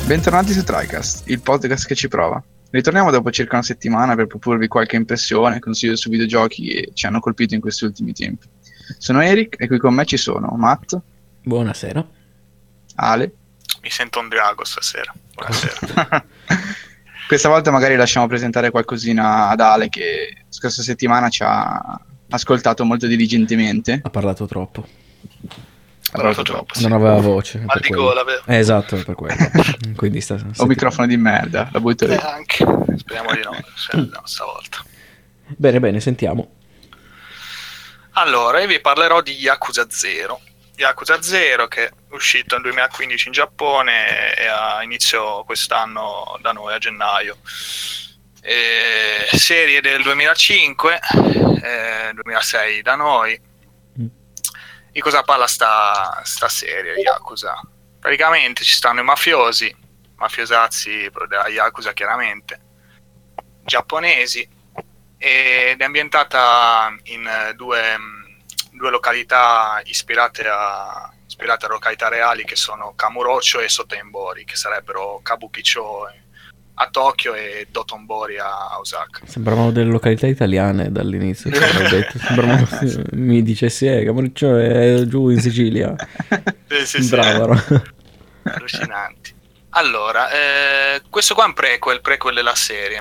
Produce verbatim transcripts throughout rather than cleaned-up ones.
Bentornati su TriCast, il podcast che ci prova. Ritorniamo dopo circa una settimana per proporvi qualche impressione, consiglio su videogiochi che ci hanno colpito in questi ultimi tempi. Sono Eric e qui con me ci sono Matt. Buonasera. Ale. Mi sento un drago stasera. Buonasera. Questa volta magari lasciamo presentare qualcosina ad Ale che scorsa settimana ci ha ascoltato molto diligentemente. Ha parlato troppo. Ha parlato troppo, sì. Non aveva voce. Mal di gola, vero? Eh, esatto, per quello. Quindi sta, o microfono di merda, la butto lì. Eh, anche. Speriamo di no, no, stavolta. Bene, bene, sentiamo. Allora, io vi parlerò di Yakuza Zero. Yakuza Zero che è uscito nel duemilaquindici in Giappone e a inizio quest'anno da noi a gennaio. E serie del duemilacinque, eh, duemilasei da noi. Di cosa parla sta, sta serie Yakuza? Praticamente ci stanno i mafiosi, mafiosazzi da Yakuza chiaramente, giapponesi, ed è ambientata in due, due località ispirate a, ispirate a località reali che sono Kamurocho e Sotembori, che sarebbero Kabukicho a Tokyo e Dotonbori a Osaka. Sembravano delle località italiane dall'inizio. Detto. Sembravano, mi dicessi, eh, Camureccio è giù in Sicilia. Sì, sì, sì. Bravo. Allucinanti. Allora, eh, questo qua è un prequel, prequel della serie.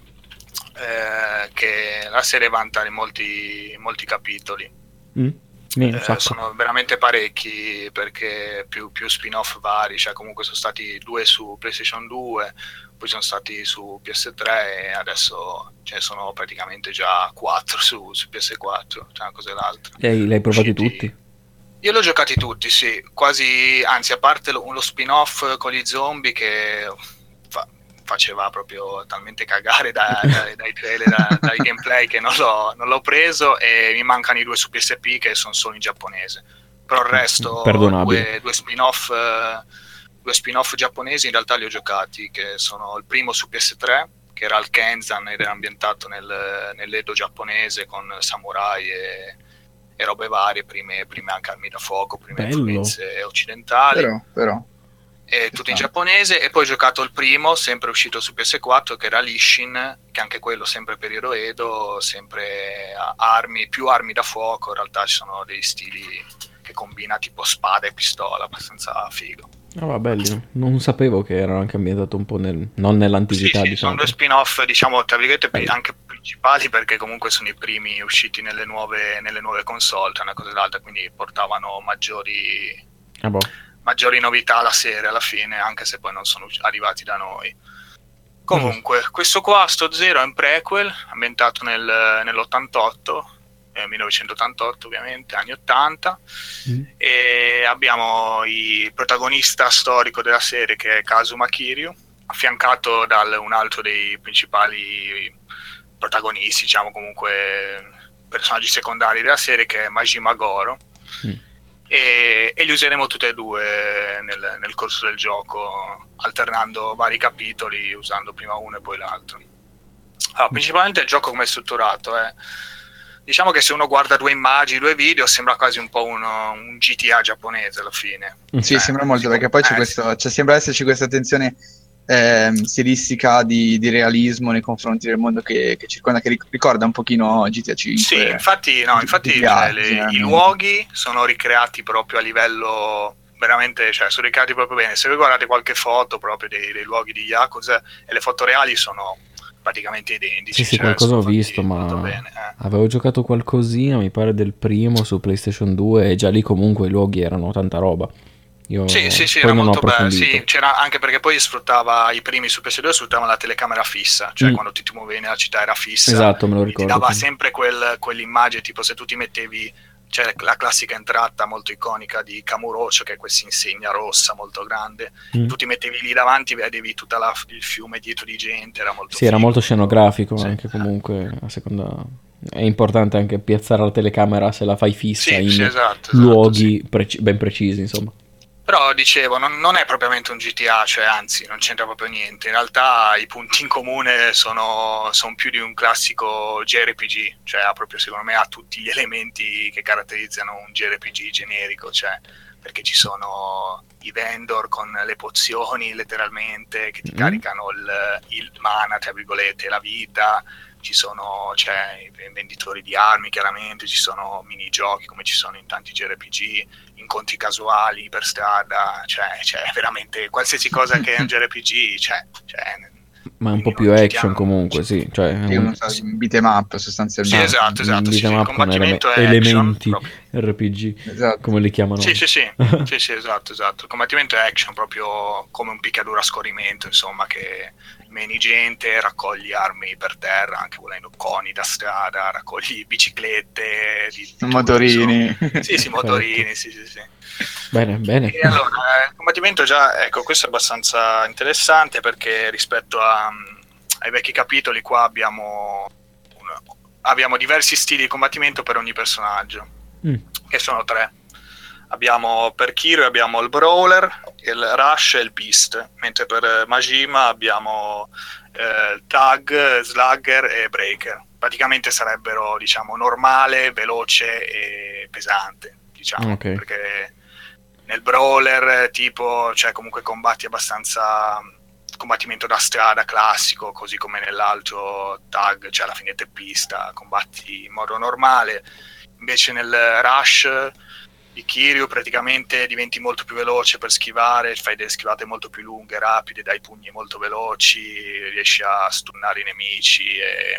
Eh, che la serie vanta in molti, molti capitoli. Mm. Eh, sono veramente parecchi, perché più, più spin-off vari, cioè comunque sono stati due su PlayStation due, poi sono stati su P S tre e adesso ce ne sono praticamente già quattro su, su P S quattro, cioè una cosa e l'altra. E l'hai provati tutti? Io li ho giocati tutti, sì, quasi, anzi a parte lo, lo spin-off con gli zombie che fa, faceva proprio talmente cagare da, da, dai trailer, da, dai gameplay, che non l'ho, non l'ho preso, e mi mancano i due su P S P che sono solo in giapponese. Però il resto, due, due spin-off due spin-off giapponesi in realtà li ho giocati, che sono il primo su P S tre, che era il Kenzan ed era ambientato nel, nell'Edo giapponese con samurai e, e robe varie, prime, prime anche armi da fuoco, prime Bello. influenze occidentali. Però, però. È tutto in giapponese. E poi ho giocato il primo, sempre uscito su P S quattro, che era l'Ishin, che anche quello sempre periodo Edo, sempre armi, più armi da fuoco. In realtà ci sono dei stili che combina tipo spada e pistola, abbastanza figo. Ah, va, belli. Non sapevo che erano anche ambientato un po' nel, non nell'antichità, sì, sì, diciamo. Sono due spin-off, diciamo, tra virgolette, belli, anche principali, perché comunque sono i primi usciti nelle nuove, nelle nuove console, tra una cosa e l'altra, quindi portavano maggiori ah, boh. maggiori novità alla serie alla fine, anche se poi non sono arrivati da noi. Comunque, mm. questo qua, sto Zero, è un prequel ambientato nel, nell'ottantotto, eh, millenovecentottantotto ovviamente, anni ottanta, mm. e abbiamo il protagonista storico della serie, che è Kazuma Kiryu, affiancato da un altro dei principali protagonisti, diciamo comunque personaggi secondari della serie, che è Majima Goro. Mm. E, e li useremo tutti e due nel, nel corso del gioco, alternando vari capitoli, usando prima uno e poi l'altro. Allora, principalmente il gioco come è strutturato è, diciamo che se uno guarda due immagini, due video, sembra quasi un po' uno, un G T A giapponese alla fine. Sì, eh, sembra molto, perché poi c'è eh, questo, cioè, sembra esserci questa attenzione eh, stilistica di, di realismo nei confronti del mondo che, che circonda, che ricorda un pochino G T A cinque. Sì, infatti, no, infatti cioè, le, i luoghi sono ricreati proprio a livello veramente, cioè sono ricreati proprio bene. Se voi guardate qualche foto proprio dei, dei luoghi di Yakuza, e le foto reali sono praticamente identici. Sì, sì, cioè, qualcosa ho visto, ma bene, eh. avevo giocato qualcosina, mi pare del primo su PlayStation due, e già lì comunque i luoghi erano tanta roba. Io sì, sì, sì, poi era non molto ho bello. Sì, c'era anche perché poi sfruttava i primi su P S due, sfruttavano la telecamera fissa, cioè mm. quando ti, ti muovevi nella città era fissa. Esatto, me lo ricordo. Ti dava sempre quel, quell'immagine, tipo se tu ti mettevi, c'è la classica entrata molto iconica di Kamurocho, che è questa insegna rossa molto grande, mm. tu ti mettevi lì davanti, vedevi tutto il fiume dietro di gente, era molto sì, figo. Era molto scenografico, sì. Anche eh. comunque a seconda. È importante anche piazzare la telecamera se la fai fissa sì, in sì, esatto, esatto, luoghi sì. preci- ben precisi, insomma. Però dicevo, non, non è propriamente un G T A, cioè anzi non c'entra proprio niente. In realtà i punti in comune sono, sono più di un classico J R P G, cioè ha proprio, secondo me, ha tutti gli elementi che caratterizzano un J R P G generico, cioè perché ci sono i vendor con le pozioni letteralmente che ti Mm. caricano il, il mana, tra virgolette, la vita, ci sono, cioè, i venditori di armi chiaramente, ci sono minigiochi come ci sono in tanti J R P G, incontri casuali per strada, cioè, cioè veramente qualsiasi cosa che è un J R P G, cioè, cioè Ma è un po' quindi più non action giochiamo- comunque, sì. Cioè, è Sì, un- uno sta in beat 'em up Sì, sostanzialmente. esatto, esatto, sì, beat 'em sì, il up con combattimento eleme- è action, elementi proprio. R P G, Esatto. come li chiamano. Sì, sì, sì, sì, sì, esatto, esatto. Il combattimento è action, proprio come un picchiaduro a scorrimento, insomma, che meni gente, raccogli armi per terra, anche volendo coni da strada, raccogli biciclette, di, di tutto, Motorini. insomma. Sì, sì, Perfetto. motorini, sì, sì, sì. Bene, bene. E allora, eh, il combattimento già, ecco, questo è abbastanza interessante perché rispetto a, ai vecchi capitoli qua abbiamo, una- abbiamo diversi stili di combattimento per ogni personaggio, Mm. che sono tre. Abbiamo per Kiryu abbiamo il Brawler, il Rush e il Beast, mentre per Majima abbiamo eh, il Tag, Slugger e Breaker. Praticamente sarebbero, diciamo, normale, veloce e pesante, diciamo, Ok. perché nel Brawler tipo, cioè comunque combatti abbastanza combattimento da strada classico, così come nell'altro Tag, cioè alla fine teppista, combatti in modo normale. Invece nel Rush di Kiryu praticamente diventi molto più veloce per schivare, fai delle schivate molto più lunghe, rapide, dai pugni molto veloci, riesci a stunnare i nemici e,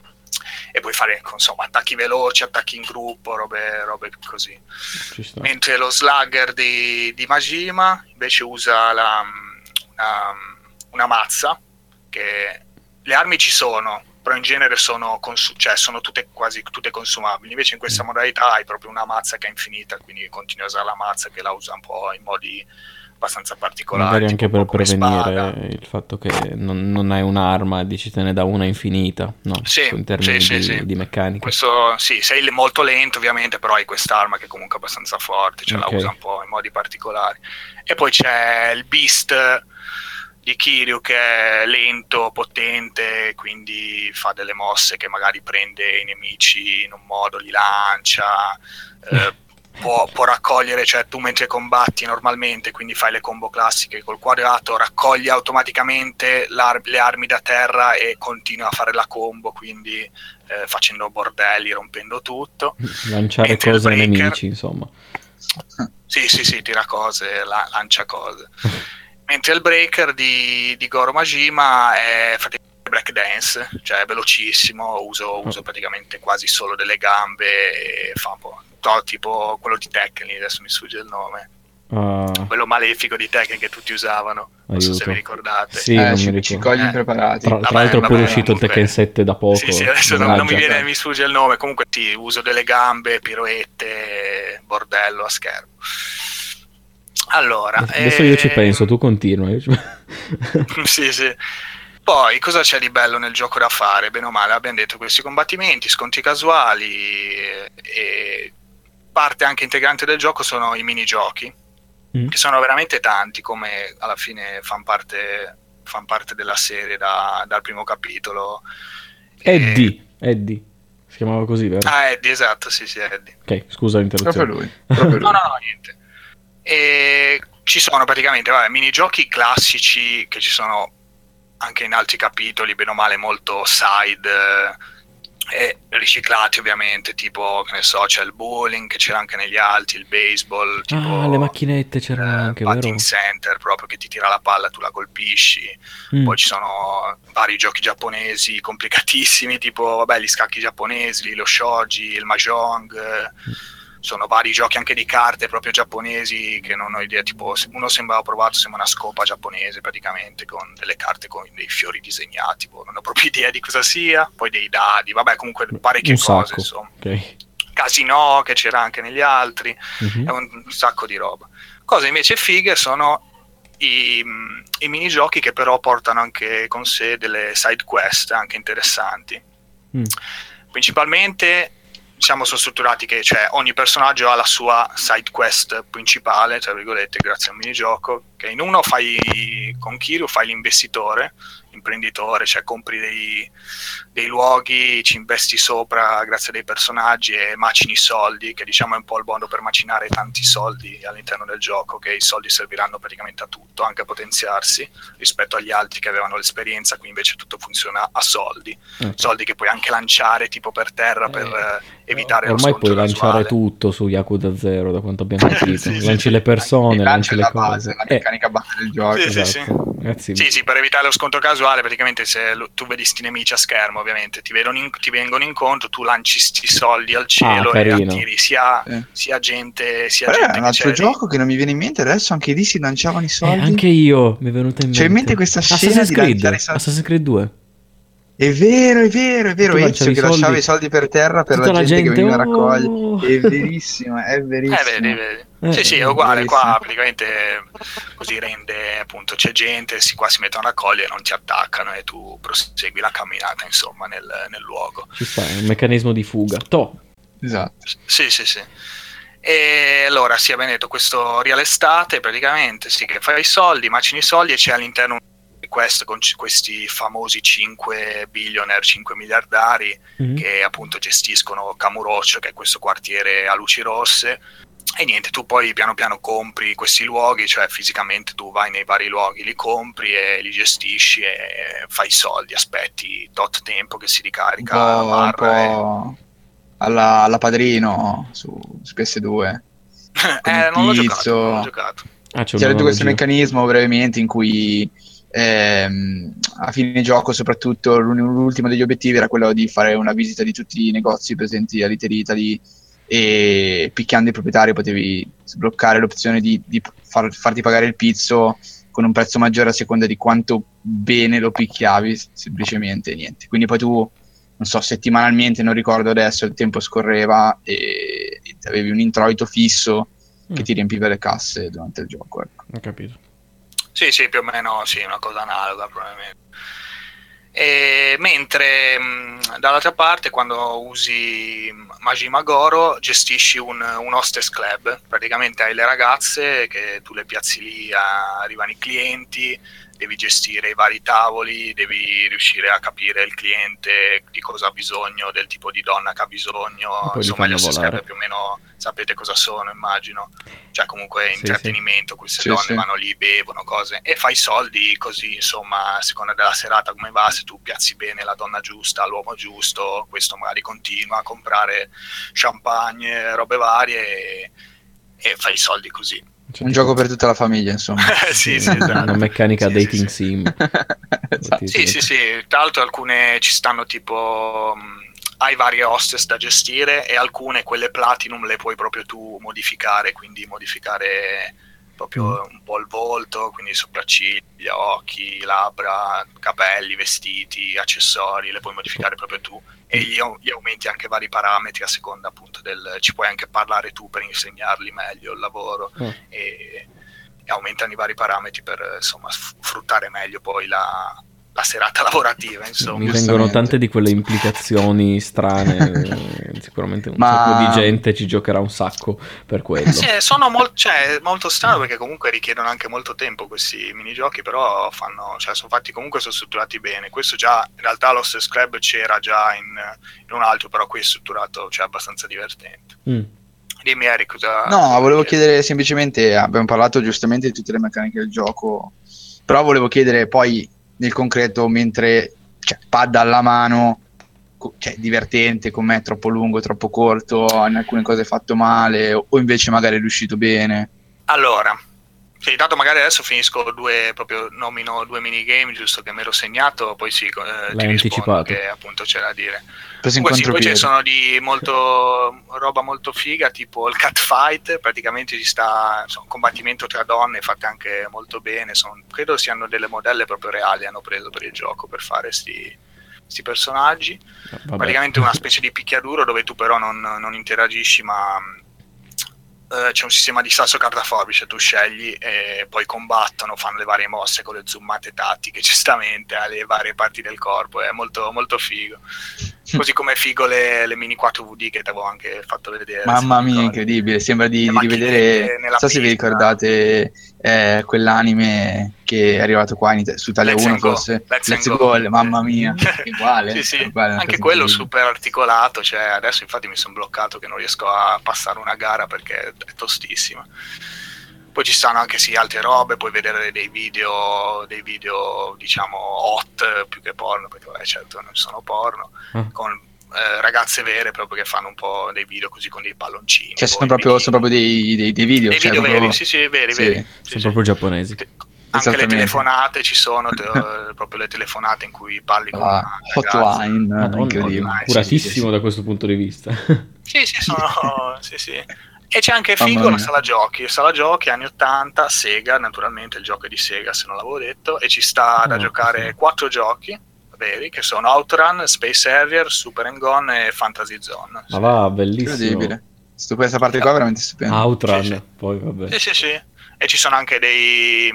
e puoi fare, insomma, attacchi veloci, attacchi in gruppo, robe, robe così. Ci sta. Mentre lo Slugger di, di Majima invece usa la, una, una mazza, che le armi ci sono, però in genere sono, consu- cioè sono tutte quasi tutte consumabili. Invece in questa Mm. modalità hai proprio una mazza che è infinita, quindi continui a usare la mazza, che la usa un po' in modi abbastanza particolari. Magari tipo anche un per po' come spada. prevenire il fatto che non, non hai un'arma e dici te ne da una infinita, no? Sì, In termini sì, di, sì, sì. di meccanica. Questo sì, sei le- molto lento ovviamente, però hai quest'arma che è comunque abbastanza forte, cioè Ok. la usa un po' in modi particolari. E poi c'è il Beast di Kiryu che è lento, potente, quindi fa delle mosse che magari prende i nemici in un modo, li lancia, eh, può, può raccogliere, cioè tu mentre combatti normalmente, quindi fai le combo classiche col quadrato, raccogli automaticamente l'ar- le armi da terra e continua a fare la combo, quindi eh, facendo bordelli, rompendo tutto. Lanciare Mentre il cose ai Breaker- nemici, insomma. Sì, sì, sì, tira cose, la- lancia cose. Mentre il Breaker di, di Goro Majima è praticamente breakdance, cioè è velocissimo, uso, uso praticamente quasi solo delle gambe e fa un po', to- tipo quello di Tekken, adesso mi sfugge il nome, Ah, quello malefico di Tekken che tutti usavano, non so se aiuto. vi ricordate. Sì, Eh, non ci, mi ci ricordo. cogli Eh. impreparati. Tra, tra Vabbè, l'altro è vabbè, pure uscito il comunque- Tekken sette da poco. Sì, sì, adesso non, Mannaggia. non mi viene, Esatto. mi sfugge il nome, comunque sì, uso delle gambe, piroette, bordello a schermo. Allora, Adesso io ci ehm, penso, tu continua. io ci- sì, sì. Poi cosa c'è di bello nel gioco da fare? Bene o male, abbiamo detto questi combattimenti, scontri casuali e, e parte anche integrante del gioco sono i minigiochi, Mm. che sono veramente tanti, come alla fine fanno parte, fan parte della serie da- dal primo capitolo. E- Eddie, Eddie. Si chiamava così, vero? Ah, Eddie, esatto, sì, sì, Eddie. Ok, scusa l'interruzione. Proprio lui. Proprio No, lui. no, no, niente. E ci sono praticamente vabbè, minigiochi classici che ci sono anche in altri capitoli, bene o male molto side eh, e riciclati ovviamente, tipo, che ne so, c'è il bowling che c'era anche negli altri, il baseball, tipo Ah, le macchinette c'erano eh, anche, batting vero? center, proprio che ti tira la palla, tu la colpisci. Mm. Poi ci sono vari giochi giapponesi complicatissimi, tipo vabbè, gli scacchi giapponesi, lo shogi, il mahjong. eh, Sono vari giochi anche di carte proprio giapponesi che non ho idea, tipo uno sembrava provato, sembra una scopa giapponese praticamente, con delle carte con dei fiori disegnati, boh, non ho proprio idea di cosa sia. Poi dei dadi, vabbè, comunque parecchie Un cose, sacco. insomma. Ok. Casino che c'era anche negli altri, Mhm. è un, un sacco di roba. Cose invece fighe sono i, i minigiochi che però portano anche con sé delle side quest anche interessanti. Mm. Principalmente diciamo sono strutturati che cioè, ogni personaggio ha la sua side quest principale, tra virgolette, grazie a un minigioco, che in uno fai con Kiryu fai l'investitore, imprenditore, cioè compri dei, dei luoghi, ci investi sopra grazie a dei personaggi e macini soldi, che diciamo è un po' il modo per macinare tanti soldi all'interno del gioco, che i soldi serviranno praticamente a tutto, anche a potenziarsi rispetto agli altri che avevano l'esperienza. Qui invece tutto funziona a soldi, okay. Soldi che puoi anche lanciare tipo per terra per eh, evitare ormai lo puoi casuale. Lanciare tutto su Yakuza Zero, da quanto abbiamo capito. sì, lanci sì, le persone, lanci le la cose base, la meccanica eh. base del gioco. Sì, esatto. sì, sì. sì, sì, per evitare lo scontro casuale, praticamente se tu vedi sti nemici a schermo, ovviamente ti, vedono in, ti vengono incontro, tu lanci sti soldi al cielo ah, e attiri sia, sì. sia gente sia Però gente è un che altro c'è gioco lì. che non mi viene in mente adesso, anche lì si lanciavano i soldi. Eh, anche io mi è venuta in mente. C'è in mente questa scena Assassin's di Creed, lanciare i soldi. Assassin's Creed due. È vero, è vero, è vero, Tu Ezio che soldi, lasciava i soldi per terra per tutta la gente, gente che veniva oh. a raccogliere. È verissimo, è verissimo. Eh, vedi, vedi. Eh, sì, sì, è eh, uguale, verissimo. qua praticamente così rende, appunto, c'è gente, si qua si mettono a raccogliere, non ti attaccano e tu prosegui la camminata, insomma, nel, nel luogo. Ci sta, è un meccanismo di fuga. To. Esatto. Sì, sì, sì. E allora, sì, abbiamo detto questo real estate, praticamente, sì, che fai i soldi, macini i soldi e c'è all'interno questo con c- questi famosi cinque billionaire, cinque miliardari mm-hmm. che appunto gestiscono Kamurocho, che è questo quartiere a luci rosse. E niente, tu poi piano piano compri questi luoghi, cioè fisicamente tu vai nei vari luoghi, li compri e li gestisci e fai i soldi, aspetti tot tempo che si ricarica un la po', barra. un po' alla, alla Padrino su, su P S due. eh, non l'ho giocato, non l'ho giocato. Ah, c'è C'era questo meccanismo brevemente in cui ehm, a fine gioco soprattutto l'ultimo degli obiettivi era quello di fare una visita di tutti i negozi presenti a Little Italy e picchiando i proprietari potevi sbloccare l'opzione di, di far, farti pagare il pizzo con un prezzo maggiore a seconda di quanto bene lo picchiavi, semplicemente niente. Quindi poi tu, non so, settimanalmente, non ricordo adesso, il tempo scorreva e, e avevi un introito fisso mm. che ti riempiva le casse durante il gioco. Ecco. Ho capito. Sì, sì, più o meno sì, una cosa analoga probabilmente. E mentre mh, dall'altra parte, quando usi Majima Goro, gestisci un, un hostess club. Praticamente hai le ragazze che tu le piazzi lì, a, arrivano i clienti, devi gestire i vari tavoli, devi riuscire a capire il cliente di cosa ha bisogno, del tipo di donna che ha bisogno. Insomma, gli hostess club più o meno sapete cosa sono, immagino. Cioè comunque sì, intrattenimento, sì. queste sì, donne sì. vanno lì, bevono cose e fai soldi così, insomma, a seconda della serata come va, se tu piazzi bene la donna giusta, l'uomo giusto, questo magari continua a comprare champagne, robe varie e, e fai soldi così. Cioè, un gioco per tutta la famiglia, insomma. sì, sì, esatto. Una meccanica sì, dating sì, sim. esatto. Sì, sì, sì. Tra l'altro alcune ci stanno tipo... hai varie hostess da gestire e alcune, quelle platinum, le puoi proprio tu modificare, quindi modificare proprio mm. un po' il volto, quindi sopracciglia, occhi, labbra, capelli, vestiti, accessori, le puoi modificare proprio tu e gli, gli aumenti anche vari parametri a seconda appunto del... ci puoi anche parlare tu per insegnargli meglio il lavoro mm. e, e aumentano i vari parametri per insomma sfruttare meglio poi la... la serata lavorativa, insomma. Mi vengono tante di quelle implicazioni strane. Sicuramente un Ma... sacco di gente ci giocherà un sacco per quello. Sì, sono mol- cioè, molto strano perché comunque richiedono anche molto tempo questi minigiochi, però fanno, cioè, sono fatti comunque, sono strutturati bene. Questo già, in realtà l'Hostess Club c'era già in, in un altro, però qui è strutturato, cioè, abbastanza divertente. Mm. Dimmi Eric, cosa... No, volevo chiedere semplicemente, abbiamo parlato giustamente di tutte le meccaniche del gioco, però volevo chiedere poi nel concreto, mentre cioè, pad alla mano, cioè divertente, com'è, troppo lungo, troppo corto, in alcune cose fatto male o invece magari è riuscito bene? Allora, sì, tanto magari adesso finisco due, proprio nomino due minigame, giusto che mi ero segnato, poi sì, eh, ti rispondo che appunto c'è da dire. Comunque sì, poi ci sono di molto roba molto figa, tipo il catfight, praticamente ci sta insomma, combattimento tra donne fatte anche molto bene, sono, credo siano delle modelle proprio reali, hanno preso per il gioco per fare sti, sti personaggi. Vabbè. Praticamente una specie di picchiaduro dove tu però non, non interagisci, ma uh, c'è un sistema di sasso carta forbice, tu scegli e poi combattono, fanno le varie mosse con le zoomate tattiche, giustamente alle varie parti del corpo, è molto, molto figo. Così come figo le, le mini quattro V D che ti avevo anche fatto vedere. Mamma mia, incredibile, sembra di, di rivedere, non so se vi pista. ricordate eh, quell'anime che è arrivato qua in, su Italia Let's uno Go. forse, Let's, Let's Go, Go, mamma mia, uguale. Sì, sì. uguale Anche quello super articolato, cioè adesso infatti mi sono bloccato che non riesco a passare una gara perché è tostissima. Poi ci stanno anche sì altre robe, puoi vedere dei video, dei video diciamo hot più che porno, perché vabbè, certo non sono porno, mm. con eh, ragazze vere proprio che fanno un po' dei video così con dei palloncini. Cioè sono proprio, sono proprio dei, dei, dei video. Dei cioè video proprio... veri, sì sì, veri, sì. veri. Sono sì, proprio sì. giapponesi. Anche le telefonate ci sono, te, proprio le telefonate in cui parli con ah, hotline, Madonna, incredibile. curatissimo sì, sì, sì. da questo punto di vista. Sì, sì, sono... sì, sì. E c'è anche figo la sala giochi, sala giochi anni ottanta, Sega, naturalmente il gioco è di Sega se non l'avevo detto, e ci sta da oh, giocare sì. quattro giochi veri che sono Outrun, Space Harrier, Super and Gone e Fantasy Zone. Ma sì. Va, bellissimo. Incredibile. Stu- questa parte qua è veramente stupenda. Outrun, sì, sì. poi vabbè. Sì, sì, sì. E ci sono anche dei...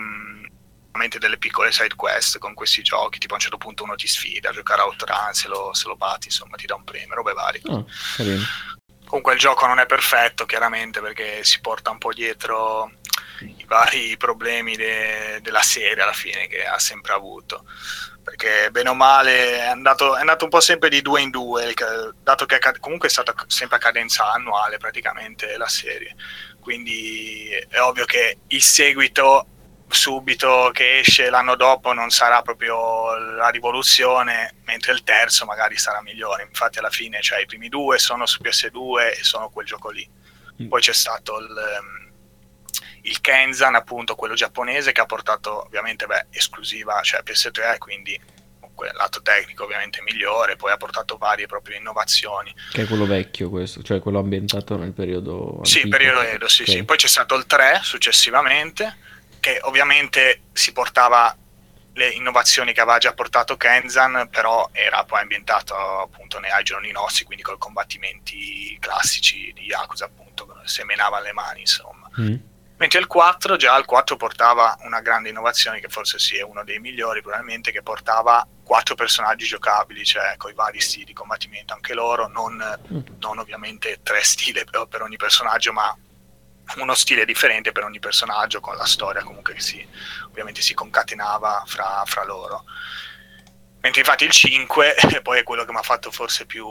delle piccole side quest con questi giochi, tipo a un certo punto uno ti sfida a giocare a Outrun, se lo, se lo batti insomma ti dà un premio, robe varie. Oh, carino. Comunque il gioco non è perfetto chiaramente perché si porta un po' dietro i vari problemi de- della serie alla fine che ha sempre avuto, perché bene o male è andato, è andato un po' sempre di due in due, dato che comunque è stata sempre a cadenza annuale praticamente la serie, quindi è ovvio che il seguito subito che esce l'anno dopo non sarà proprio la rivoluzione, mentre il terzo magari sarà migliore. Infatti alla fine cioè, i primi due sono su P S due e sono quel gioco lì. Poi c'è stato il, il Kenzan, appunto quello giapponese, che ha portato ovviamente beh, esclusiva cioè P S tre, quindi comunque lato tecnico ovviamente migliore, poi ha portato varie proprio innovazioni. Che è quello vecchio questo, cioè quello ambientato nel periodo sì, antico. periodo Edo, sì, okay. sì. Poi c'è stato il tre successivamente, che ovviamente si portava le innovazioni che aveva già portato Kenzan, però era poi ambientato appunto ai giorni nostri, quindi con combattimenti classici di Yakuza, appunto, semenava le mani, insomma. Mm. Mentre il quattro, già il quattro portava una grande innovazione, che forse sì è uno dei migliori probabilmente, che portava quattro personaggi giocabili, cioè con i vari stili di combattimento, anche loro, non, mm. non ovviamente tre stili per, per ogni personaggio, ma uno stile differente per ogni personaggio, con la storia comunque che si, ovviamente si concatenava fra, fra loro. Mentre infatti il cinque poi è quello che mi ha fatto forse più,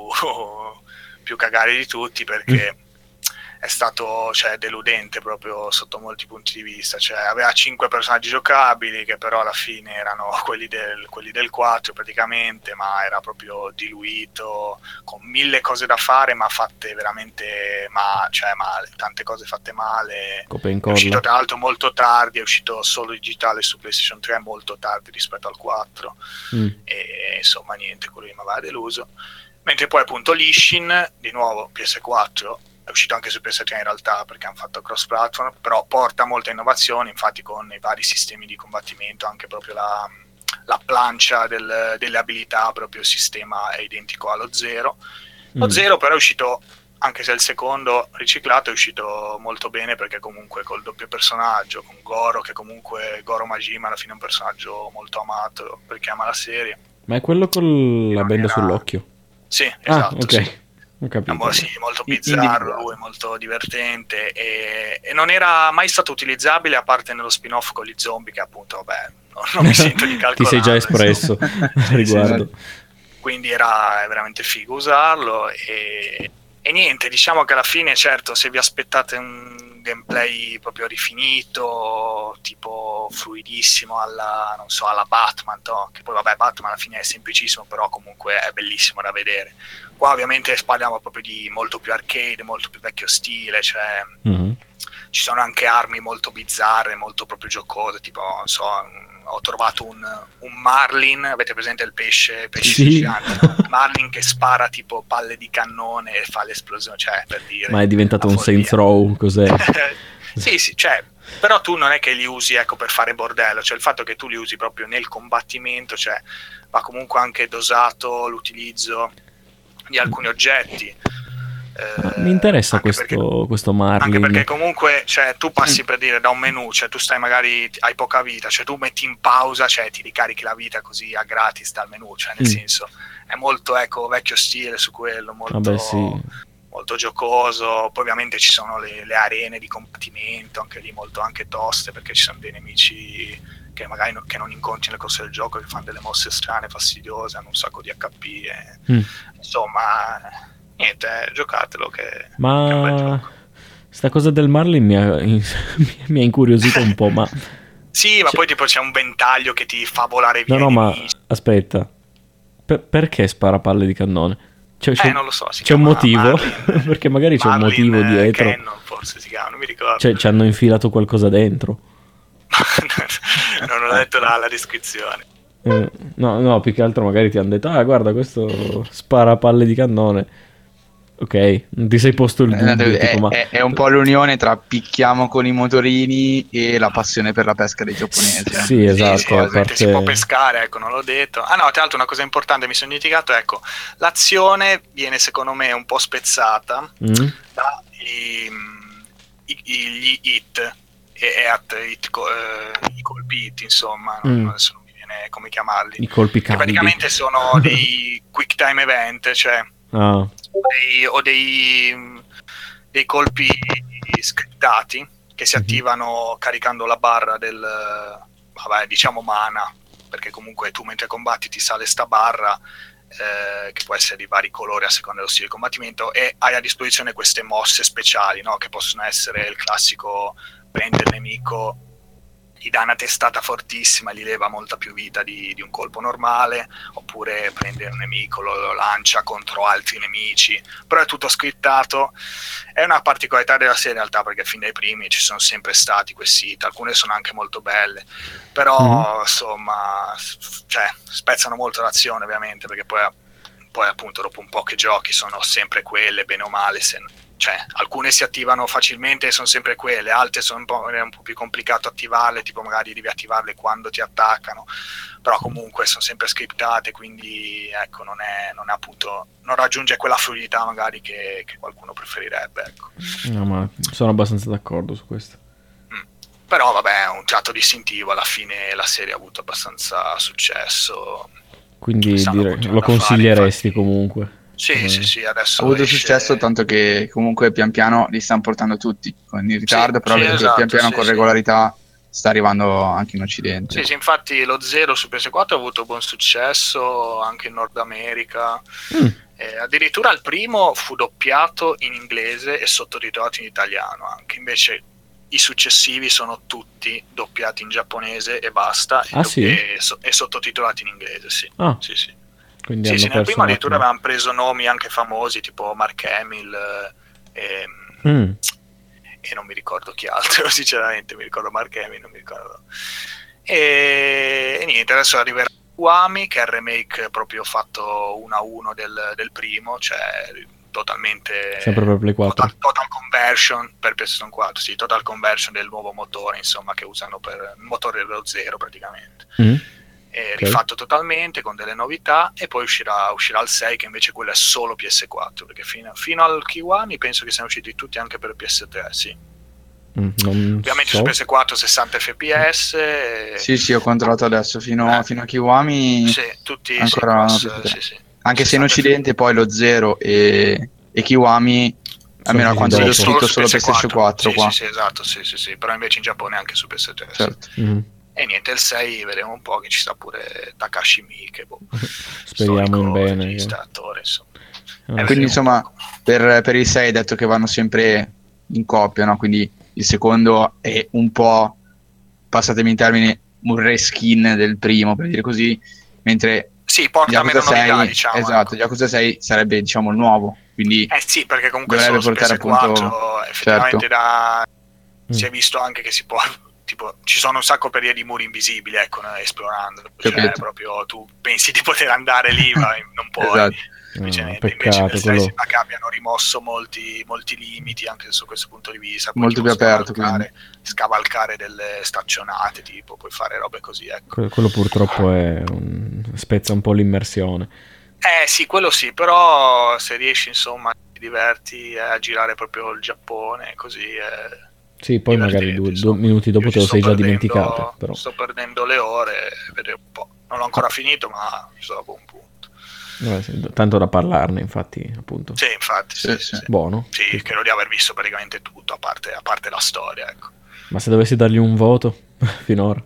più cagare di tutti, perché mm. è stato cioè, deludente proprio sotto molti punti di vista, cioè aveva cinque personaggi giocabili che però alla fine erano quelli del, quelli del quattro praticamente, ma era proprio diluito, con mille cose da fare ma fatte veramente ma, cioè, male, tante cose fatte male. È uscito tra l'altro molto tardi, è uscito solo digitale su PlayStation tre molto tardi rispetto al quattro mm. e insomma niente, quello mi aveva deluso. Mentre poi appunto l'Ishin, di nuovo P S quattro, è uscito anche su P S tre in realtà perché hanno fatto cross platform, però porta molte innovazioni, infatti con i vari sistemi di combattimento, anche proprio la, la plancia del, delle abilità, proprio il sistema è identico allo zero. Lo mm. zero però è uscito, anche se il secondo riciclato, è uscito molto bene perché comunque col doppio personaggio, con Goro, che comunque Goro Majima alla fine è un personaggio molto amato perché ama la serie. Ma è quello con la benda era... sull'occhio? Sì, esatto. Ah, ok. Sì. Mo, sì, molto bizzarro, lui, molto divertente e, e non era mai stato utilizzabile a parte nello spin-off con gli zombie, che appunto vabbè non, non mi sento di calcolare. Ti sei già espresso a riguardo. Quindi era veramente figo usarlo e, e niente, diciamo che alla fine certo se vi aspettate un gameplay proprio rifinito, tipo fluidissimo alla, non so, alla Batman, no? Che poi vabbè Batman alla fine è semplicissimo, però comunque è bellissimo da vedere. Qua ovviamente parliamo proprio di molto più arcade, molto più vecchio stile, cioè mm-hmm. ci sono anche armi molto bizzarre, molto proprio giocose, tipo non so, ho trovato un, un Marlin, avete presente il pesce, pesce sì. gigante, no? Marlin che spara tipo palle di cannone e fa l'esplosione, cioè per dire. Ma è diventato un Saints Row, cos'è? sì, sì, cioè, però tu non è che li usi ecco per fare bordello, cioè il fatto che tu li usi proprio nel combattimento, cioè va comunque anche dosato l'utilizzo di alcuni oggetti. Eh, mi interessa questo, perché, questo Marlin. Anche perché comunque cioè, tu passi per dire da un menu, cioè tu stai magari hai poca vita, cioè tu metti in pausa, cioè ti ricarichi la vita così a gratis dal menu, cioè nel mm. senso è molto, ecco, vecchio stile su quello, molto, Vabbè, sì. molto giocoso. Poi ovviamente ci sono le, le arene di combattimento, anche lì molto anche toste, perché ci sono dei nemici che magari no, che non incontri nel corso del gioco, che fanno delle mosse strane, fastidiose, hanno un sacco di H P e, Mm. insomma, niente, giocatelo che, Ma che è un bel gioco. sta cosa del Marlin mi ha, mi ha incuriosito un po', ma Sì, ma Cioè- poi tipo c'è un ventaglio che ti fa volare via no, no, i ma nemici. aspetta. Per- perché spara palle di cannone? Cioè, c'è, Eh, non lo so, si c'è un chiama motivo? Marlin. Perché magari c'è un Marlin, motivo eh, dietro. Cannon, forse si chiama, non mi ricordo. Cioè, ci hanno infilato qualcosa dentro. Non ho letto la, la descrizione. Eh, no, no, più che altro magari ti hanno detto, ah, guarda, questo spara palle di cannone. Ok, non ti sei posto il Eh, dubbio, è, tipo, ma... è- è un po' l'unione tra picchiamo con i motorini e la passione per la pesca dei giapponesi. eh. Sì, esatto, sì, sì, a ovviamente parte- si può pescare, ecco, non l'ho detto. Ah no, tra l'altro una cosa importante mi sono dimenticato, ecco, l'azione viene secondo me un po' spezzata Mm? da i, i- i- gli hit e e at hit, co- eh, i colpi hit, insomma, non- Mm. adesso non mi viene come chiamarli. I colpi Che caldi. praticamente sono dei quick time event, cioè Ah, o dei, o dei, dei colpi scriptati che si Mhm. attivano caricando la barra del, vabbè, diciamo mana, perché comunque tu mentre combatti ti sale sta barra, eh, che può essere di vari colori a seconda dello stile di combattimento, e hai a disposizione queste mosse speciali, no? Che possono essere il classico prende il nemico, gli dà una testata fortissima, gli leva molta più vita di, di un colpo normale, oppure prende un nemico, lo, lo lancia contro altri nemici, però è tutto scriptato. È una particolarità della serie in realtà, perché fin dai primi ci sono sempre stati questi hit, alcune sono anche molto belle, però Mhm. insomma, s- cioè, spezzano molto l'azione ovviamente, perché poi, poi appunto dopo un po' che giochi sono sempre quelle, bene o male, se, cioè alcune si attivano facilmente e sono sempre quelle, altre sono un po', è un po' più complicato attivarle, tipo magari devi attivarle quando ti attaccano, però comunque sono sempre scriptate, quindi ecco, non è, non è appunto, non raggiunge quella fluidità magari che, che qualcuno preferirebbe, ecco. no, ma sono abbastanza d'accordo su questo. Mm. Però vabbè, è un tratto distintivo, alla fine la serie ha avuto abbastanza successo. Quindi Stanno direi, continuando lo a fare, consiglieresti infatti. comunque. Sì, Eh, sì, sì, adesso Ha avuto esce- successo tanto che comunque pian piano li stanno portando tutti, con in ritardo, però sì, vedo che esatto, pian piano sì, con sì. regolarità sta arrivando anche in Occidente. Sì, sì, infatti lo Zero su P S quattro ha avuto buon successo anche in Nord America. Mm. Eh, addirittura il primo fu doppiato in inglese e sottotitolato in italiano anche. Invece i successivi sono tutti doppiati in giapponese e basta, Ah, e, sì? e, so- e sottotitolati in inglese, sì. Ah, Sì, sì. quindi Sì, hanno sì, nel perso primo un addirittura attimo. avevano preso nomi anche famosi, tipo Mark Hamill eh, e, Mm. e non mi ricordo chi altro, sinceramente mi ricordo Mark Hamill, non mi ricordo. E, e niente, adesso arriverà Kiwami, che è il remake proprio fatto uno a uno del, del primo, cioè totalmente Sempre per Play quattro. total, total conversion per PlayStation quattro, sì, total conversion del nuovo motore, insomma, che usano per il motore dello Zero praticamente. Mm. È Ok. rifatto totalmente con delle novità, e poi uscirà, uscirà il sei, che invece quello è solo P S quattro, perché fino, fino al Kiwami penso che siano usciti tutti anche per P S tre, sì. Mm, non Ovviamente so. su P S quattro sessanta F P S, e- Sì, sì, ho controllato adesso, fino, Eh. fino a Kiwami sì, tutti ancora sì, non cross, più- sì, sì. anche se in sessanta F P S. Occidente poi lo Zero e, e Kiwami, almeno a usciti quanto dopo. vedo Sì, scritto su solo P S PlayStation quattro sì, qua. sì, sì, esatto, sì, sì, sì, però invece in Giappone anche su P S tre, sì. Certo. Mm. E niente, il sei vedremo un po', che ci sta pure Takashi Miike, boh, Speriamo storico in bene. regista, che- attore, insomma. Eh, Eh, Quindi vedremo insomma, un po'. per, per il sei hai detto che vanno sempre in coppia, no? Quindi il secondo è un po', passatemi in termini, un reskin del primo, per dire così, mentre Sì, porta Yakuza meno novità, sei, diciamo. esatto, ecco. Yakuza sei sarebbe diciamo il nuovo, quindi Eh sì, perché comunque dovrebbe solo su portare P S quattro appunto, effettivamente certo. da... Mm. si è visto anche che si può, tipo, ci sono un sacco per via di muri invisibili, ecco, no, esplorando, cioè Capito. proprio tu pensi di poter andare lì, ma non puoi. Esatto. Semplicemente. No, Invece peccato, nel sei quello- sembra che abbiano rimosso molti, molti limiti anche su questo punto di vista. Poi Molto tipo più aperto, scavalcare, scavalcare delle staccionate, tipo, puoi fare robe così, ecco. Que- Quello purtroppo è un... spezza un po' l'immersione. Eh sì, quello sì, però se riesci insomma ti diverti a girare proprio il Giappone, così è Sì, poi magari divertente, due, due insomma. minuti dopo Io te ci lo sto sei già perdendo- dimenticato. Però. Sto perdendo le ore, vedremo un po'. Non l'ho ancora finito, ma ci sono dopo un punto. Eh, sì, tanto da parlarne, infatti, appunto. Sì, infatti, sì, Sì, sì, sì. sì. Buono. Sì, credo di aver visto praticamente tutto, a parte, a parte la storia, ecco. Ma se dovessi dargli un voto finora,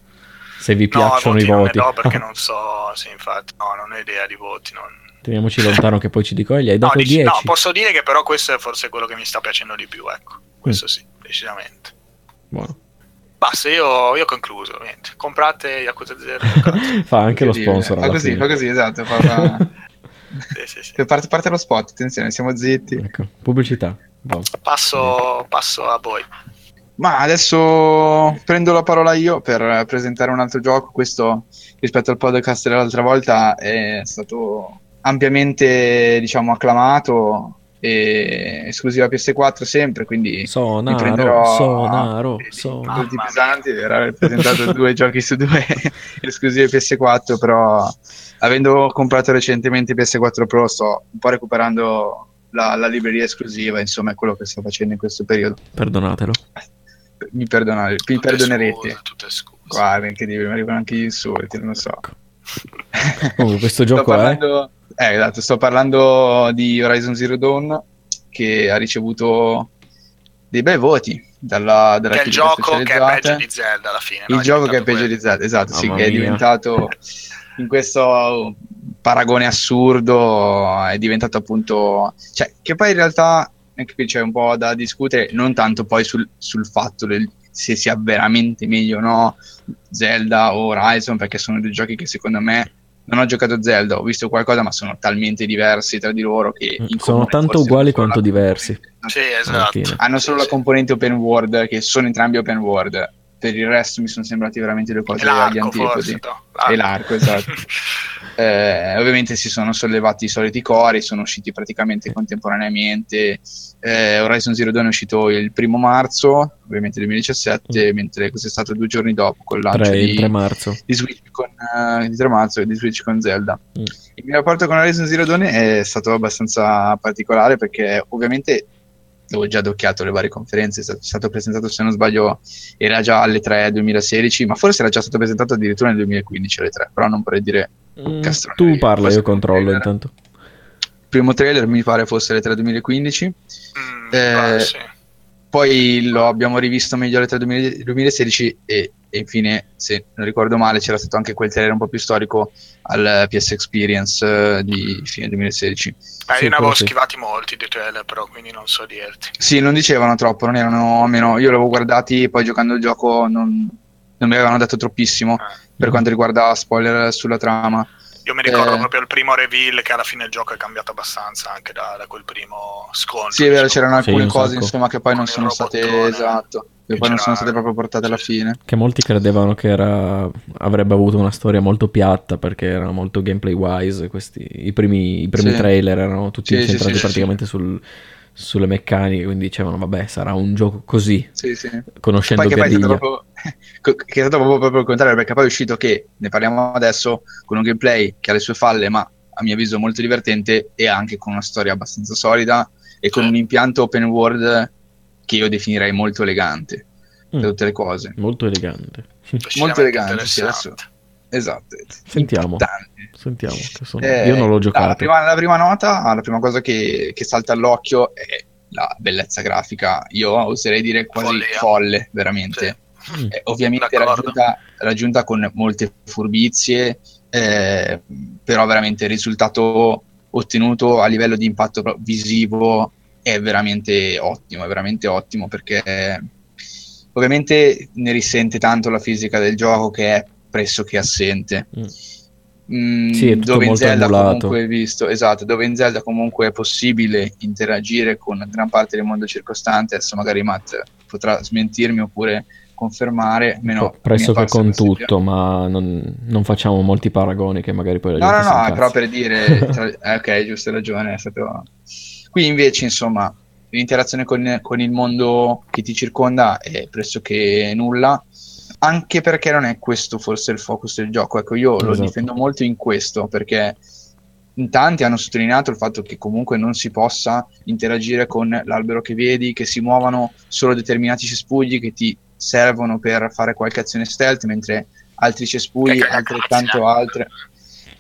se vi No, piacciono i voti non ne voti, do perché non so, sì, infatti, no, non ho idea di voti, non... teniamoci lontano che poi ci dico, eh, gli hai No, dato dici- no, dieci. posso dire che però questo è forse quello che mi sta piacendo di più, ecco, questo sì, decisamente. Buono. Basta, io, io ho concluso, niente. Comprate Yakuza zero, giocate. Fa anche lo Incredibile. sponsor Fa alla così, fine. fa così, esatto. Fa, fa... Sì, sì, sì. Parte, parte lo spot, attenzione, siamo zitti. Ecco, pubblicità. Buono. Passo, passo a voi. Ma adesso prendo la parola io per presentare un altro gioco. Questo, rispetto al podcast dell'altra volta, è stato ampiamente, diciamo, acclamato, e esclusiva P S quattro sempre, quindi mi Sonaro, prenderò sonaro, tutti sonaro. tutti Mamma pesanti. Era presentato due giochi su due esclusive P S quattro, però avendo comprato recentemente P S quattro Pro sto un po' recuperando la, la libreria esclusiva, insomma è quello che sto facendo in questo periodo. Perdonatelo. Mi, perdonare, mi Tutte perdonerete. scuse, tutte scuse. Guarda, incredibile, mi arrivano anche gli insulti, non lo so. Comunque, questo sto gioco è... parlando, eh, esatto, sto parlando di Horizon Zero Dawn, che ha ricevuto dei bei voti dalla, dalle Che è il attività gioco che è specializzate. peggio di Zelda alla fine. Il no? È gioco che è diventato quello. peggio di Zelda, esatto, sì, Mamma che è mia. diventato in questo paragone assurdo, è diventato appunto, cioè, che poi in realtà anche qui c'è un po' da discutere, non tanto poi sul, sul fatto del, se sia veramente meglio o no Zelda o Horizon, perché sono due giochi che secondo me, non ho giocato Zelda, ho visto qualcosa, ma sono talmente diversi tra di loro che in Sono comune tanto forse uguali hanno solo quanto la diversi. componente- Sì, Alla esatto. fine. hanno solo Sì, la sì. componente open world, che sono entrambi open world. Per il resto mi sono sembrati veramente due E cose agli l'arco antipodi. forse, no? E l'arco, esatto. Eh, ovviamente si sono sollevati i soliti cori, sono usciti praticamente contemporaneamente. Eh, Horizon Zero Dawn è uscito il primo marzo, ovviamente duemiladiciassette, Mm. mentre cos'è stato due giorni dopo con il lancio Tre- il tre di, marzo. di Switch con eh, di tre marzo e di Switch con Zelda. Mm. Il mio rapporto con Horizon Zero Dawn è stato abbastanza particolare perché ovviamente avevo già adocchiato le varie conferenze, è stato, è stato presentato, se non sbaglio, era già alle tre duemilasedici, ma forse era già stato presentato addirittura nel duemilaquindici alle tre, però non vorrei dire Mm, castronerie. tu parla, Forse io il primo controllo trailer- intanto. Il primo trailer mi pare fosse alle tre duemilaquindici. Mm, Eh, ah, sì. Poi lo abbiamo rivisto meglio alle tre duemilasedici e, e infine, se non ricordo male, c'era stato anche quel trailer un po' più storico al P S Experience eh, di fine duemilasedici. Eh, Sì, io ne quello avevo sì. schivati molti di trailer, però quindi non so dirti. Sì, non dicevano troppo, non erano, almeno io l'avevo guardati e poi giocando il gioco non, non mi avevano detto troppissimo Eh. per quanto riguarda spoiler sulla trama. Io mi ricordo Eh, proprio il primo reveal, che alla fine il gioco è cambiato abbastanza anche da, da quel primo scontro. Sì, è vero, diciamo. c'erano Sì, alcune un cose, sacco. insomma, che poi non Con il sono state, robottone, esatto, che che poi non sono c'era- state proprio portate alla sì, sì. fine. Che molti credevano che era avrebbe avuto una storia molto piatta perché era molto gameplay wise. Questi, i primi, i primi Sì. trailer erano tutti Sì, sì, incentrati sì, sì, praticamente sul- sulle meccaniche, quindi dicevano vabbè sarà un gioco così, Sì, sì. conoscendo Poi che poi è stato Guerriglia. proprio, che è stato proprio, proprio il contrario, perché poi è uscito che, ne parliamo adesso, con un gameplay che ha le sue falle, ma a mio avviso molto divertente, e anche con una storia abbastanza solida e con Sì. un impianto open world che io definirei molto elegante Mm, da tutte le cose. molto elegante. Decisamente Molto elegante, sì, interessante. adesso. Esatto. Sentiamo. Impattante. Sentiamo che sono... Eh, Io non l'ho la- giocato. La prima, la prima nota, la prima cosa che, che salta all'occhio è la bellezza grafica. Io oserei dire quasi Follia. folle, veramente. Mm. Eh, ovviamente D'accordo. raggiunta, raggiunta con molte furbizie, eh, però veramente il risultato ottenuto a livello di impatto pro- visivo è veramente ottimo, è veramente ottimo perché ovviamente ne risente tanto la fisica del gioco che è pressoché assente. Mm. Mm, Sì, è tutto dove in molto Zelda emulato. comunque è visto, esatto, dove in Zelda comunque è possibile interagire con gran parte del mondo circostante. Adesso magari Matt potrà smentirmi oppure confermare, meno Po- pressoché mi è parsa con questa idea. tutto, ma non, non facciamo molti paragoni che magari poi la No, gente no, si no, incazza. però per dire, tra- eh, ok, giusto, hai ragione, è stato... Qui invece, insomma, l'interazione con, con il mondo che ti circonda è pressoché nulla, anche perché non è questo forse il focus del gioco. Ecco, io lo Esatto. difendo molto in questo, perché in tanti hanno sottolineato il fatto che comunque non si possa interagire con l'albero che vedi, che si muovano solo determinati cespugli che ti servono per fare qualche azione stealth, mentre altri cespugli, Che cagacazzi, altrettanto eh. altre...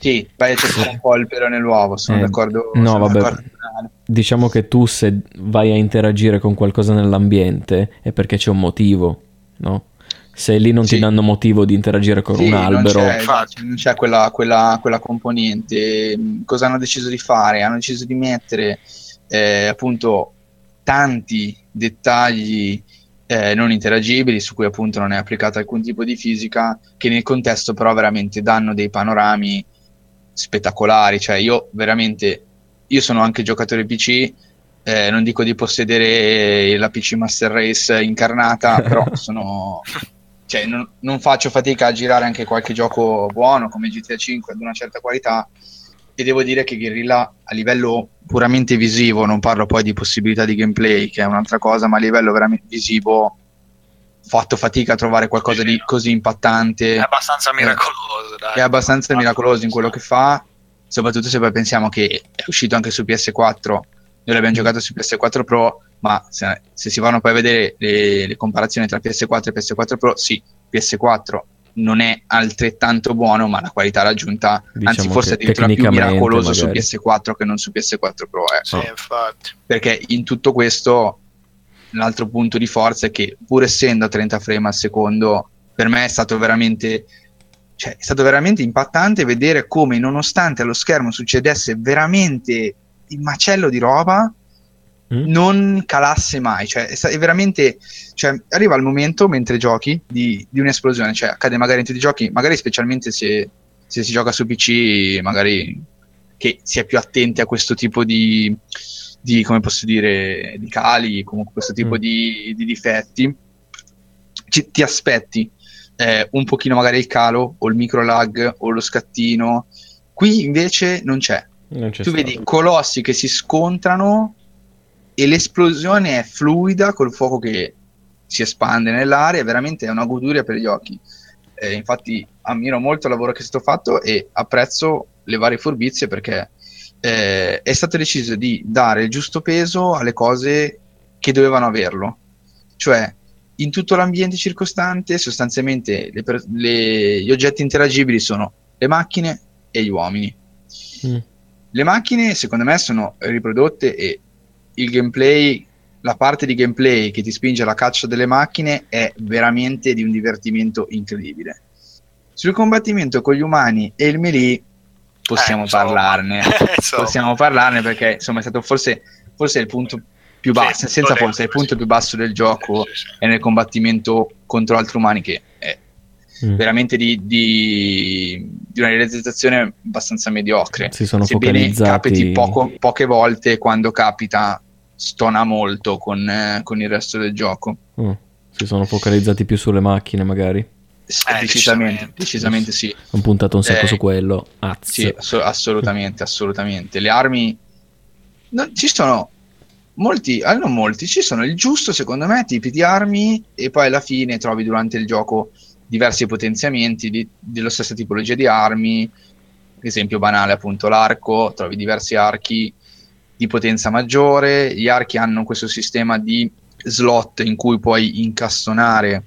Sì, vai a cercare un po' il pelo nell'uovo, sono Eh, d'accordo. no, sono vabbè. d'accordo. Diciamo che tu se vai a interagire con qualcosa nell'ambiente è perché c'è un motivo, no? Se lì non ti Sì. danno motivo di interagire con un Sì, non albero, c'è, Infatti. esatto, non c'è quella, quella- quella componente. Mm, Cosa hanno deciso di fare? Hanno deciso di mettere eh, appunto tanti dettagli eh, non interagibili, su cui appunto non è applicata alcun tipo di fisica, che nel contesto però veramente danno dei panorami spettacolari. Cioè io veramente, io sono anche giocatore P C, eh, non dico di possedere la P C Master Race incarnata, però sono... Cioè, non, non faccio fatica a girare anche qualche gioco buono come G T A cinque ad una certa qualità, e devo dire che Guerrilla a livello puramente visivo, non parlo poi di possibilità di gameplay che è un'altra cosa, ma a livello veramente visivo ho fatto fatica a trovare qualcosa Sì, di no. così impattante. È abbastanza Eh, miracoloso, dai. è abbastanza miracoloso in quello che fa, soprattutto se poi pensiamo che è uscito anche su P S quattro. Noi l'abbiamo giocato su P S quattro Pro, ma se, se si vanno poi a vedere le, le comparazioni tra P S quattro e P S quattro Pro, sì, P S quattro non è altrettanto buono, ma la qualità raggiunta, diciamo anzi forse che addirittura più tecnicamente miracoloso magari. su P S quattro che non su P S quattro Pro. Eh. Sì, Oh. infatti. Perché in tutto questo l'altro punto di forza è che, pur essendo a trenta frame al secondo, per me è stato veramente... Cioè, è stato veramente impattante vedere come, nonostante allo schermo succedesse veramente il macello di roba, Mm? non calasse mai. Cioè, è, sta- è veramente. Cioè, arriva il momento mentre giochi di, di un'esplosione. Cioè, accade magari in tutti i giochi, magari specialmente se, se si gioca su P C, magari che si è più attenti a questo tipo di, di come posso dire, di cali, comunque questo tipo Mm. di, di difetti. Ci- ti aspetti eh, un pochino magari il calo o il micro lag o lo scattino. Qui invece non c'è. Non c'è Tu stato. vedi colossi che si scontrano e l'esplosione è fluida col fuoco che si espande nell'aria, veramente è una goduria per gli occhi. Eh, infatti ammiro molto il lavoro che è stato fatto e apprezzo le varie furbizie, perché eh, è stato deciso di dare il giusto peso alle cose che dovevano averlo. Cioè, in tutto l'ambiente circostante, sostanzialmente le per- le- gli oggetti interagibili sono le macchine e gli uomini. Mm. Le macchine, secondo me, sono riprodotte, e il gameplay, la parte di gameplay che ti spinge alla caccia delle macchine è veramente di un divertimento incredibile. Sul combattimento con gli umani e il melee possiamo Eh, insomma. parlarne. Insomma. Possiamo parlarne perché insomma è stato forse, forse il punto più Sì, basso, senza potente, forse il sì. punto più basso del gioco Sì, sì, sì. è nel combattimento contro altri umani, che è Mm. veramente di, di, di una realizzazione abbastanza mediocre. Si sono Sebbene focalizzati- capiti poco, poche volte, quando capita stona molto con, eh, con il resto del gioco. Mm. Si sono focalizzati più sulle macchine magari. S- Eh, decisamente, decisamente. decisamente sì. Hanno puntato un sacco Eh, su quello. Az. Sì, ass- assolutamente, assolutamente. Le armi, non, ci sono molti, eh, non molti, ci sono il giusto, secondo me, tipi di armi, e poi alla fine trovi durante il gioco diversi potenziamenti di, dello stesso tipologia di armi. Esempio banale, appunto, l'arco, trovi diversi archi di potenza maggiore. Gli archi hanno questo sistema di slot in cui puoi incastonare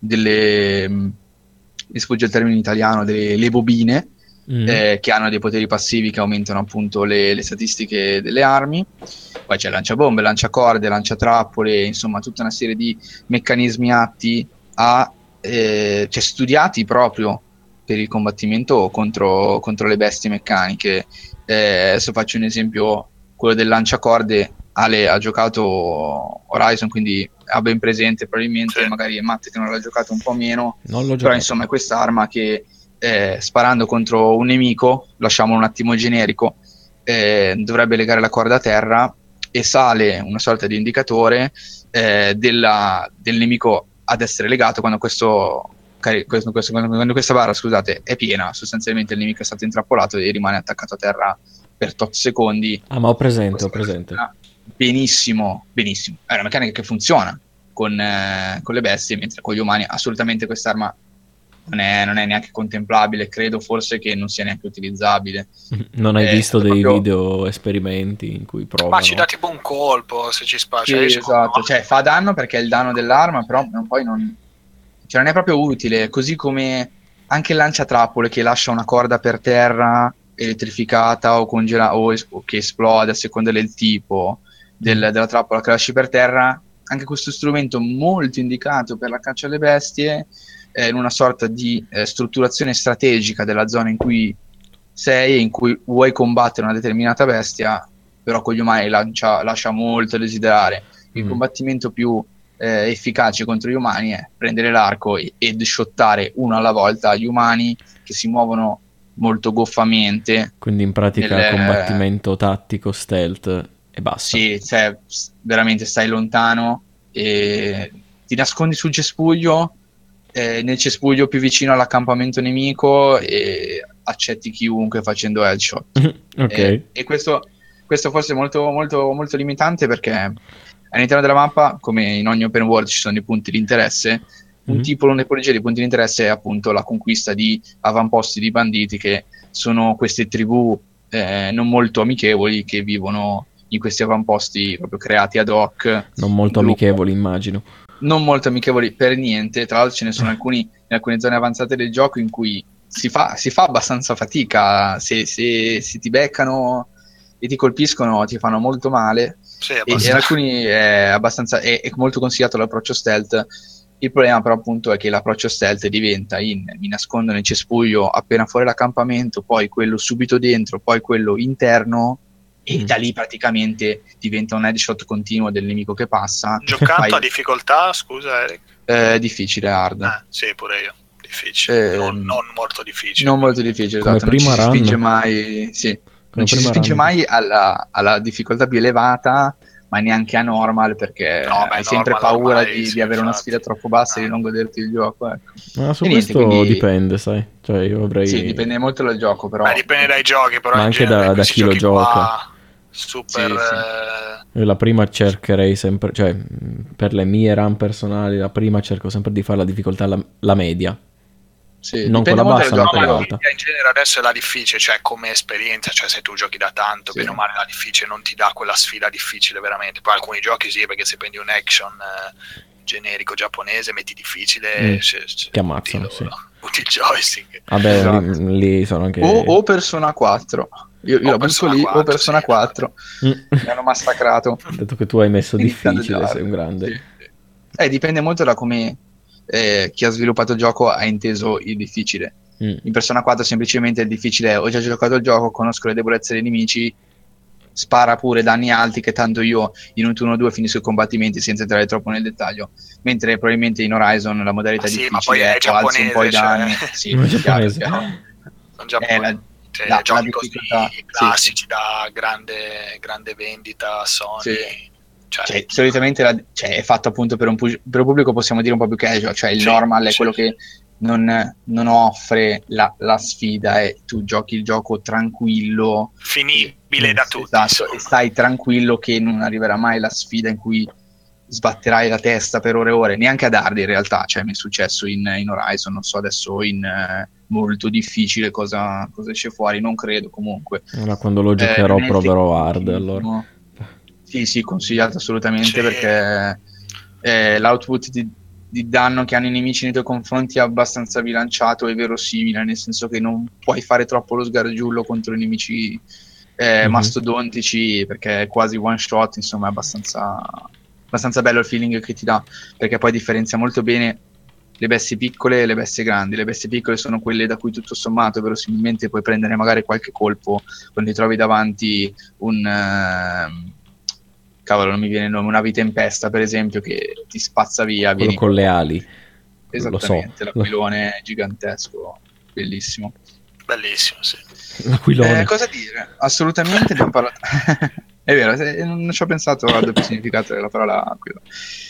delle, mh, mi sfugge il termine in italiano, delle le bobine, Mm. eh, che hanno dei poteri passivi che aumentano appunto le, le statistiche delle armi. Poi c'è lanciabombe, lanciacorde, lanciatrappole, insomma tutta una serie di meccanismi atti a, eh, cioè studiati proprio per il combattimento contro, contro le bestie meccaniche. Eh, adesso faccio un esempio, quello del lanciacorde. Ale ha giocato Horizon, quindi ha ben presente, probabilmente Sì. magari è Matt che non l'ha giocato un po' meno, Non l'ho però giocato. insomma è quest'arma che eh, sparando contro un nemico, lasciamolo un attimo generico, eh, dovrebbe legare la corda a terra e sale una sorta di indicatore eh, della, del nemico ad essere legato quando questo, cari- questo- questo- quando questa barra, scusate, è piena. Sostanzialmente il nemico è stato intrappolato e rimane attaccato a terra per tot secondi. Ah, ma ho presente, ho Questa presente. funziona benissimo, benissimo. È una meccanica che funziona con, eh, con le bestie, mentre con gli umani assolutamente quest'arma non è, non è neanche contemplabile. Credo forse che non sia neanche utilizzabile. Non hai È visto stato dei proprio- video esperimenti in cui provano? Ma ci dà tipo un colpo se ci spaccia. Sì, Io secondo esatto, me- cioè fa danno perché è il danno dell'arma, però non- poi non, cioè non è proprio utile, così come anche il lanciatrappole che lascia una corda per terra elettrificata o congelata o, es- o che esplode a seconda del tipo del- della trappola che lasci per terra, anche questo strumento molto indicato per la caccia alle bestie, eh, in una sorta di eh, strutturazione strategica della zona in cui sei e in cui vuoi combattere una determinata bestia, però con gli umani lancia- lascia molto a desiderare. Il Mm. combattimento più eh, efficace contro gli umani è prendere l'arco e ed shottare uno alla volta gli umani che si muovono molto goffamente. Quindi in pratica nel- combattimento tattico, stealth e basta. Sì, cioè, s- veramente stai lontano e ti nascondi sul cespuglio, eh, nel cespuglio più vicino all'accampamento nemico e accetti chiunque facendo headshot. Ok. E, e questo, questo forse è molto, molto, molto limitante perché all'interno della mappa, come in ogni open world, ci sono i punti di interesse. Un Mhm. tipo, una tipologia di punti di interesse è appunto la conquista di avamposti di banditi, che sono queste tribù eh, non molto amichevoli che vivono in questi avamposti proprio creati ad hoc. Non molto in gruppo. amichevoli, immagino. Non molto amichevoli per niente. Tra l'altro ce ne sono alcuni in alcune zone avanzate del gioco in cui si fa, si fa abbastanza fatica. Se, se, se ti beccano e ti colpiscono ti fanno molto male. Sì, E, e in abbastanza. alcuni è abbastanza è, è molto consigliato l'approccio stealth. Il problema però appunto è che l'approccio stealth diventa in mi nascondo nel cespuglio appena fuori l'accampamento, poi quello subito dentro, poi quello interno, e Mm. da lì praticamente diventa un headshot continuo del nemico che passa. Giocato Fai- a difficoltà, scusa Eric. eh, difficile, hard. Ah, sì, pure io. Difficile. Eh, non, non molto difficile. Non molto difficile, Come esatto. Non ci prima si run. spinge mai, sì. Non ci si prima spinge run. mai alla, alla difficoltà più elevata, ma neanche a normal, perché No, beh, hai sempre normal paura ormai, di, sì, di avere una infatti. sfida troppo bassa e Ah. di non goderti il gioco. Ecco. Ma su E niente, questo quindi- dipende, sai. Cioè io avrei... Sì, dipende molto dal gioco, però. Beh, dipende dai giochi, però Ma in anche genere da- da questi chi lo giochi qua gioca. super Sì, sì. eh, Io la prima cercherei sempre, cioè mh, per le mie run personali, la prima cerco sempre di fare la difficoltà la, la media. Sì, Non dipende quella molto bassa, dal ma gioco, quella però. alta. in genere adesso è la difficile, cioè come esperienza, cioè se tu giochi da tanto, Sì. bene o male la difficile non ti dà quella sfida difficile veramente. Poi alcuni giochi sì, perché se prendi un action eh, generico giapponese, metti difficile, Mm, se- se- ti ammazzano, butti sì. lo- butti il joystick. Vabbè, Esatto. lì, lì sono anche... O, o Persona quattro. Io, io O la butto Persona lì, o quattro, Persona sì, quattro. Mm. Mi hanno massacrato. Ho detto che tu hai messo Iniziando difficile, già. sei un grande. Sì, sì. Eh, dipende molto da come eh, chi ha sviluppato il gioco ha inteso il difficile. Mm. In Persona quattro semplicemente il difficile è: ho già giocato il gioco, conosco le debolezze dei nemici, spara pure danni alti che tanto io in un turno due finisco i combattimenti senza entrare troppo nel dettaglio, mentre probabilmente in Horizon la modalità Ma sì, difficile ma poi è è o alzi un po' i giapponese, danni. cioè. Sì, Non è chiaro, giapponese. chiaro. Sono già Eh, la- cioè, la- giochi la così difficoltà, sì, classici sì. da grande, grande vendita Sony. Sì. Cioè, Cioè, solitamente la- cioè, è fatto appunto per un, pu- per un pubblico, possiamo dire, un po' più casual, cioè il Sì, normal è sì. quello che non, non offre la, la sfida e tu giochi il gioco tranquillo, finibile Mm, da sì, tutti. esatto, insomma. e stai tranquillo che non arriverà mai la sfida in cui sbatterai la testa per ore e ore, neanche ad hard in realtà, cioè mi è successo in, in Horizon, non so adesso in eh, molto difficile cosa, cosa esce fuori, non credo comunque. Ora quando lo Eh, giocherò non è proverò hard, difficilissimo. allora. Sì, sì, consigliato assolutamente Sì. perché eh, l'output di, di danno che hanno i nemici nei tuoi confronti è abbastanza bilanciato e verosimile, nel senso che non puoi fare troppo lo sgargiullo contro i nemici eh, Mhm. mastodontici, perché è quasi one shot, insomma è abbastanza, abbastanza bello il feeling che ti dà, perché poi differenzia molto bene le bestie piccole e le bestie grandi. Le bestie piccole sono quelle da cui tutto sommato verosimilmente puoi prendere magari qualche colpo quando ti trovi davanti un ehm, cavolo, non mi viene il nome, una vitempesta per esempio che ti spazza via, Quello vieni con le ali. esattamente, Lo so. l'aquilone gigantesco, bellissimo. Bellissimo, sì. L'aquilone. Eh, cosa dire? Assolutamente abbiamo parlato. È vero, se- non ci ho pensato al doppio significato della parola aquila.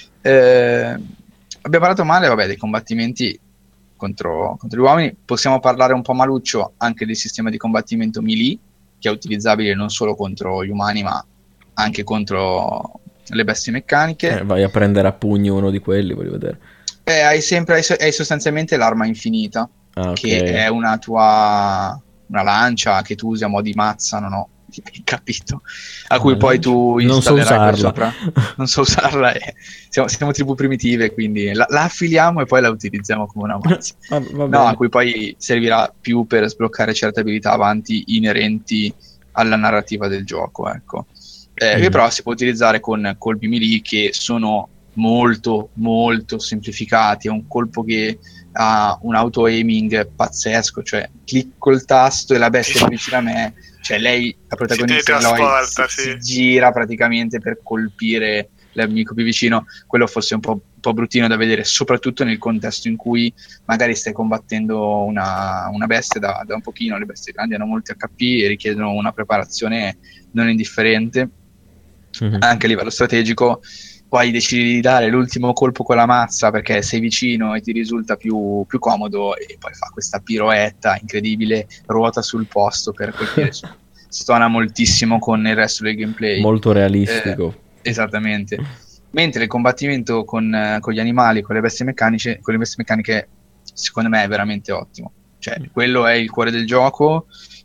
Eh, abbiamo parlato male, vabbè, dei combattimenti contro, contro gli uomini. Possiamo parlare un po' maluccio anche del sistema di combattimento melee, che è utilizzabile non solo contro gli umani, ma anche contro le bestie meccaniche. Eh, vai a prendere a pugni uno di quelli, voglio vedere. Eh, hai sempre, hai, so- hai sostanzialmente l'arma infinita, Ah, ok. che è una tua una lancia che tu usi a mo' di mazza, non ho capito, a cui Eh, poi tu non so installerai poi usarla. sopra. Non so usarla, e siamo, siamo tribù primitive, quindi la, la affiliamo e poi la utilizziamo come una mazza. Va, va No, a bene. cui poi servirà più per sbloccare certe abilità avanti inerenti alla narrativa del gioco, ecco. Eh, Mhm. Che però si può utilizzare con colpi melee che sono molto molto semplificati. È un colpo che ha un auto aiming pazzesco, cioè clicco il tasto e la bestia è più vicina a me, cioè lei, la Si protagonista Eloy, si, teletrasporta, si sì. gira praticamente per colpire l'amico più vicino. Quello forse è un po', un po' bruttino da vedere, soprattutto nel contesto in cui magari stai combattendo una, una bestia da, da un pochino. Le bestie grandi hanno molti H P e richiedono una preparazione non indifferente, Mhm. anche a livello strategico. Poi decidi di dare l'ultimo colpo con la mazza perché sei vicino e ti risulta più, più comodo, e poi fa questa piroetta incredibile, ruota sul posto per colpire. Stona moltissimo con il resto del gameplay. Molto Eh, realistico. esattamente. Mentre il combattimento con, eh, con gli animali, con le bestie meccaniche, con le bestie meccaniche, secondo me è veramente ottimo. Cioè, quello è il cuore del gioco,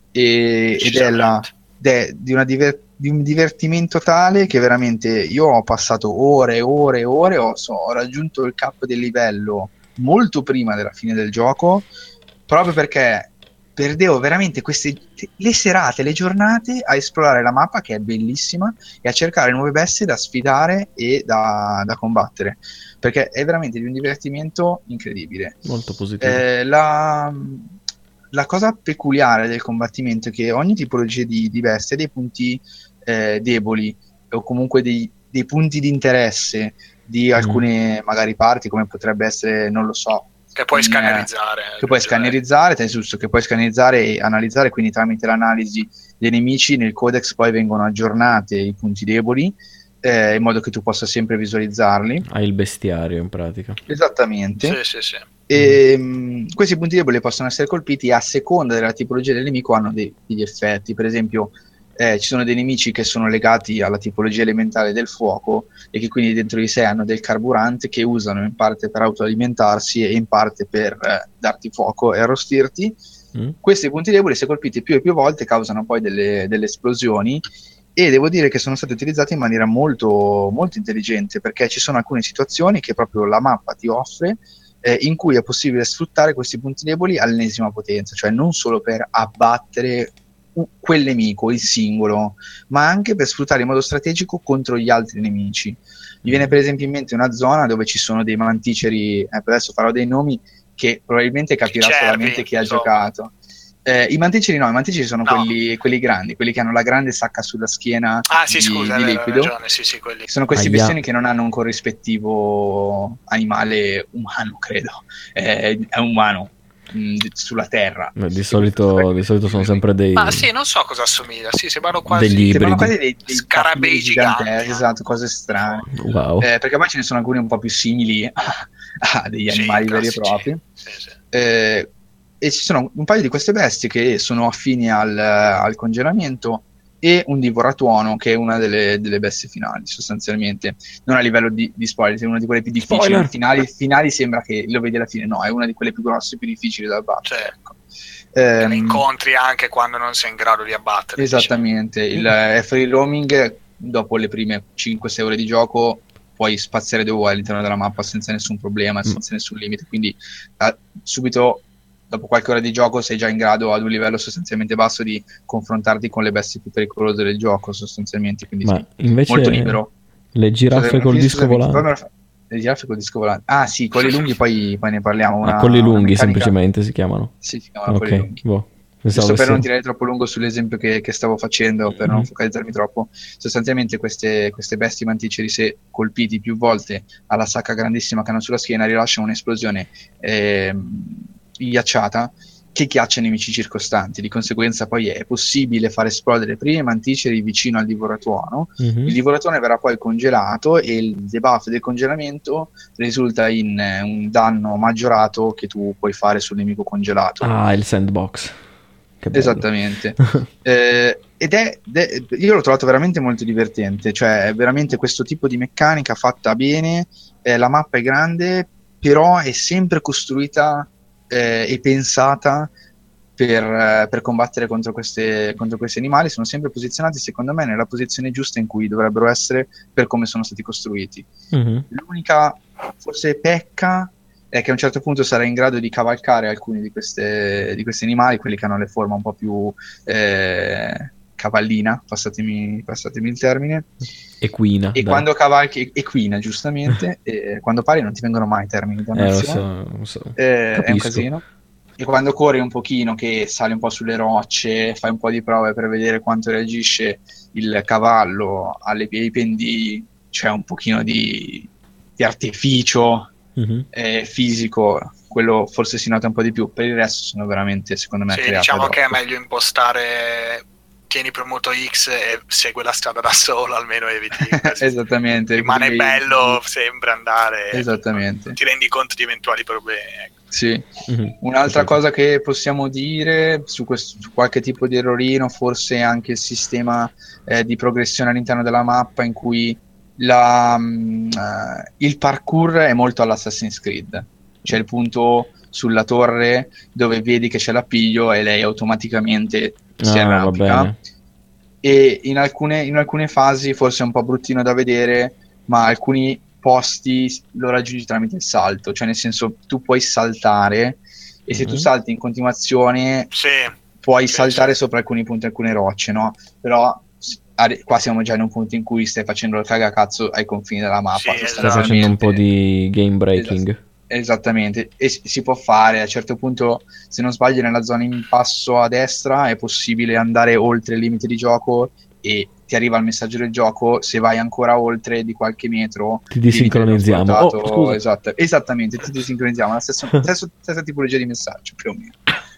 e- ed è, la, Decisamente. ed è di, una diver- di un divertimento tale che veramente io ho passato ore e ore e ore, ho, so- ho raggiunto il cap del livello molto prima della fine del gioco, proprio perché perdevo veramente queste le serate, le giornate a esplorare la mappa, che è bellissima, e a cercare nuove bestie da sfidare e da, da combattere, perché è veramente di un divertimento incredibile. Molto positivo. Eh, la, la cosa peculiare del combattimento è che ogni tipologia di, di bestia ha dei punti eh, deboli, o comunque dei, dei punti di interesse di alcune magari parti, come potrebbe essere, non lo so, Che puoi un, eh, scannerizzare. che puoi aggiungerei. scannerizzare, nel senso che puoi scannerizzare e analizzare, quindi tramite l'analisi dei nemici nel codex poi vengono aggiornate i punti deboli, eh, in modo che tu possa sempre visualizzarli. Hai il bestiario in pratica. Esattamente. Sì, sì, sì. E, mh, questi punti deboli possono essere colpiti a seconda della tipologia del nemico, hanno dei- degli effetti. Per esempio, eh, ci sono dei nemici che sono legati alla tipologia elementale del fuoco e che quindi dentro di sé hanno del carburante che usano in parte per autoalimentarsi e in parte per eh, darti fuoco e arrostirti. Mm? Questi punti deboli, se colpiti più e più volte, causano poi delle, delle esplosioni, e devo dire che sono stati utilizzati in maniera molto, molto intelligente, perché ci sono alcune situazioni che proprio la mappa ti offre, eh, in cui è possibile sfruttare questi punti deboli all'ennesima potenza, cioè non solo per abbattere u- quel nemico, il singolo, ma anche per sfruttare in modo strategico contro gli altri nemici. Mi viene per esempio in mente una zona dove ci sono dei manticeri, eh, per adesso farò dei nomi che probabilmente capirà cervi, solamente chi ha insomma. giocato. Eh, I manticeri no, i manticeri sono No. quelli, quelli grandi, quelli che hanno la grande sacca sulla schiena Ah, sì, di, scusa, di hai vero, hai liquido. ragione, sì, sì, quelli. Sono questi Aia. bestioni che non hanno un corrispettivo animale umano, credo. Eh, è umano, mh, sulla terra. Beh, Di solito, di solito sono sempre dei, Ma sì, non so cosa assomiglia, sì, sembrano quasi Degli Sembrano ibridi. quasi dei, dei scarabei tapiri giganti. giganteschi, esatto, cose strane. Wow. Eh, perché poi ce ne sono alcuni un po' più simili a, a degli Sì, animali veri e classici. propri. Sì, sì. Eh, e ci sono un paio di queste bestie che sono affini al, al congelamento, e un divoratuono che è una delle, delle bestie finali, sostanzialmente. Non a livello di, di spoiler, è una di quelle più difficili. Spoiler! Finali, finali sembra che lo vedi alla fine, no, è una di quelle più grosse e più difficili da battere. Cioè, Ecco. Che Ehm, le incontri anche quando non sei in grado di abbattere. Esattamente, il eh, free roaming, dopo le prime cinque sei ore di gioco puoi spaziare dove vuoi all'interno della mappa senza nessun problema, senza nessun limite, quindi eh, subito dopo qualche ora di gioco sei già in grado, ad un livello sostanzialmente basso, di confrontarti con le bestie più pericolose del gioco, sostanzialmente, quindi Ma sì, invece molto libero. le giraffe Scusami, col non disco finisco, scusami, volante. fammela fa- le giraffe col disco volante. Ah sì, quelli lunghi poi, poi ne parliamo. Ah, Una, colli una lunghi meccanica- semplicemente si chiamano. Sì, si chiamano quelli Ok, lunghi. boh. Giusto Pensavo per non avesse- tirare troppo lungo sull'esempio che, che stavo facendo, per non Mhm. focalizzarmi troppo, sostanzialmente queste, queste bestie manticeri, se colpiti più volte alla sacca grandissima che hanno sulla schiena, rilasciano un'esplosione ehm, ghiacciata che ghiaccia i nemici circostanti. Di conseguenza poi è possibile far esplodere prima i manticeri vicino al divoratuono. Mhm. Il divoratore verrà poi congelato e il debuff del congelamento risulta in eh, un danno maggiorato che tu puoi fare sul nemico congelato. Ah, il sandbox. Che bello. Esattamente. Eh, ed è, ed è- io l'ho trovato veramente molto divertente, cioè è veramente questo tipo di meccanica fatta bene, eh, la mappa è grande, però è sempre costruita eh, e pensata per, eh, per combattere contro, queste, contro questi animali sono sempre posizionati, secondo me, nella posizione giusta in cui dovrebbero essere per come sono stati costruiti. Mhm. L'unica, forse, pecca è che a un certo punto sarai in grado di cavalcare alcuni di, queste, di questi animali, quelli che hanno le forme un po' più eh, cavallina, passatemi, passatemi il termine, Equina, e dai. quando cavalchi, equina giustamente, e quando pari non ti vengono mai termini di Eh, lo dannazione, so, lo so. eh, è un Capisco. casino. E quando corri un pochino, che sali un po' sulle rocce, fai un po' di prove per vedere quanto reagisce il cavallo alle, ai pendii, c'è un pochino di, di artificio Mhm. eh, fisico, quello forse si nota un po' di più. Per il resto sono veramente, secondo me, Sì, create diciamo ad che è hoc. meglio impostare tieni premuto X e segue la strada da solo, almeno eviti Esattamente, rimane quindi- bello sempre andare, Esattamente. non ti rendi conto di eventuali problemi, ecco. Sì. Mhm. Un'altra Capito. cosa che possiamo dire su, questo, su qualche tipo di errorino, forse anche il sistema eh, di progressione all'interno della mappa, in cui la, mh, eh, il parkour è molto all'Assassin's Creed. C'è il punto sulla torre dove vedi che c'è l'appiglio e lei automaticamente si Ah, va arrampica. bene. E in alcune, in alcune fasi forse è un po' bruttino da vedere, ma alcuni posti lo raggiungi tramite il salto, cioè nel senso tu puoi saltare e se tu Mhm. salti in continuazione Sì, puoi sì, saltare sì. sopra alcuni punti, alcune rocce, no? Però s- arri- qua siamo già in un punto in cui stai facendo il cagacazzo ai confini della mappa, Sì, Stai facendo un po' sostanzialmente. di game breaking. Esatto. Esattamente, e si si può fare a un certo punto, se non sbaglio, nella zona in basso a destra è possibile andare oltre il limite di gioco e ti arriva il messaggio del gioco, se vai ancora oltre di qualche metro Ti devi tenere disincronizziamo. Oh, svoltato. scusa. Esatto, esattamente, ti disincronizziamo, la stessa, stessa, stessa tipologia di messaggio più o meno.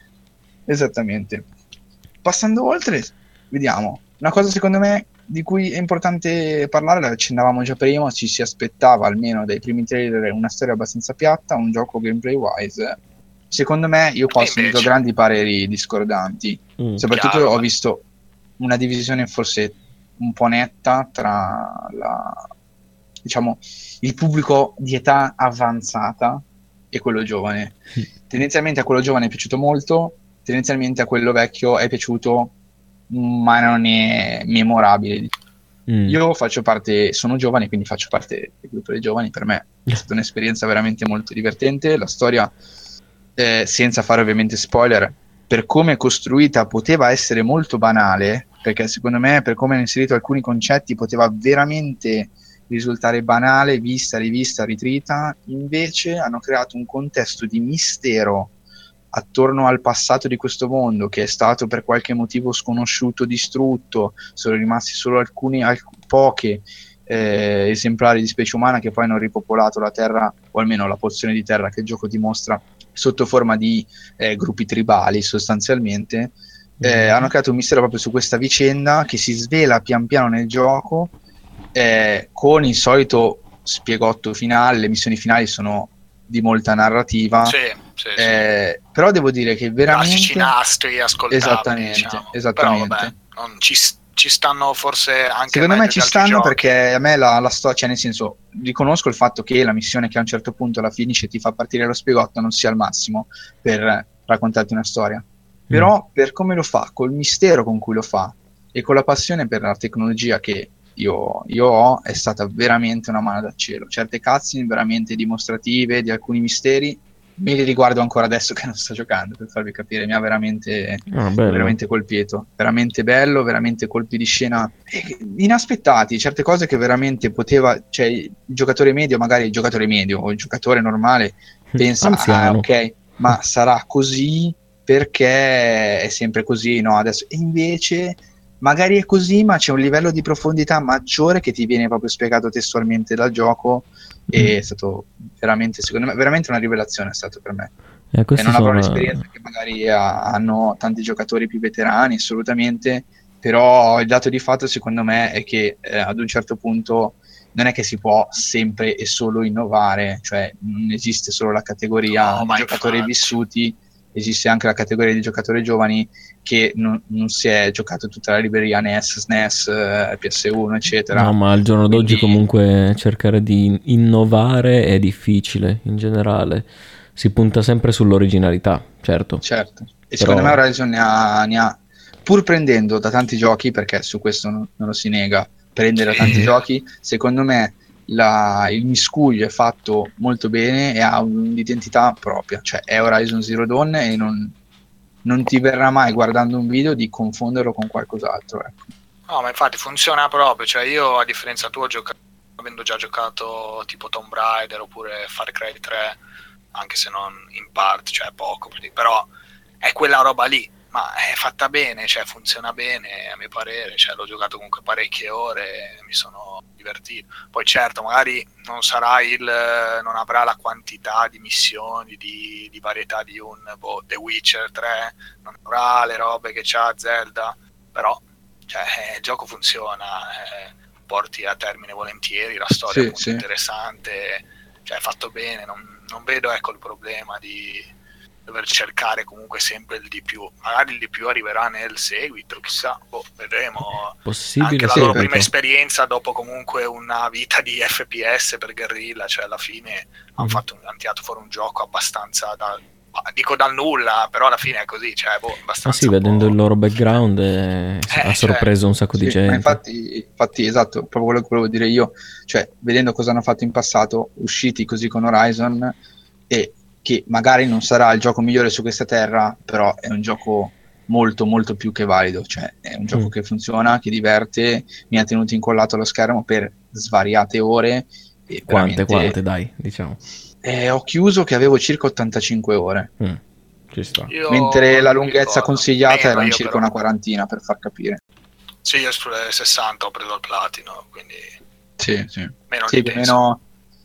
Esattamente. Passando oltre, vediamo, una cosa secondo me di cui è importante parlare, la accennavamo già prima, ci si aspettava almeno dai primi trailer una storia abbastanza piatta, un gioco gameplay wise. Secondo me io qua E ho sentito invece? grandi pareri discordanti, Mm. soprattutto Chiaro, ho ma- visto una divisione forse un po' netta tra la, diciamo, il pubblico di età avanzata e quello giovane. Tendenzialmente a quello giovane è piaciuto molto, tendenzialmente a quello vecchio è piaciuto, ma non è memorabile. Mm. Io faccio parte, sono giovane, quindi faccio parte del gruppo dei giovani. Per me è stata un'esperienza veramente molto divertente. La storia, eh, senza fare ovviamente spoiler, per come è costruita poteva essere molto banale, perché secondo me, per come hanno inserito alcuni concetti, poteva veramente risultare banale, vista, rivista, ritrita. Invece hanno creato un contesto di mistero attorno al passato di questo mondo che è stato per qualche motivo sconosciuto, distrutto, sono rimasti solo alcuni, alc- poche eh, esemplari di specie umana che poi hanno ripopolato la Terra, o almeno la porzione di terra che il gioco ti mostra, sotto forma di eh, gruppi tribali sostanzialmente. Eh, Mhm. hanno creato un mistero proprio su questa vicenda che si svela pian piano nel gioco, eh, con il solito spiegotto finale. Le missioni finali sono di molta narrativa, Sì, sì, sì. eh, però devo dire che Classici veramente nastri ascoltabili, esattamente, diciamo. esattamente. Però vabbè, non ci, ci stanno forse anche Secondo me meglio ci di altri stanno giochi. perché a me la, la storia, cioè nel senso, riconosco il fatto che la missione che a un certo punto la finisce e ti fa partire lo spiegotto non sia il massimo per raccontarti una storia, però per come lo fa, col mistero con cui lo fa e con la passione per la tecnologia che io, io ho, è stata veramente una mano dal cielo. Certe cutscene veramente dimostrative di alcuni misteri me li riguardo ancora adesso che non sto giocando, per farvi capire, mi ha veramente, Ah, bello. veramente colpito, veramente bello, veramente colpi di scena eh, inaspettati, certe cose che veramente poteva, cioè il giocatore medio, magari il giocatore medio o il giocatore normale pensa, ah Anziano. ok, ma sarà così perché è sempre così, no? Adesso, e invece magari è così, ma c'è un livello di profondità maggiore che ti viene proprio spiegato testualmente dal gioco. E è stato veramente, secondo me, veramente una rivelazione è stato per me. Eh, E questi non avrò sono... un'esperienza che magari ha- hanno tanti giocatori più veterani, assolutamente, però il dato di fatto secondo me è che eh, ad un certo punto non è che si può sempre e solo innovare, cioè non esiste solo la categoria No, di ma giocatori infatti. vissuti, esiste anche la categoria di giocatori giovani che non, non si è giocato tutta la libreria N E S, S N E S, eh, P S uno, eccetera. No, ma al giorno d'oggi Quindi- comunque cercare di innovare è difficile in generale. Si punta sempre sull'originalità, certo. Certo. E secondo Però- me Horizon ne ha, ne ha, pur prendendo da tanti giochi, perché su questo non, non lo si nega, prende da Sì. tanti giochi, secondo me la- il miscuglio è fatto molto bene e ha un'identità propria, cioè è Horizon Zero Dawn e non, non ti verrà mai guardando un video di confonderlo con qualcos'altro, ecco. No, ma infatti funziona proprio, cioè io a differenza tua ho giocato, avendo già giocato tipo Tomb Raider oppure Far Cry tre, anche se non in parte, cioè poco, però è quella roba lì, ma è fatta bene, cioè funziona bene a mio parere, cioè l'ho giocato comunque parecchie ore, mi sono divertito. Poi certo, magari non sarà il, non avrà la quantità di missioni, di, di varietà di un boh, The Witcher tre, non avrà le robe che c'ha Zelda, però cioè, eh, il gioco funziona, eh, porti a termine volentieri, la storia Sì, è molto sì. interessante, cioè è fatto bene, non, non vedo ecco il problema di dover cercare comunque sempre il di più. Magari il di più arriverà nel seguito, chissà, boh, vedremo. Possibile, Anche la sì, loro perché- prima esperienza dopo comunque una vita di F P S per Guerrilla, cioè alla fine hanno Mhm. fatto hanno tirato fuori un gioco abbastanza da, dico dal nulla, però alla fine è così, cioè boh, Ma abbastanza sì, un vedendo po'. il loro background eh, Eh, ha cioè, sorpreso un sacco di Sì, gente. ma infatti, infatti, esatto, proprio quello che volevo dire io, cioè, vedendo cosa hanno fatto in passato, usciti così con Horizon, e che magari non sarà il gioco migliore su questa terra, però è un gioco molto, molto più che valido, cioè, è un gioco Mm. che funziona, che diverte, mi ha tenuto incollato allo schermo per svariate ore, e Quante, veramente... quante, dai, diciamo. Eh, ho chiuso che avevo circa ottantacinque ore, Mm, Ci sta. Io mentre la non mi lunghezza ricordo. consigliata Meno erano io, circa però. una quarantina, per far capire. Sì, io sulle sessanta ho preso il platino, quindi Sì, sì. meno Sì, più o meno,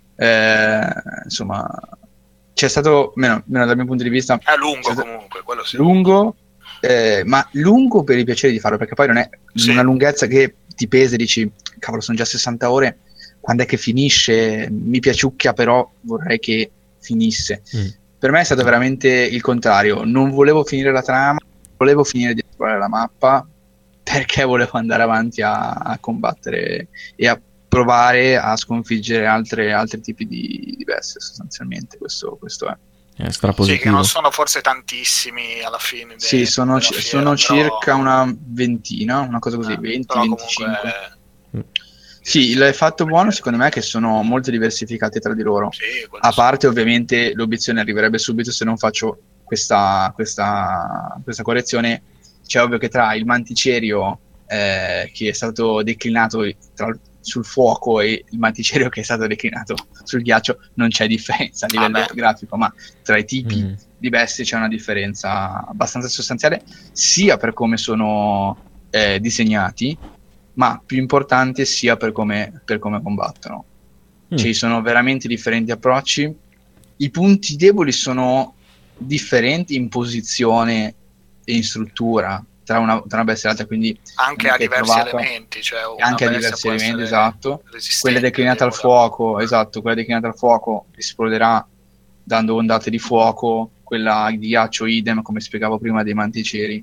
eh, insomma, c'è stato, meno, meno dal mio punto di vista, è lungo c'è stato comunque, quello sì. lungo, eh, ma lungo per il piacere di farlo, perché poi non è Sì. una lunghezza che ti pesa e dici, cavolo, sono già sessanta ore, quando è che finisce? Mi piaciucchia, però vorrei che finisse. Mm. Per me è stato veramente il contrario, non volevo finire la trama, volevo finire di esplorare la mappa, perché volevo andare avanti a, a combattere e a provare a sconfiggere altre, altri tipi di, di bestie, sostanzialmente. Questo, questo è. È Sì, che strapositivo. non sono forse tantissimi alla fine. Sì, de- sono, della ci- fiera, sono però- circa una ventina, una cosa così, eh, venti, però comunque venticinque. Mm. Sì, il fatto buono secondo me è che sono molto diversificati tra di loro. sì, quello A sì. parte ovviamente l'obiezione arriverebbe subito se non faccio questa, questa, questa correzione. C'è ovvio che tra il manticerio eh, che è stato declinato tra- sul fuoco e il manticerio che è stato declinato sul ghiaccio non c'è differenza a livello Vabbè. grafico, ma tra i tipi Mm. di bestie c'è una differenza abbastanza sostanziale, sia per come sono eh, disegnati, ma più importante sia per come, per come combattono. Mm. Ci sono veramente differenti approcci. I punti deboli sono differenti in posizione e in struttura tra una, tra una bestia e l'altra, quindi Anche non è a che è diversi trovato- elementi, cioè e una anche a bestia diversi può elementi, essere esatto. resistente, Quella declinata al debole. fuoco, esatto, quella declinata al fuoco esploderà dando ondate di fuoco, quella di ghiaccio idem, come spiegavo prima, dei manticeri.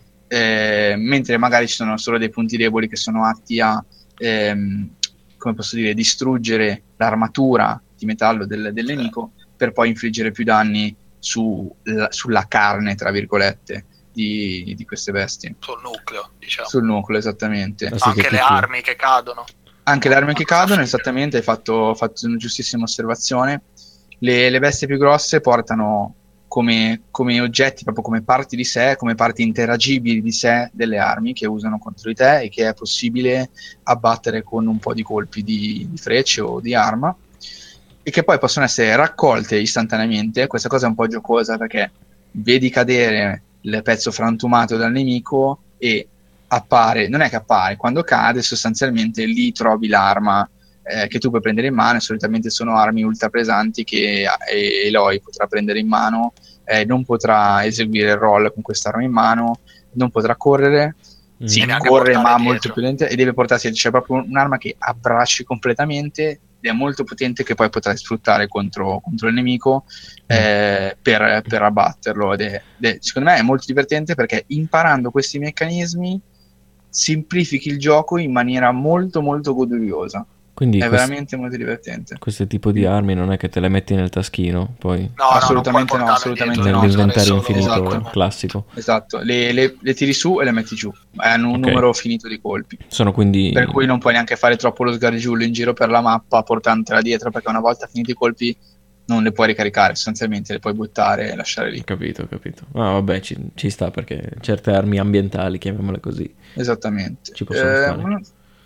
Eh, mentre magari ci sono solo dei punti deboli che sono atti a, ehm, come posso dire, distruggere l'armatura di metallo del, del Sì. nemico per poi infliggere più danni su, la- sulla carne, tra virgolette, di, di queste bestie. Sul nucleo, diciamo. Sul nucleo, esattamente. Ah, sì, Anche che le tutti- armi che cadono. Anche le armi che Cosa cadono, figa. esattamente, hai fatto, hai fatto una giustissima osservazione. Le, le bestie più grosse portano come, come oggetti, proprio come parti di sé, come parti interagibili di sé delle armi che usano contro di te e che è possibile abbattere con un po' di colpi di, di frecce o di arma, e che poi possono essere raccolte istantaneamente. Questa cosa è un po' giocosa perché vedi cadere il pezzo frantumato dal nemico e appare, non è che appare, quando cade sostanzialmente lì trovi l'arma eh, che tu puoi prendere in mano, e solitamente sono armi ultra pesanti che eh, Eloy potrà prendere in mano, eh, non potrà eseguire il roll con quest'arma in mano, non potrà correre, Mm. sì, E neanche corre portare ma dietro. molto più lenta, e deve portarsi, c'è proprio un'arma che abbracci completamente ed è molto potente, che poi potrai sfruttare contro, contro il nemico eh, per, per abbatterlo, ed è, ed è- secondo me è molto divertente perché imparando questi meccanismi semplifichi il gioco in maniera molto molto goduriosa. Quindi È quest- veramente molto divertente. questo tipo di armi non è che te le metti nel taschino, poi No, Assolutamente no, no, non puoi portarle assolutamente dietro, no. devi usare nell'inventario solo infinito Esatto. classico. Esatto, le, le- le tiri su e le metti giù, hanno un Ok. numero finito di colpi, Sono quindi... per cui non puoi neanche fare troppo lo sgargiullo in giro per la mappa portandotela dietro, perché una volta finiti i colpi non le puoi ricaricare, sostanzialmente le puoi buttare e lasciare lì. Ho capito, ho capito. Ah, vabbè, ci, ci sta perché certe armi ambientali, chiamiamole così, Esattamente. ci possono Eh, stare.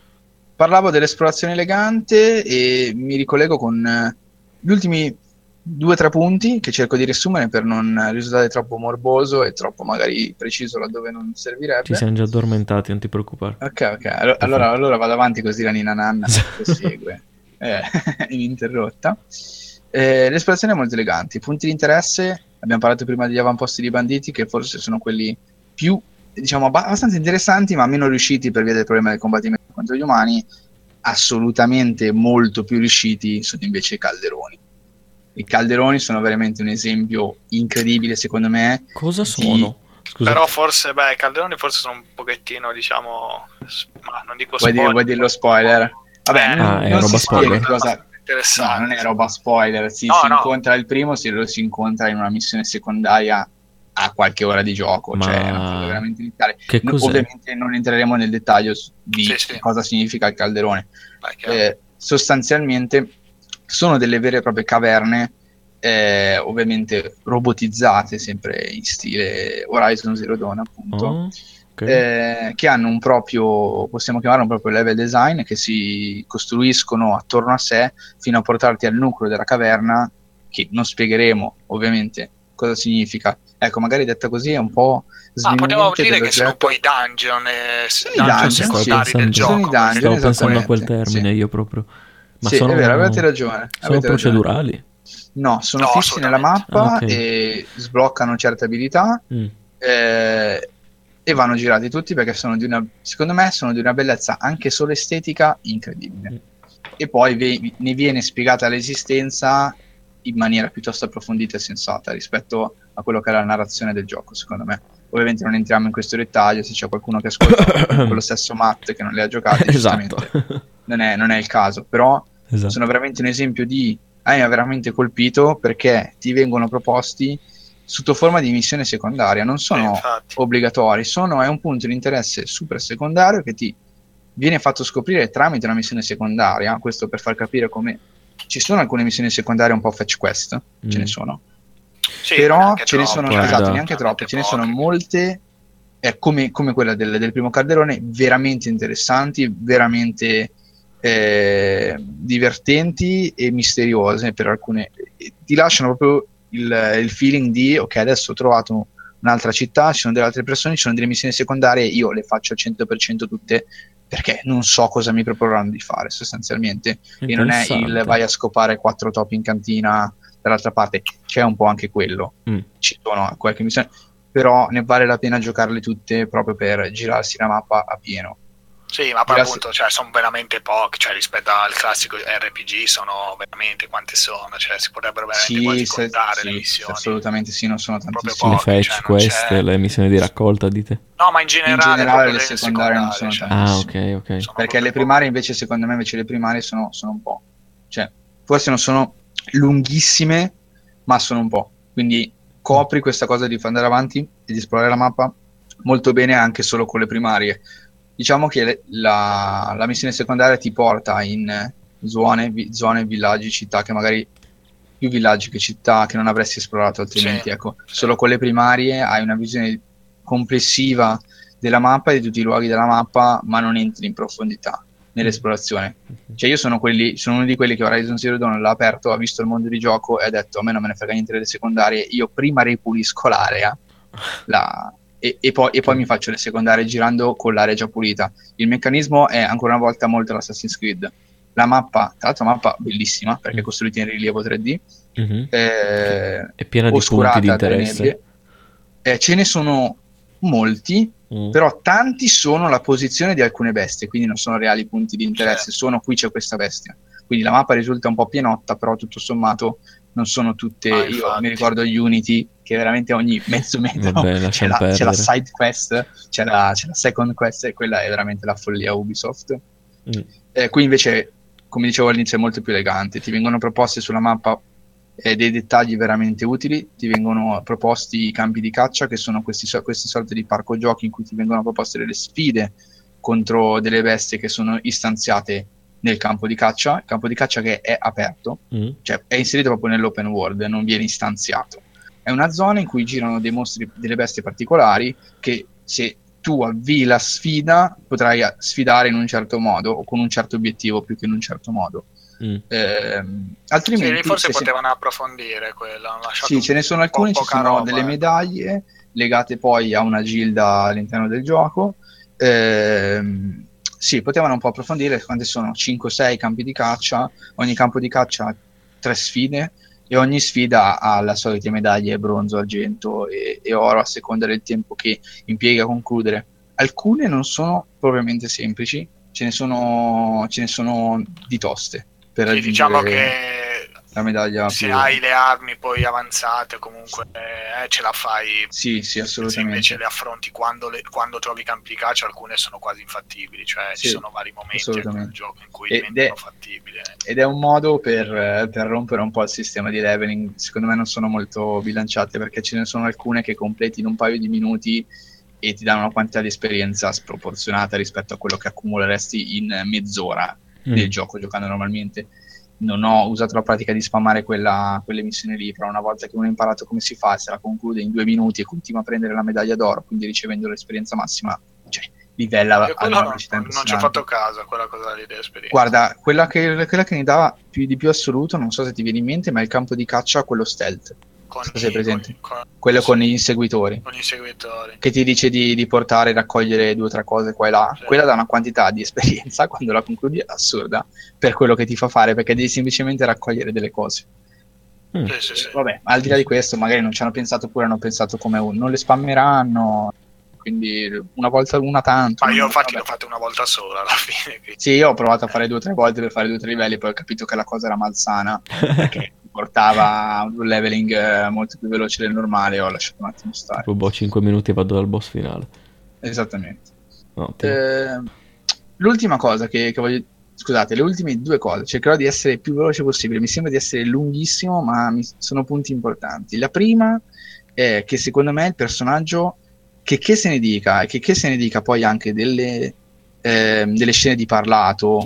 Parlavo dell'esplorazione elegante e mi ricollego con eh, gli ultimi due o tre punti che cerco di riassumere per non risultare troppo morboso e troppo magari preciso laddove non Ci servirebbe. siamo già addormentati, non ti preoccupare. Ok, ok. Allo- Allora, allora vado avanti così la Nina Nanna prosegue eh, ininterrotta. Eh, l'esplorazione è molto elegante. I punti di interesse, abbiamo parlato prima degli avamposti di banditi, che forse sono quelli più, diciamo, abba- abbastanza interessanti, ma meno riusciti per via del problema del combattimento contro gli umani. Assolutamente molto più riusciti sono invece i calderoni. I calderoni sono veramente un esempio incredibile, secondo me. Cosa di- sono? Scusa. Però forse, beh, i calderoni forse sono un pochettino, diciamo, s- ma non dico Vuoi, dire, spoiler. vuoi dirlo spoiler? Vabbè, Eh, non, Ah, è non roba si spiega spoiler? che cosa... No, Interessante. non è roba spoiler. Si, No, si no. incontra il primo, si lo si incontra in una missione secondaria a qualche ora di gioco. Ma Cioè, è una cosa veramente iniziale. che No, cos'è? ovviamente non entreremo nel dettaglio su- di Sì, sì. cosa significa il calderone. Beh, chiaro. Eh, sostanzialmente sono delle vere e proprie caverne, eh, ovviamente robotizzate, sempre in stile Horizon Zero Dawn, appunto. Oh, ok. Eh, che hanno un proprio, possiamo chiamarlo un proprio level design, che si costruiscono attorno a sé fino a portarti al nucleo della caverna, che non spiegheremo ovviamente cosa significa. Ecco, magari detta così è un po' Ah, potremmo sminuente dire che sono un dell'oggetto. po' i dungeon, eh, Sono i dungeon dungeon, Stavo secondari sì. del pensando, gioco. Sono i dungeon, stavo pensando a quel esattamente, termine sì. io proprio. Ma Sì, sono, è vero, avete ragione. sono avete ragione. procedurali? No, sono No, fissi nella assolutamente. mappa Ah, ok. e sbloccano certe abilità. Mm. eh, e vanno girati tutti perché sono di una, secondo me sono di una bellezza anche solo estetica incredibile. Mm. E poi ve- ne viene spiegata l'esistenza in maniera piuttosto approfondita e sensata rispetto a quello che è la narrazione del gioco, secondo me. Ovviamente non entriamo in questo dettaglio, se c'è qualcuno che ascolta quello stesso Matt che non li ha giocati, Esatto. giustamente non è, non è il caso, però Esatto. sono veramente un esempio di a me mi ha veramente colpito perché ti vengono proposti sotto forma di missione secondaria, non Sì, sono infatti. obbligatori, sono, è un punto di interesse super secondario che ti viene fatto scoprire tramite una missione secondaria, questo per far capire come ci sono alcune missioni secondarie un po' fetch quest, ce Mm. ne sono, Sì, però neanche ce ne troppo, sono, Guarda. esatto, neanche veramente troppe, ce ne sono poche. molte, eh, come, come quella del, del primo Calderone, veramente interessanti, veramente eh, divertenti e misteriose per alcune, e ti lasciano proprio il, il feeling di ok, adesso ho trovato un'altra città, ci sono delle altre persone, ci sono delle missioni secondarie, io le faccio al cento per cento tutte perché non so cosa mi proporranno di fare sostanzialmente, e non è il Interessante. vai a scopare quattro topi in cantina dall'altra parte, c'è un po' anche quello, Mm. ci sono qualche missione, però ne vale la pena giocarle tutte proprio per girarsi la mappa a pieno. Sì, ma poi Grazie. appunto, cioè, sono veramente pochi, cioè rispetto al classico R P G sono veramente quante sono, cioè si potrebbero veramente Sì, quasi se- contare sì, le missioni. assolutamente sì, non sono Proprio tantissime. Le poche, fetch cioè, non quest, c'è- le missioni di raccolta, dite? No, ma in generale, In generale proprio le secondarie non sono cioè, Ah, tantissime. ok, ok. sono Perché proprio le primarie invece, secondo me, invece le primarie sono, sono un po', cioè, forse non sono lunghissime, ma sono un po'. Quindi copri questa cosa di andare avanti e di esplorare la mappa molto bene anche solo con le primarie. Diciamo che le- la, la missione secondaria ti porta in zone, vi- zone, villaggi, città che magari più villaggi che città che non avresti esplorato altrimenti. Sì, Ecco, sì. solo con le primarie hai una visione complessiva della mappa e di tutti i luoghi della mappa, ma non entri in profondità nell'esplorazione. Cioè io sono, quelli, sono uno di quelli che Horizon Zero Dawn l'ha aperto, ha visto il mondo di gioco e ha detto a me non me ne frega niente delle secondarie, io prima ripulisco l'area la- e, e poi, e poi mi faccio le secondarie girando con l'area già pulita. Il meccanismo è ancora una volta molto l'Assassin's Creed. La mappa, tra l'altro mappa bellissima perché è costruita in rilievo tre D, Mhm. eh, È piena di punti oscurata di dalle interesse. nebbie. Eh, ce ne sono molti, Mm. però tanti sono la posizione di alcune bestie, quindi non sono reali punti di interesse, Sì. sono qui c'è questa bestia. Quindi la mappa risulta un po' pienotta, però tutto sommato non sono tutte. Ah, Io infatti. mi ricordo Unity che veramente ogni mezzo metro Vabbè, c'è, lasciamo la, c'è la perdere. side quest, c'è la, c'è la second quest, e quella è veramente la follia Ubisoft. Mm. Eh, qui invece come dicevo all'inizio, è molto più elegante. Ti vengono proposte sulla mappa eh, dei dettagli veramente utili, ti vengono proposti i campi di caccia, che sono questi, so- queste sorte di parco giochi in cui ti vengono proposte delle sfide contro delle bestie che sono istanziate nel campo di caccia, il campo di caccia che è aperto, Mm. cioè è inserito proprio nell'open world, non viene istanziato. È una zona in cui girano dei mostri, delle bestie particolari che se tu avvii la sfida potrai sfidare in un certo modo o con un certo obiettivo più che in un certo modo. Mm. Ehm, Sì, altrimenti lì forse se- se- potevano approfondire quello. Hanno lasciato sì, ce ne sono un po' alcune, ci poca sono roba, delle ecco. medaglie legate poi a una gilda all'interno del gioco. Ehm, sì, potevano un po' approfondire quante sono cinque sei campi di caccia, ogni campo di caccia ha tre sfide e ogni sfida ha le solite medaglie bronzo, argento e, e oro a seconda del tempo che impiega a concludere. Alcune non sono propriamente semplici, ce ne sono, ce ne sono di toste per Sì, raggiungere diciamo che la medaglia se più... hai le armi poi avanzate comunque eh, ce la fai. Sì, sì, Se assolutamente. invece le affronti quando, le- quando trovi campi di caccia, alcune sono quasi infattibili, cioè Sì, ci sono vari momenti ecco, assolutamente. nel gioco in cui Ed diventano è- fattibili. Ed è un modo per, eh, per rompere un po' il sistema di leveling. Secondo me non sono molto bilanciate perché ce ne sono alcune che completi in un paio di minuti e ti danno una quantità di esperienza sproporzionata rispetto a quello che accumuleresti in mezz'ora Mm. del gioco giocando normalmente. Non ho usato la pratica di spammare quella, quelle missioni lì, però una volta che uno ha imparato come si fa, se la conclude in due minuti e continua a prendere la medaglia d'oro, quindi ricevendo l'esperienza massima, cioè livella Io a quello una non, velocità non ci ho impressionante. fatto caso a quella cosa lì dell'esperienza. Guarda, quella che, quella che ne dava più di più assoluto, non so se ti viene in mente, ma è il campo di caccia, quello stealth. con, Non so se sei i- presente. con- con- Quello sì, con gli inseguitori, con gli inseguitori. che ti dice di, di portare e raccogliere due o tre cose qua e là. Sì. Quella dà una quantità di esperienza, quando la concludi, assurda, per quello che ti fa fare, perché devi semplicemente raccogliere delle cose. Mm. Sì, sì, sì. Vabbè, al di là di questo, magari non ci hanno pensato oppure hanno pensato come un... non le spammeranno, quindi una volta una tanto. Ma io no? infatti Vabbè. l'ho fatta una volta sola alla fine. quindi- Sì, io ho provato a fare due o tre volte per fare due o tre livelli, poi ho capito che la cosa era malsana, perché portava a un leveling eh, molto più veloce del normale e ho lasciato un attimo stare. Tipo, boh, cinque minuti e vado dal boss finale. Esattamente. Ottimo. Eh, l'ultima cosa che, che voglio... Scusate, le ultime due cose. Cercherò di essere il più veloce possibile. Mi sembra di essere lunghissimo, ma mi- sono punti importanti. La prima è che secondo me il personaggio, che che se ne dica, e che che se ne dica poi anche delle, ehm, delle scene di parlato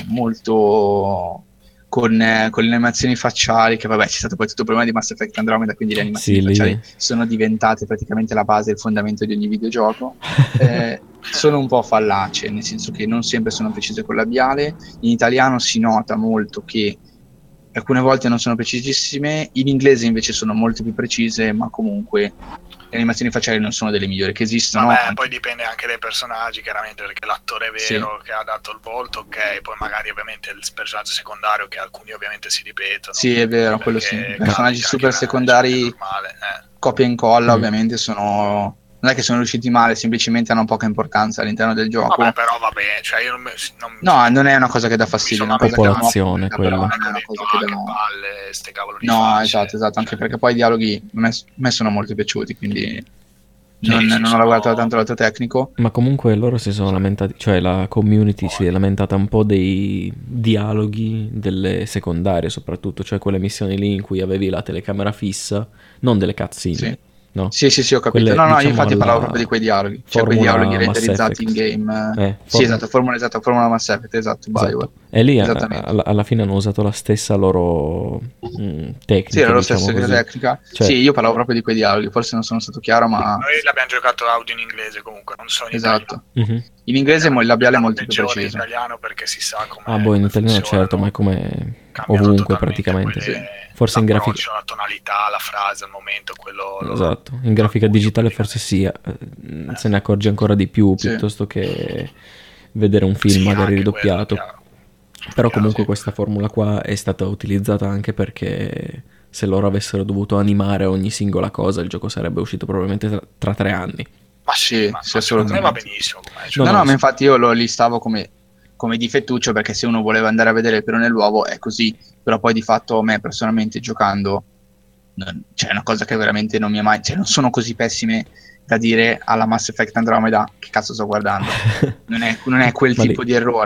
molto... Con, eh, con le animazioni facciali, che vabbè c'è stato poi tutto il problema di Mass Effect Andromeda, quindi le animazioni Sì, lì- facciali sono diventate praticamente la base e il fondamento di ogni videogioco. Eh, sono un po' fallace, nel senso che non sempre sono precise col labiale. In italiano si nota molto che alcune volte non sono precisissime, in inglese invece sono molto più precise, ma comunque le animazioni facciali non sono delle migliori che esistono. Vabbè, anche- poi dipende anche dai personaggi, chiaramente, perché l'attore vero che ha dato il volto, ok, poi magari ovviamente il personaggio secondario, che alcuni ovviamente si ripetono. Sì, è vero, quello perché sì. I capita personaggi anche super nella secondari, versione normale, eh. copia e incolla, Mm. ovviamente sono... Non è che sono riusciti male, semplicemente hanno poca importanza all'interno del gioco. Vabbè, però vabbè, cioè io non, mi- non No, non è una cosa che dà fastidio, è una cosa che dà Popolazione, però quella. non non è una ho detto, cosa che ah, che dà... palle, ste cavolo di No, facce. esatto, esatto, anche Cioè, perché poi i dialoghi a me, a me sono molto piaciuti, quindi non, sì, non ho sono- lavorato tanto lato tecnico. Ma comunque loro si sono lamentati, cioè la community si è lamentata un po' dei dialoghi delle secondarie soprattutto, cioè quelle missioni lì in cui avevi la telecamera fissa, non delle cutscene, Sì. no? Sì, sì, sì, ho capito. Quelle, no, no, io diciamo, infatti alla parlavo proprio di quei dialoghi, cioè quei formula dialoghi Mass renderizzati in Effect. game. Eh, Sì, formula- esatto, formula esatta, formula Mass Effect, esatto, Bioware. Esatto. E lì a- Esattamente. alla, alla fine hanno usato la stessa loro mm, tecnica, Sì, era lo diciamo stesso che così. la tecnica. Cioè- Sì, io parlavo proprio di quei dialoghi, forse non sono stato chiaro, ma Noi l'abbiamo giocato audio in inglese comunque, non so in esatto. Mhm. In inglese mo- il labiale è L'hanno molto più peggiore preciso. in italiano perché si sa come Ah, boh, in come italiano funzionano. certo, ma è come Cambiano ovunque totalmente praticamente. quelle- Forse in grafica... l'approccio, la tonalità, la frase, il momento, quello loro- Esatto, in grafica digitale forse sì, eh, se ne accorge ancora di più Sì. piuttosto che vedere un film Sì, magari anche ridoppiato. quello, chiaro. Però Chiaro, comunque sì. questa formula qua è stata utilizzata anche perché se loro avessero dovuto animare ogni singola cosa il gioco sarebbe uscito probabilmente tra, tra tre anni. Ma sì, Sì, ma, sì, ma secondo me va assolutamente. benissimo. com'è, No, cioè, No, no, no, ma sì. infatti io lo listavo come, come difettuccio perché se uno voleva andare a vedere il perone nuovo è così, però poi di fatto a me personalmente giocando, non- cioè è una cosa che veramente non mi ha mai, cioè non sono così pessime da dire alla Mass Effect Andromeda che cazzo sto guardando, non è, non è quel Ma lì- tipo di errore.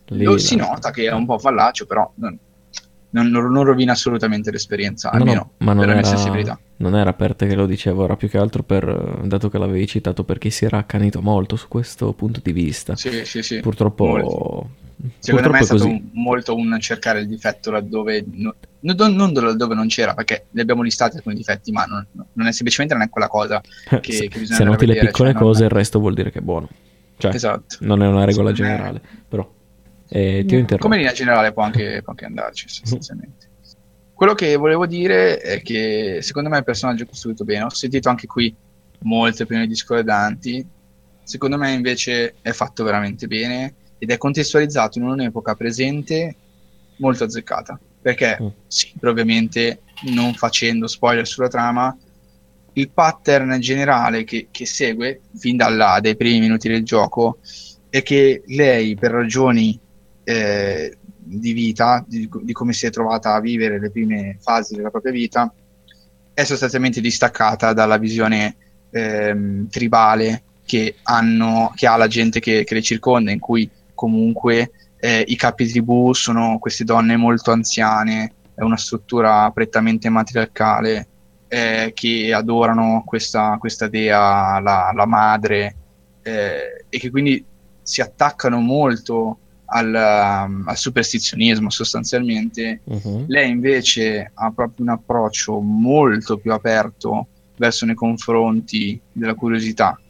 Lì lo si la- nota che è un po' fallaccio, però non, non- non rovina assolutamente l'esperienza, No, no, almeno ma non per la mia era, sensibilità. non era per te che lo dicevo, era più che altro per, dato che l'avevi citato, perché si era accanito molto su questo punto di vista. Sì, sì, sì, molto. Purtroppo, Secondo me purtroppo è è stato così. un- molto un cercare il difetto laddove no- non, non laddove non c'era, perché li abbiamo listati alcuni difetti, ma non, non è semplicemente non è quella cosa Se, che, che bisogna se andare a noti le vedere. piccole Cioè, non- cose, il resto vuol dire che è buono. Cioè, Esatto. non è una regola Secondo me- generale, però. Eh, ti ho interrotto. Come linea generale può anche, può anche andarci, sostanzialmente. Quello che volevo dire è che secondo me il personaggio è costruito bene. Ho sentito anche qui molte opinioni discordanti. Secondo me invece è fatto veramente bene ed è contestualizzato in un'epoca presente molto azzeccata. Perché, Mm. sempre ovviamente, non facendo spoiler sulla trama, il pattern generale che, che segue fin dalla, dai primi minuti del gioco è che lei, per ragioni eh, di vita, di, di come si è trovata a vivere le prime fasi della propria vita, è sostanzialmente distaccata dalla visione ehm, tribale che, hanno, che ha la gente che, che le circonda, in cui comunque eh, i capi tribù sono queste donne molto anziane, è una struttura prettamente matriarcale, eh, che adorano questa, questa dea, la, la madre, eh, e che quindi si attaccano molto al, um, al superstizionismo sostanzialmente. Mhm. Lei invece ha proprio un approccio molto più aperto verso nei confronti della curiosità,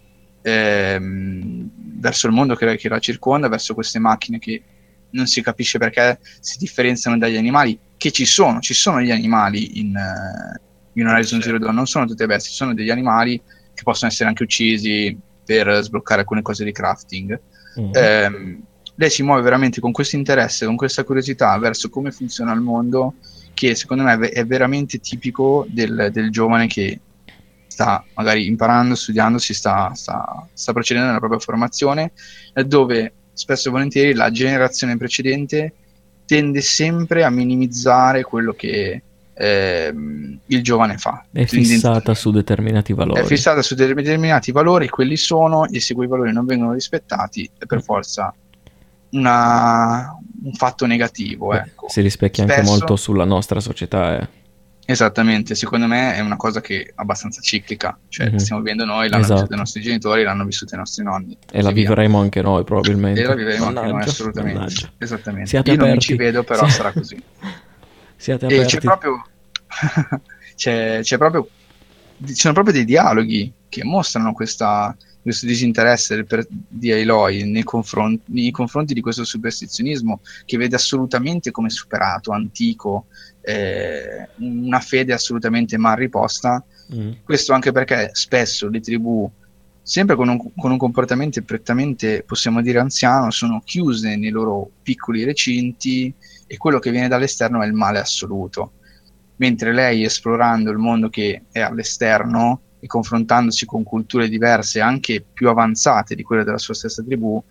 ehm, verso il mondo che, che la circonda, verso queste macchine che non si capisce perché si differenziano dagli animali, che ci sono, ci sono gli animali in, eh, in Horizon Sì. Zero Dawn, non sono tutte bestie, ci sono degli animali che possono essere anche uccisi per sbloccare alcune cose di crafting. Mhm. Ehm, lei si muove veramente con questo interesse, con questa curiosità verso come funziona il mondo, che secondo me è veramente tipico del, del giovane che sta magari imparando, studiando, si sta, sta, sta procedendo nella propria formazione, dove spesso e volentieri la generazione precedente tende sempre a minimizzare quello che ehm, il giovane fa. È fissata su determinati valori. È fissata su determinati valori, quelli sono, e se quei valori non vengono rispettati è per forza una, un fatto negativo. Beh, Ecco. si rispecchia anche Spesso- molto sulla nostra società. eh. Esattamente, secondo me è una cosa che è abbastanza ciclica, cioè Mhm. la stiamo vivendo noi, l'hanno Esatto. vissuta i nostri genitori, l'hanno vissuta i nostri nonni. E la così via. vivremo anche noi, probabilmente. E la vivremo anche noi, Mannaggia, assolutamente. mannaggia. Esattamente. Siate Io non mi aperti. ci vedo, però Sia- sarà così. Siate E aperti. c'è proprio, c'è, c'è proprio, ci sono proprio dei dialoghi che mostrano questa, questo disinteresse del per- di Aloy nei confronti, nei confronti di questo superstizionismo che vede assolutamente come superato, antico, eh, una fede assolutamente mal riposta. Mm. Questo anche perché spesso le tribù, sempre con un, con un comportamento prettamente, possiamo dire, anziano, sono chiuse nei loro piccoli recinti e quello che viene dall'esterno è il male assoluto. Mentre lei, esplorando il mondo che è all'esterno e confrontandosi con culture diverse, anche più avanzate di quelle della sua stessa tribù,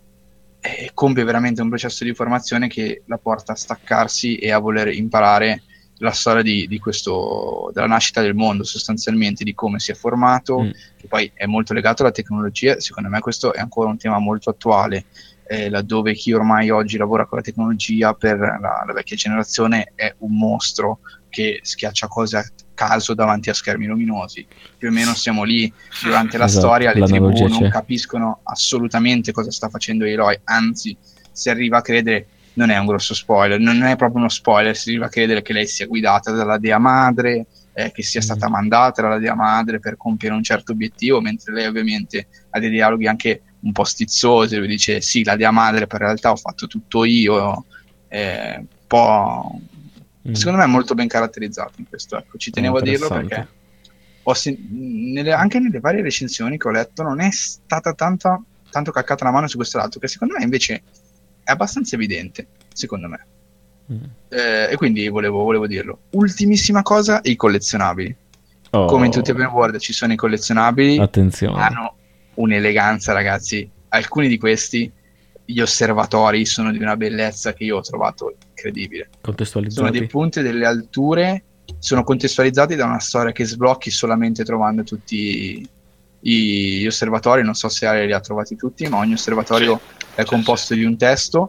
eh, compie veramente un processo di formazione che la porta a staccarsi e a voler imparare la storia di, di questo, della nascita del mondo, sostanzialmente, di come si è formato, Mm. che poi è molto legato alla tecnologia. Secondo me questo è ancora un tema molto attuale, eh, laddove chi ormai oggi lavora con la tecnologia per la, la vecchia generazione è un mostro che schiaccia cose a caso davanti a schermi luminosi. Più o meno siamo lì durante la Esatto, storia, le tribù l'analogia non c'è. capiscono assolutamente cosa sta facendo Aloy, anzi si arriva a credere, non è un grosso spoiler, non è proprio uno spoiler, si arriva a credere che lei sia guidata dalla dea madre, eh, che sia Mm. stata mandata dalla dea madre per compiere un certo obiettivo, mentre lei ovviamente ha dei dialoghi anche un po' stizzosi, lui dice sì, la dea madre, per realtà ho fatto tutto io, eh, un po'... Mm. Secondo me è molto ben caratterizzato in questo, ecco, ci tenevo a dirlo Interessante. perché ho sen- nelle- anche nelle varie recensioni che ho letto non è stata tanta, tanto caccata la mano su questo lato, che secondo me invece è abbastanza evidente, secondo me. Mm. Eh, e quindi volevo, volevo dirlo. Ultimissima cosa, i collezionabili. Oh, Come in tutti i open world ci sono i collezionabili, attenzione. hanno un'eleganza, ragazzi. Alcuni di questi, gli osservatori, sono di una bellezza che io ho trovato incredibile. Sono Contestualizzati. dei punti e delle alture, sono contestualizzati da una storia che sblocchi solamente trovando tutti gli osservatori. Non so se Ale li ha trovati tutti, ma ogni osservatorio Sì. è Sì, composto di un testo,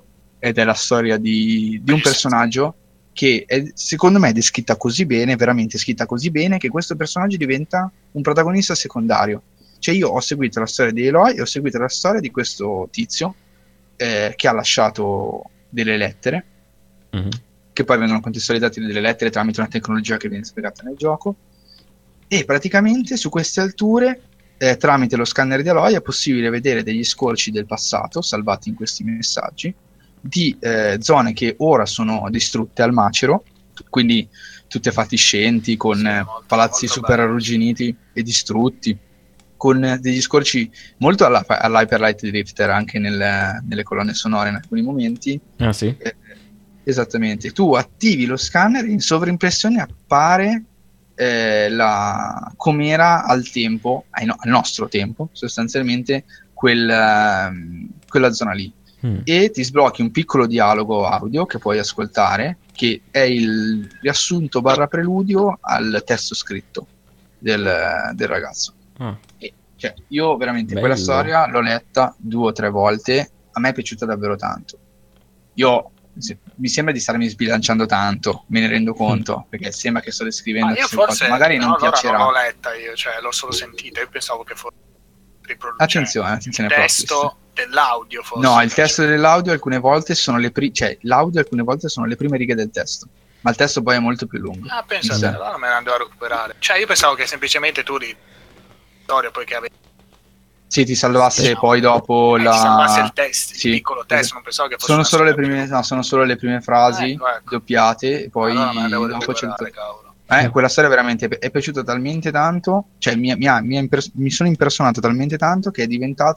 ed è la storia di, di un personaggio che è, secondo me è descritta così bene, veramente scritta così bene, che questo personaggio diventa un protagonista secondario. Cioè io ho seguito la storia di Eloy e ho seguito la storia di questo tizio eh, che ha lasciato delle lettere, Mhm. che poi vengono contestualizzate delle lettere tramite una tecnologia che viene spiegata nel gioco, e praticamente su queste alture, eh, tramite lo scanner di Aloy, è possibile vedere degli scorci del passato salvati in questi messaggi di eh, zone che ora sono distrutte al macero, quindi tutte fatiscenti, con Sì, eh, molto- palazzi molto super bello. arrugginiti e distrutti, con eh, degli scorci molto alla, all'Hyper Light Drifter anche nel- nelle colonne sonore in alcuni momenti. Ah sì? Eh, esattamente, tu attivi lo scanner e in sovrimpressione appare eh, la, com'era al tempo, ai no- al nostro tempo, sostanzialmente quel, ehm, quella zona lì. Mm. E ti sblocchi un piccolo dialogo audio che puoi ascoltare, che è il riassunto barra preludio al testo scritto del, del ragazzo. Ah, E, cioè, io veramente Bello. quella storia l'ho letta due o tre volte, a me è piaciuta davvero tanto. Io se- mi sembra di starmi sbilanciando tanto, me ne rendo conto, perché sembra che sto descrivendo Ma io chissà cosa. forse magari no, non allora piacerà. non l'ho letta io, cioè l'ho solo sentita. Io pensavo che fosse riproduzione. Attenzione, attenzione, il testo Profis. dell'audio fosse. No, il invece. testo dell'audio alcune volte sono le prime, cioè l'audio alcune volte sono le prime righe del testo, ma il testo poi è molto più lungo. Ah, pensa In te, sé. allora me ne andrò a recuperare. Cioè, io pensavo che semplicemente tu di storia poi che avevi Sì, ti salvasse Diciamo, poi dopo eh, la... ti salvasse il testo, Sì. il piccolo testo, non pensavo che fosse Sono una solo, le storia prime, più- no, sono solo le prime frasi Ecco, ecco. doppiate, e poi Allora me la devo dopo c'è il recuperare, to- cavolo. Eh, quella storia veramente è piaciuta talmente tanto, cioè mi, mi ha- mi ha impers- mi sono impersonato talmente tanto che è diventata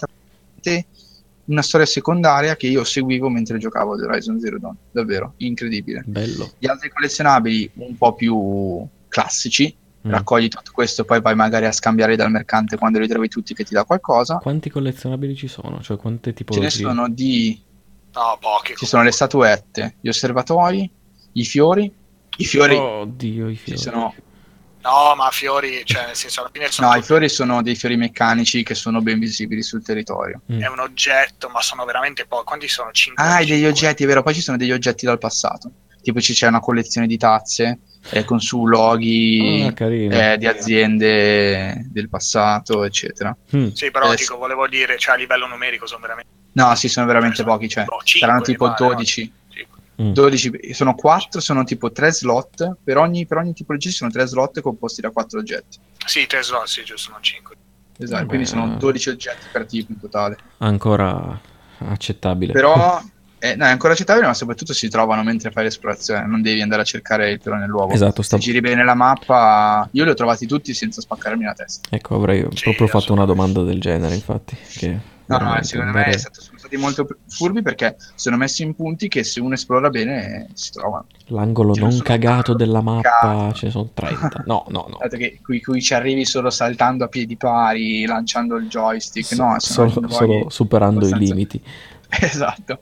una storia secondaria che io seguivo mentre giocavo ad Horizon Zero Dawn. Davvero, incredibile. bello. Gli altri collezionabili un po' più classici, Mm. raccogli tutto questo, poi vai magari a scambiare dal mercante quando li trovi tutti che ti dà qualcosa. Quanti collezionabili ci sono? Cioè quante Ce ne tipologie? sono di... No, pochi. Ci sono le statuette, gli osservatori, i fiori. I fiori Oddio, i ci fiori. sono... No, ma fiori, cioè nel senso alla fine sono No, i tutti- fiori sono dei fiori meccanici che sono ben visibili sul territorio. Mm. è un oggetto, ma sono veramente pochi. Quanti sono? cinque Ah, e degli oggetti, è vero, poi ci sono degli oggetti dal passato. Tipo ci c'è una collezione di tazze eh, con su loghi Ah, carino. eh, di aziende del passato, eccetera. Mm. Sì, però Eh, dico, volevo dire, cioè a livello numerico sono veramente No, sì, sono veramente pochi, cioè No, cinque, saranno tipo mi pare, no? dodici. Cinque. Mm. dodici, sono quattro, sono tipo tre slot, per ogni, per ogni tipologia ci sono tre slot composti da quattro oggetti. Sì, tre slot, sì, giusto, non cinque. Esatto, Vabbè. quindi sono dodici oggetti per tipo in totale. Ancora accettabile. Però eh, no, è ancora accettabile, ma soprattutto si trovano mentre fai l'esplorazione, non devi andare a cercare il pelo nell'uovo. Esatto, Se stavo- giri bene la mappa, io li ho trovati tutti senza spaccarmi la testa. Ecco, avrei Sì, proprio fatto una assolutamente. domanda del genere, infatti. Che No, no, veramente secondo me andare- è stato- sono stati molto furbi perché sono messi in punti che se uno esplora bene eh, si trovano. L'angolo Ce ne non sono cagato tanto, della mappa, cagato. ce ne sono trenta. No, no, no. Dato che qui, qui ci arrivi solo saltando a piedi pari, lanciando il joystick, So- no, sono solo, luoghi solo superando i abbastanza- limiti. Esatto.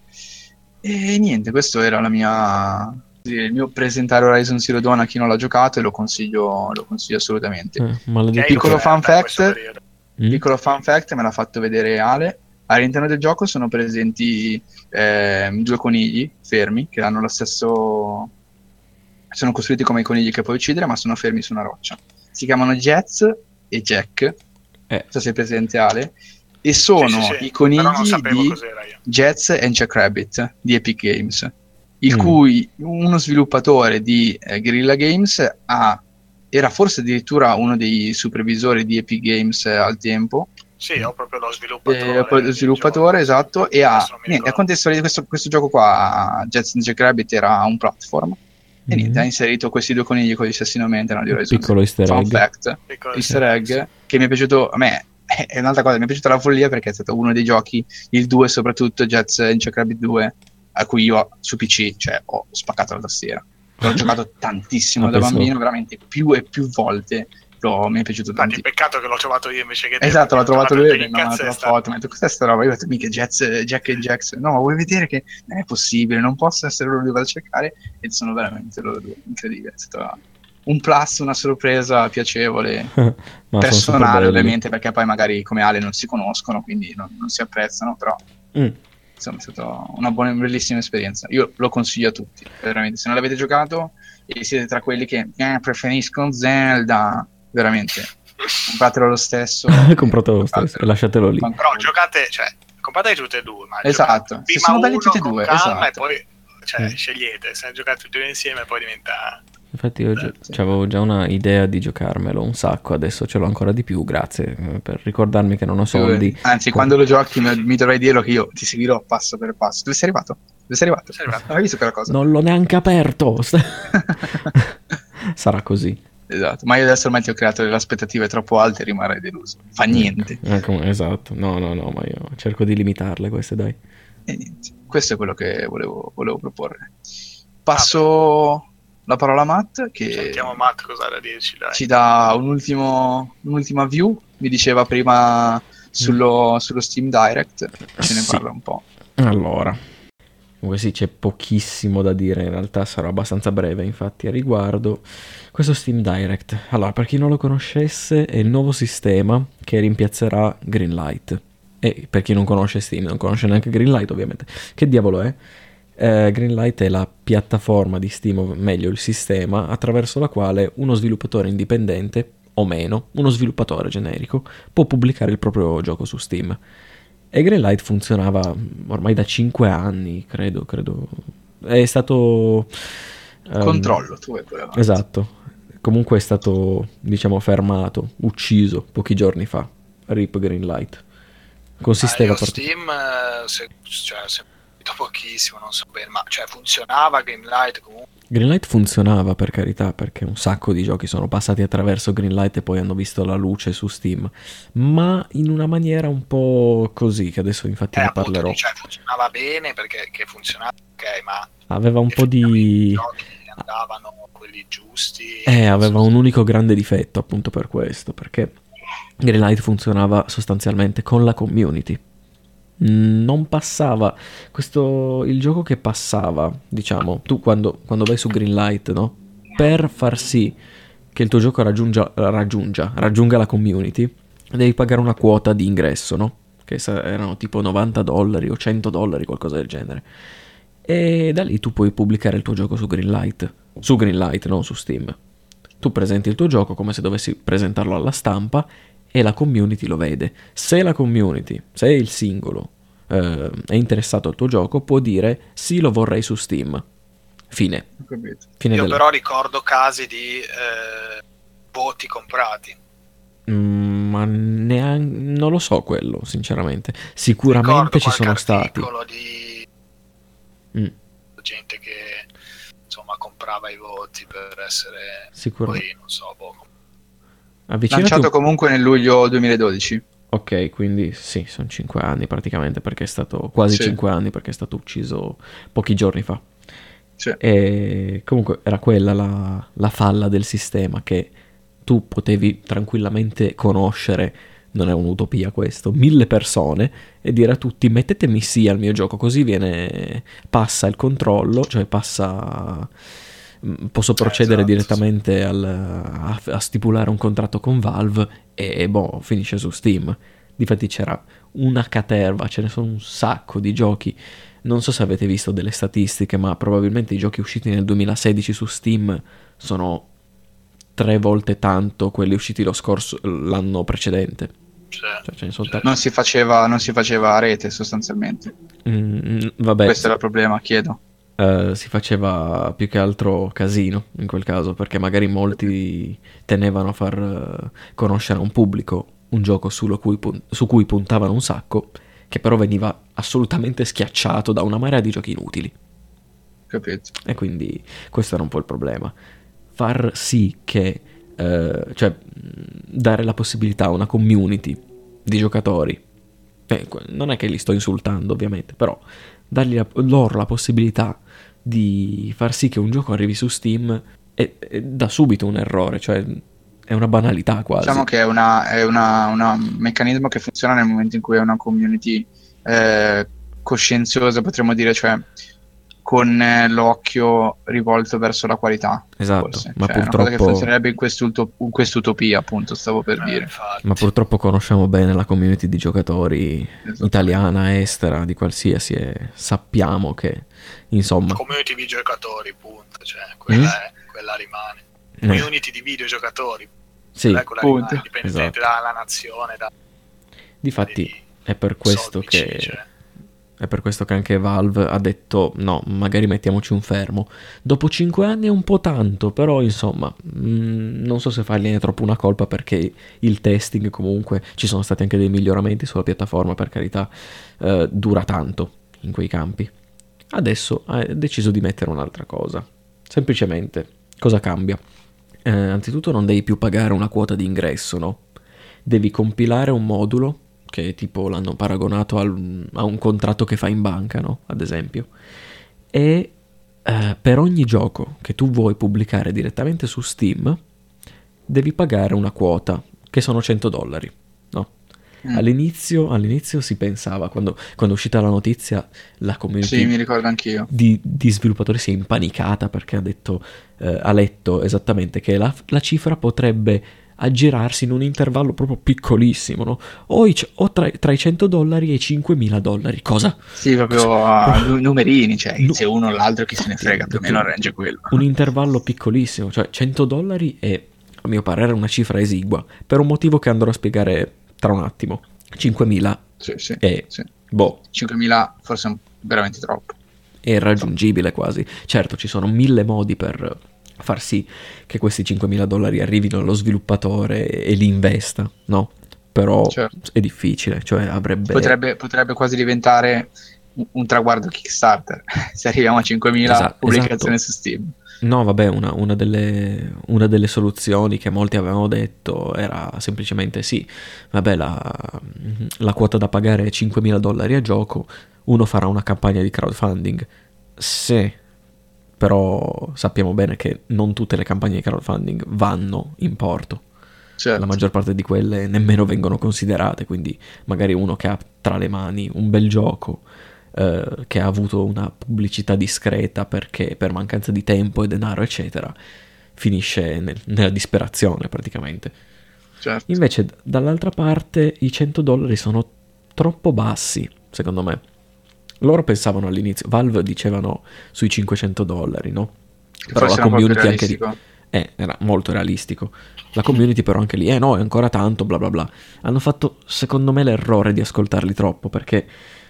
E niente, questo era la mia... il mio presentare Horizon Zero Dawn a chi non l'ha giocato e lo consiglio, lo consiglio assolutamente. Eh, maledetto. Piccolo Che fun merda in questo fact. periodo. Mm? Piccolo fun fact, me l'ha fatto vedere Ale. All'interno del gioco sono presenti ehm, due conigli fermi che hanno lo stesso... sono costruiti come i conigli che puoi uccidere, ma sono fermi su una roccia. Si chiamano Jets e Jack. Eh. Non so se è presente Ale. E sono Sì, sì, sì, i però non conigli sapevo di cos'era io. Jets and Jackrabbit di Epic Games, il Mm. cui uno sviluppatore di eh, Guerrilla Games ha, era forse addirittura uno dei supervisori di Epic Games eh, al tempo, Sì, ho proprio lo sviluppatore. eh, poi lo del sviluppatore, gioco. esatto, e ha Adesso non mi niente, a ricordo. contesto di questo, questo gioco qua, Jets and Jackrabbit era un platform, e Mm. niente, ha inserito questi due conigli con gli stessi nomi all'interno di Horizon Piccolo Zero. easter Fun egg. fact, Piccolo easter egg che mi è piaciuto a me. È un'altra cosa, mi è piaciuta la follia perché è stato uno dei giochi, il due soprattutto, Jets and Jackrabbit due, a cui io su P C, cioè, ho spaccato la tastiera. L'ho giocato tantissimo Ah, da pensavo- bambino, veramente più e più volte. Lo- mi è piaciuto Infatti, tantissimo. peccato che l'ho trovato io invece che te. Esatto, l'ho perché trovato ho lui, degli no, incazzi la e sta- foto, mi ha detto cos'è sta roba? Io ho detto mica Jets, Jack e Jax. No, vuoi vedere che non è possibile, non posso essere loro due, vado a cercare e sono veramente loro due, incredibile. È stato un plus, una sorpresa piacevole. Ma sono super Personale belli. ovviamente, perché poi magari come Ale non si conoscono, quindi non, non si apprezzano, però Mm. insomma è stata una buona, bellissima esperienza. Io lo consiglio a tutti, veramente. Se non l'avete giocato e siete tra quelli che eh, preferiscono Zelda, veramente compratelo lo stesso. Compratelo lo stesso e lasciatelo lì. Però giocate, cioè, comprate tutte e due, ma esatto, se sono belli tutti e due, calma, esatto. E poi cioè, Mm. scegliete, se giocate tutti e due insieme poi diventa... Infatti io gio- avevo già una idea di giocarmelo un sacco, adesso ce l'ho ancora di più, grazie eh, per ricordarmi che non ho soldi. Anzi, Com- quando lo giochi mi, mi dovrai dirlo che io ti seguirò passo per passo. Dove sei arrivato? Dove sei arrivato? Sei arrivato? Non hai visto quella cosa? Non l'ho neanche aperto. Sarà così. Esatto, ma io adesso ormai ti ho creato delle aspettative troppo alte e rimarrai deluso. Fa niente. Eh, com- esatto, no, no, no, ma io cerco di limitarle queste, dai. E niente. Questo è quello che volevo, volevo proporre. Passo la parola a Matt che Sentiamo Matt cosa ha da dirci, dai. ci dà un ultimo, un'ultima view. Mi diceva prima sullo, sullo Steam Direct, ce ne Sì. parla un po'. Allora, comunque sì, c'è pochissimo da dire, in realtà sarò abbastanza breve infatti a riguardo. Questo Steam Direct, allora per chi non lo conoscesse è il nuovo sistema che rimpiazzerà Greenlight. E per chi non conosce Steam, non conosce neanche Greenlight ovviamente, che diavolo è? Eh, Greenlight è la piattaforma di Steam, o meglio il sistema, attraverso la quale uno sviluppatore indipendente, o meno, uno sviluppatore generico, può pubblicare il proprio gioco su Steam. E Greenlight funzionava ormai da cinque anni, credo, credo. È stato... ehm, Controllo, tu e quella parte. Esatto. Comunque è stato, diciamo, fermato, ucciso pochi giorni fa. Rip Greenlight. Consisteva... Ah, io Steam, eh, se, cioè, se pochissimo, non so bene, ma cioè funzionava Greenlight comunque? Greenlight funzionava, per carità, perché un sacco di giochi sono passati attraverso Greenlight e poi hanno visto la luce su Steam, ma in una maniera un po' così, che adesso infatti Eh, ne appunto, parlerò. cioè funzionava bene perché che funzionava, ok, ma Aveva un po' effettivamente i di... giochi andavano quelli giusti. Eh, aveva un unico grande difetto appunto per questo, perché Greenlight funzionava sostanzialmente con la community. Non passava questo, il gioco che passava, diciamo, tu quando, quando vai su Greenlight, no? Per far sì che il tuo gioco raggiunga, raggiunga, raggiunga la community, devi pagare una quota di ingresso, no? Che sa- erano tipo novanta dollari o cento dollari, qualcosa del genere. E da lì tu puoi pubblicare il tuo gioco su Greenlight, su Greenlight, non su Steam. Tu presenti il tuo gioco come se dovessi presentarlo alla stampa e la community lo vede. Se la community, se il singolo eh, è interessato al tuo gioco, può dire sì, lo vorrei su Steam. Fine. Ho capito. Fine Io della... però ricordo casi di eh, voti comprati. Mm, ma neanche... non lo so quello, sinceramente. Sicuramente Ricordo ci sono qualche stati. articolo di Mm, gente che insomma comprava i voti per essere sicuramente. poi non so boh. Avvicinati Lanciato un- comunque nel luglio duemiladodici. Ok, quindi sì, sono cinque anni praticamente perché è stato quasi Sì. cinque anni perché è stato ucciso pochi giorni fa. Cioè, E comunque era quella la, la falla del sistema che tu potevi tranquillamente conoscere, non è un'utopia questo, mille persone e dire a tutti mettetemi sì al mio gioco, così viene, passa il controllo, cioè passa, mm, posso procedere esatto, direttamente al- a, a stipulare un contratto con Valve e, e boh, finisce su Steam. Difatti c'era una caterva, ce ne sono un sacco di giochi. Non so se avete visto delle statistiche, ma probabilmente i giochi usciti nel duemilasedici su Steam sono tre volte tanto quelli usciti lo scorso, l'anno precedente. cioè, Cioè, ce ne sono tanti. non si faceva, non si faceva a rete sostanzialmente. Mm, vabbè, Questo era il problema, chiedo. eh, si faceva più che altro casino in quel caso, perché magari molti tenevano a far eh, conoscere a un pubblico un gioco su cui, pun- su cui puntavano un sacco, che però veniva assolutamente schiacciato da una marea di giochi inutili. Capito. E quindi questo era un po' il problema. Far sì che, eh, cioè, mh, dare la possibilità a una community di giocatori, eh, que- non è che li sto insultando ovviamente, però dargli la- loro la possibilità di far sì che un gioco arrivi su Steam è, è da subito un errore, cioè è una banalità quasi. Diciamo che è, una, è una- una- un meccanismo che funziona nel momento in cui è una community eh, coscienziosa, potremmo dire, cioè con eh, l'occhio rivolto verso la qualità. Esatto, forse. ma Cioè, è una cosa che purtroppo funzionerebbe in quest'uto- in quest'utopia, appunto, stavo per Eh, dire. infatti. ma purtroppo conosciamo bene la community di giocatori Esattamente. italiana, estera, di qualsiasi, e sappiamo che, insomma, Community videogiocatori, punto. Cioè, quella, Mm? è, quella rimane. eh, Community di videogiocatori, sì, quella, quella punto. rimane, indipendente Esatto. dalla nazione, da Difatti è per questo soldi, che cioè. è per questo che anche Valve ha detto no, magari mettiamoci un fermo. Dopo cinque anni è un po' tanto, però insomma, mh, non so se fargliene troppo una colpa, perché il testing comunque, ci sono stati anche dei miglioramenti sulla piattaforma, per carità, eh, dura tanto in quei campi. Adesso ha deciso di mettere un'altra cosa. Semplicemente, cosa cambia? Eh, anzitutto non devi più pagare una quota di ingresso, no? Devi compilare un modulo, che tipo l'hanno paragonato al- a un contratto che fai in banca, no? Ad esempio. E eh, per ogni gioco che tu vuoi pubblicare direttamente su Steam, devi pagare una quota, che sono cento dollari, no? Mm. All'inizio, all'inizio si pensava, quando, quando è uscita la notizia, la community Sì, mi ricordo anch'io. di, di sviluppatori si è impanicata, perché ha detto, eh, ha letto esattamente che la, la cifra potrebbe aggirarsi in un intervallo proprio piccolissimo, no? O, i, o tra, tra i cento dollari e i cinquemila dollari. Cosa? Sì, proprio Cosa? a nu- numerini, cioè Nu- se uno o l'altro chi se ne frega, più o meno range quello. Un intervallo piccolissimo, cioè cento dollari è, a mio parere, una cifra esigua, per un motivo che andrò a spiegare tra un attimo. cinquemila Sì, sì, è, sì. boh, cinquemila forse è veramente troppo. è irraggiungibile quasi. Certo, ci sono mille modi per far sì che questi cinquemila dollari arrivino allo sviluppatore e li investa, no? Però Certo. è difficile, cioè avrebbe... Potrebbe, potrebbe quasi diventare un, un traguardo Kickstarter se arriviamo a cinquemila Esatto, pubblicazioni esatto. su Steam. No, vabbè, una, una delle, una delle soluzioni che molti avevano detto era semplicemente sì, vabbè, la, la quota da pagare è cinquemila dollari a gioco, uno farà una campagna di crowdfunding. Se, però sappiamo bene che non tutte le campagne di crowdfunding vanno in porto. Certo. La maggior parte di quelle nemmeno vengono considerate, quindi magari uno che ha tra le mani un bel gioco, eh, che ha avuto una pubblicità discreta perché per mancanza di tempo e denaro eccetera, finisce nel- nella disperazione praticamente. Certo. Invece d- dall'altra parte i cento dollari sono troppo bassi, secondo me. Loro pensavano all'inizio, Valve dicevano sui cinquecento dollari, no? Che Però forse la era un po' più community anche lì realistico. eh, era molto realistico. La community però anche lì, eh no, è ancora tanto, bla bla bla. Hanno fatto, secondo me, l'errore di ascoltarli troppo, perché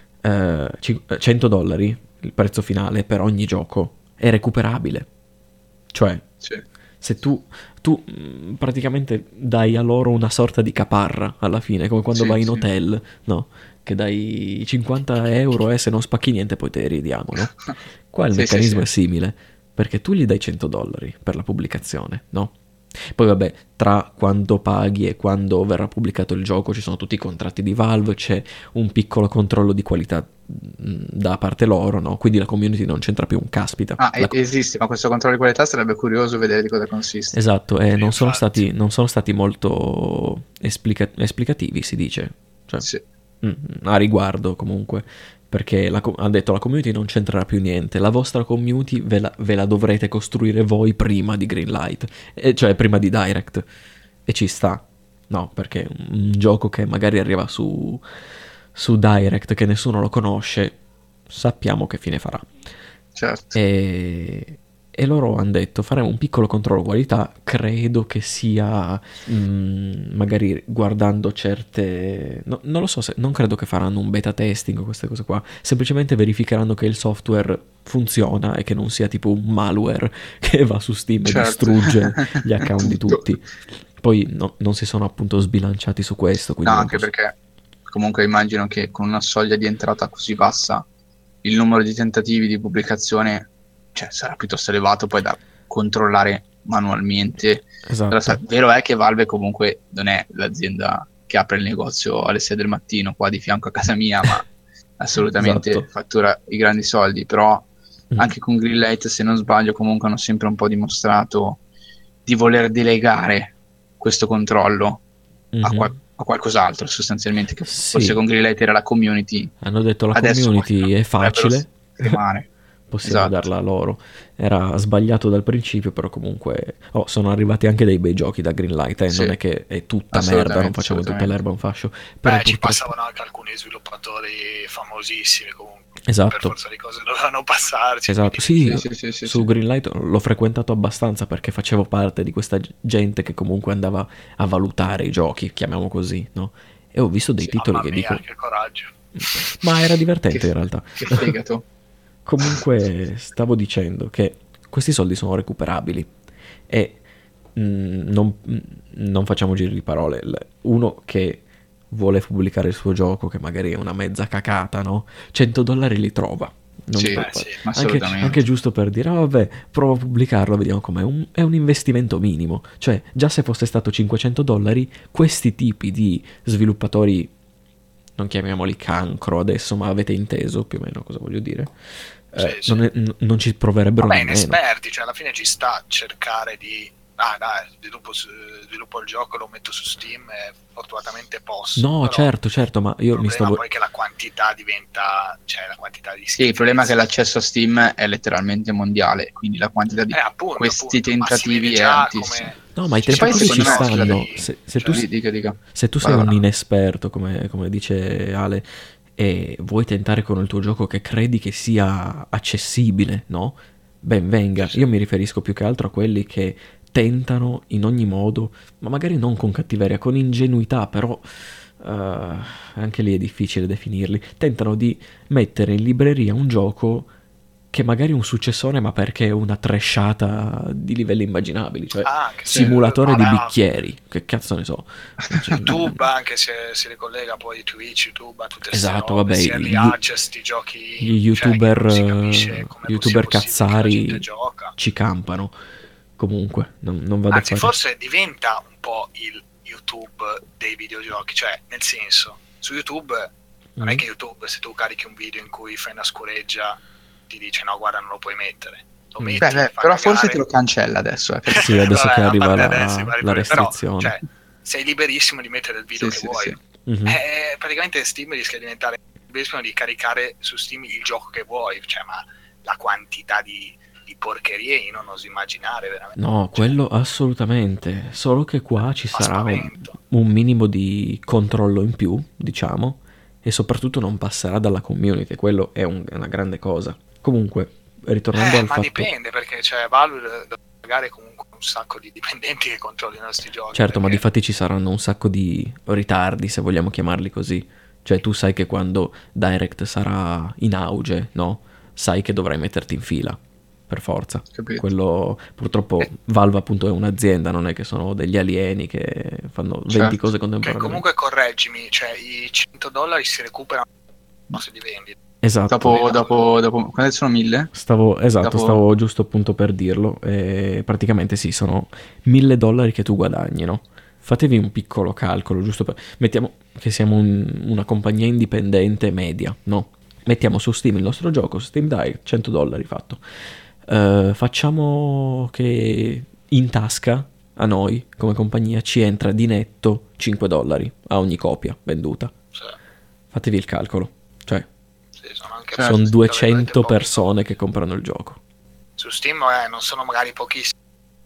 eh, ci- eh, cento dollari, il prezzo finale per ogni gioco, è recuperabile. Cioè, Sì. se tu, tu mh, praticamente dai a loro una sorta di caparra alla fine, come quando Sì, vai in sì. hotel, no? Che dai cinquanta euro e se non spacchi niente poi te ridiamo, no? Qua il Sì, sì, meccanismo sì. è simile, perché tu gli dai cento dollari per la pubblicazione, no? Poi vabbè, tra quando paghi e quando verrà pubblicato il gioco ci sono tutti i contratti di Valve, c'è un piccolo controllo di qualità mh, da parte loro, no? Quindi la community non c'entra più un caspita. Ah, La e- co- esiste, ma questo controllo di qualità sarebbe curioso vedere di cosa consiste. Esatto, e Sì, non sono infatti. stati, non sono stati molto esplica- esplicativi, si dice. Cioè, Sì. mm, a riguardo comunque, perché la co- ha detto la community non c'entrerà più niente, la vostra community ve la, ve la dovrete costruire voi prima di Greenlight, e cioè prima di Direct, e ci sta, no, perché un gioco che magari arriva su, su Direct, che nessuno lo conosce, sappiamo che fine farà. Certo. E, e loro hanno detto faremo un piccolo controllo qualità, credo che sia mm, magari guardando certe no- non lo so, se, non credo che faranno un beta testing o queste cose qua, semplicemente verificheranno che il software funziona e che non sia tipo un malware che va su Steam e Certo. distrugge gli account di Tutto. tutti. Poi no- non si sono appunto sbilanciati su questo, No, quindi non anche posso- perché comunque immagino che con una soglia di entrata così bassa il numero di tentativi di pubblicazione, cioè, sarà piuttosto elevato poi da controllare manualmente. Però, esatto. sa- vero è che Valve comunque non è l'azienda che apre il negozio alle sei del mattino qua di fianco a casa mia, ma assolutamente Esatto. fattura i grandi soldi. Però Mm. anche con Greenlight, se non sbaglio, comunque hanno sempre un po' dimostrato di voler delegare questo controllo a, Mhm. qual- a qualcos'altro, sostanzialmente, che Sì. forse con Greenlight era la community. Hanno detto la Adesso community è dovrebbero facile, scremare. possiamo Esatto. darla a loro. Era sbagliato dal principio, però comunque oh, sono arrivati anche dei bei giochi da Greenlight, eh? Sì. Non è che è tutta Assolutamente, merda, non facciamo tutta assolutamente. l'erba un fascio. Però Beh, ci purtroppo... passavano anche alcuni sviluppatori famosissimi comunque. Esatto. Per forza di cose dovevano passarci. Esatto, quindi- sì, Sì, sì, sì, sì, su sì. Greenlight l'ho frequentato abbastanza perché facevo parte di questa gente che comunque andava a valutare i giochi, chiamiamo così, no? E ho visto dei Sì, titoli Mamma che mia, dico, che coraggio. ma era divertente Che- in realtà. Che fegato. Comunque stavo dicendo che questi soldi sono recuperabili e mm, non, mm, non facciamo giri di parole. L- Uno che vuole pubblicare il suo gioco, che magari è una mezza cacata, no? cento dollari li trova. Non Sì, vi Eh, preoccupate. sì. ma Anche, assolutamente. anche giusto per dire, ah, vabbè, provo a pubblicarlo, vediamo com'è. Un- è un investimento minimo. Cioè, già se fosse stato cinquecento dollari, questi tipi di sviluppatori, non chiamiamoli cancro adesso, ma avete inteso più o meno cosa voglio dire, eh, Sì, non, sì. è- n- non ci proverebbero Vabbè, nemmeno. inesperti, cioè alla fine ci sta a cercare di... Ah dai, sviluppo, su- sviluppo il gioco, lo metto su Steam e fortunatamente posso. No, Però certo, certo, ma io il mi problema stavo... poi è che la quantità diventa... Cioè la quantità di Sì, il problema è che schifezze. l'accesso a Steam è letteralmente mondiale, quindi la quantità di Eh, appunto, questi appunto, ma si tentativi vede è già altissima. come... No, ma i ci sono tentativi ci secondo me, stanno. giochi- Se, se cioè, tu, Sì, dica, dica. se tu sei Vai, un vai. inesperto, come, come dice Ale, e vuoi tentare con il tuo gioco che credi che sia accessibile, no? Ben venga. Sì, sì. Io mi riferisco più che altro a quelli che tentano in ogni modo, ma magari non con cattiveria, con ingenuità, però eh, anche lì è difficile definirli. Tentano di mettere in libreria un gioco che magari è un successore, ma perché è una trashata di livelli immaginabili, cioè Ah, anche se- simulatore di vabbè, ma- bicchieri, che cazzo ne so. Cioè, YouTube anche se si ricollega poi Twitch, YouTube a tutte queste Esatto, robe, vabbè, sia early gli- access, sti giochi, gli cioè, che youtuber, non si capisce come eh, sia youtuber possibile che la cazzari gente gioca. ci campano. Comunque, non, non vado Anzi, a fare... forse diventa un po' il YouTube dei videogiochi, cioè nel senso, su YouTube non è Mm. che YouTube se tu carichi un video in cui fai una scoreggia ti dice no guarda non lo puoi mettere, lo Mm. metti, Beh, beh, fa però cagare. forse te lo cancella adesso. Eh, perché- Sì, adesso Vabbè, che a arriva parte la, adesso, i vari la problemi, però, restrizione. cioè, sei liberissimo di mettere il video Sì, che sì, vuoi. sì. Mhm. Eh, praticamente Steam rischia di diventare liberissimo di caricare su Steam il gioco che vuoi, cioè, ma la quantità di, di porcherie io non oso immaginare veramente. No, quello assolutamente. Solo che qua ci Fa sarà un, spavento. un minimo di controllo in più, diciamo, e soprattutto non passerà dalla community. Quello è, un- è una grande cosa. Comunque, ritornando Eh, al ma fatto... dipende perché cioè, Valve deve pagare comunque un sacco di dipendenti che controllino i nostri giochi. Certo, ma perché- difatti ci saranno un sacco di ritardi, se vogliamo chiamarli così. Cioè, tu sai che quando Direct sarà in auge, no? Sai che dovrai metterti in fila, per forza. Capito. Quello, purtroppo, Valve appunto è un'azienda, non è che sono degli alieni che fanno venti Certo. cose Che contemporaneamente. comunque correggimi, cioè i cento dollari si recuperano se li vendi. Esatto. Dopo, dopo, dopo, quando sono mille? Stavo, esatto, Dopo- stavo giusto appunto per dirlo. E praticamente sì, sono mille dollari che tu guadagni, no? Fatevi un piccolo calcolo, giusto per... Mettiamo che siamo un- una compagnia indipendente media, no? Mettiamo su Steam il nostro gioco, su Steam Direct, cento dollari fatto. Eh, facciamo che in tasca a noi, come compagnia, ci entra di netto cinque dollari a ogni copia venduta. Cioè, Fatevi il calcolo. Cioè, sì, sono anche Certo. sono tra duecento virgolette, pochi persone soldi. che comprano il gioco. Su Steam eh, non sono magari pochissimi,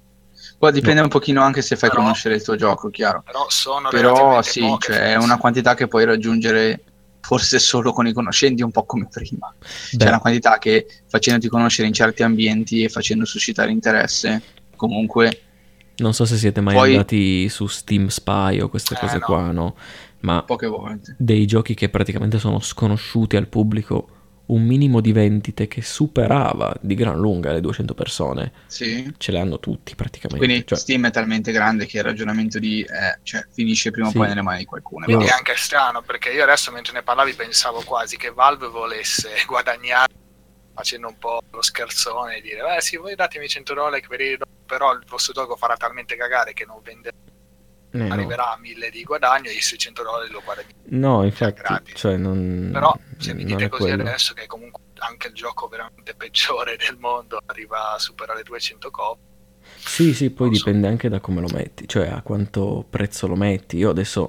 Poi dipende un pochino anche se fai Però- conoscere il tuo gioco, chiaro. però sono Però relativamente sì, poche, cioè, è forse. una quantità che puoi raggiungere forse solo con i conoscenti, un po' come prima. Beh, C'è una quantità che facendoti conoscere in certi ambienti e facendo suscitare interesse, comunque non so se siete mai Poi- andati su Steam Spy o queste Eh, cose no. qua, no? Ma poche volte. dei giochi che praticamente sono sconosciuti al pubblico, un minimo di vendite che superava di gran lunga le duecento persone, Sì. ce le hanno tutti praticamente. Quindi Cioè, Steam è talmente grande che il ragionamento di eh, cioè, finisce prima o Sì. poi nelle mani di qualcuno. Quindi Io- è anche strano perché io adesso mentre ne parlavi pensavo quasi che Valve volesse guadagnare facendo un po' lo scherzone e dire beh sì voi datemi cento dollari per il- però il vostro gioco farà talmente cagare che non venderà, eh, no. arriverà a mille di guadagno e i seicento dollari lo guadagni. No, infatti, gratis. cioè non, Però se mi non dite è così quello. adesso che comunque anche il gioco veramente peggiore del mondo arriva a superare duecento copie. Sì, sì, poi Non so. dipende anche da come lo metti, cioè a quanto prezzo lo metti. Io adesso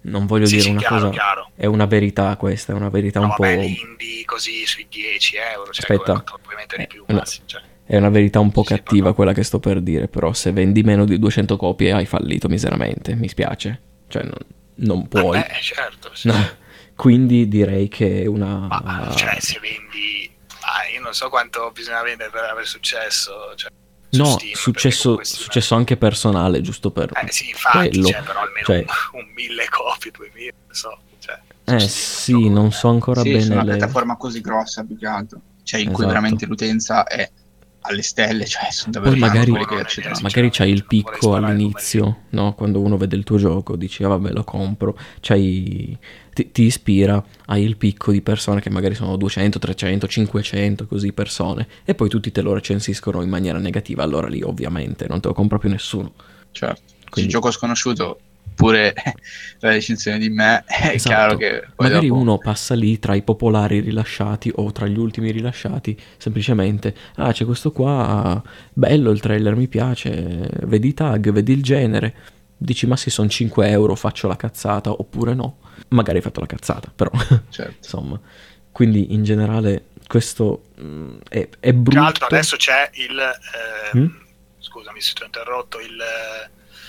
non voglio Sì, dire sì, una chiaro, cosa, chiaro. è una verità questa, è una verità No, un po'... vabbè, l'indie così sui dieci euro, cioè Aspetta, come puoi mettere è di più, una, massimo, cioè. è una verità un po' Sì, sì, cattiva parlo. quella che sto per dire, però se vendi meno di duecento copie hai fallito miseramente, mi spiace, cioè non, non puoi. Vabbè, certo, sì, No. sì. Quindi direi che è Ma una... cioè, se vendi, ah, io non so quanto bisogna vendere per avere successo, cioè, su No, Steam, perché successo, comunque Steam è- successo anche personale, giusto per Eh sì, infatti, quello. cioè, però almeno Cioè, un, un mille copie, duemila, non so, cioè, su eh Steam, sì, un gioco non non so è- ancora Sì, su bene una le... piattaforma così grossa più che altro, cioè in cui Esatto. veramente l'utenza è alle stelle, cioè sono Poi davvero tanti magari, quelli che non è accedono. idea, magari c'hai il sinceramente, non vorrei picco sparare numeri. all'inizio, no? Quando uno vede il tuo gioco, dici, ah vabbè, lo compro. C'hai... Ti, ti ispira, hai il picco di persone che magari sono duecento, trecento, cinquecento, così persone. E poi tutti te lo recensiscono in maniera negativa, allora lì ovviamente non te lo compra più nessuno. Certo, se il Quindi- gioco sconosciuto, pure la recensione di me, è Esatto. chiaro che poi Magari dopo... uno passa lì tra i popolari rilasciati o tra gli ultimi rilasciati, semplicemente, ah c'è questo qua, bello il trailer, mi piace, vedi i tag, vedi il genere, dici ma sì sono cinque euro, faccio la cazzata, oppure no, magari hai fatto la cazzata, però Certo. insomma, quindi in generale questo mh, è, è Tra brutto. l'altro adesso c'è il ehm, Mm? scusa, mi sono interrotto il eh,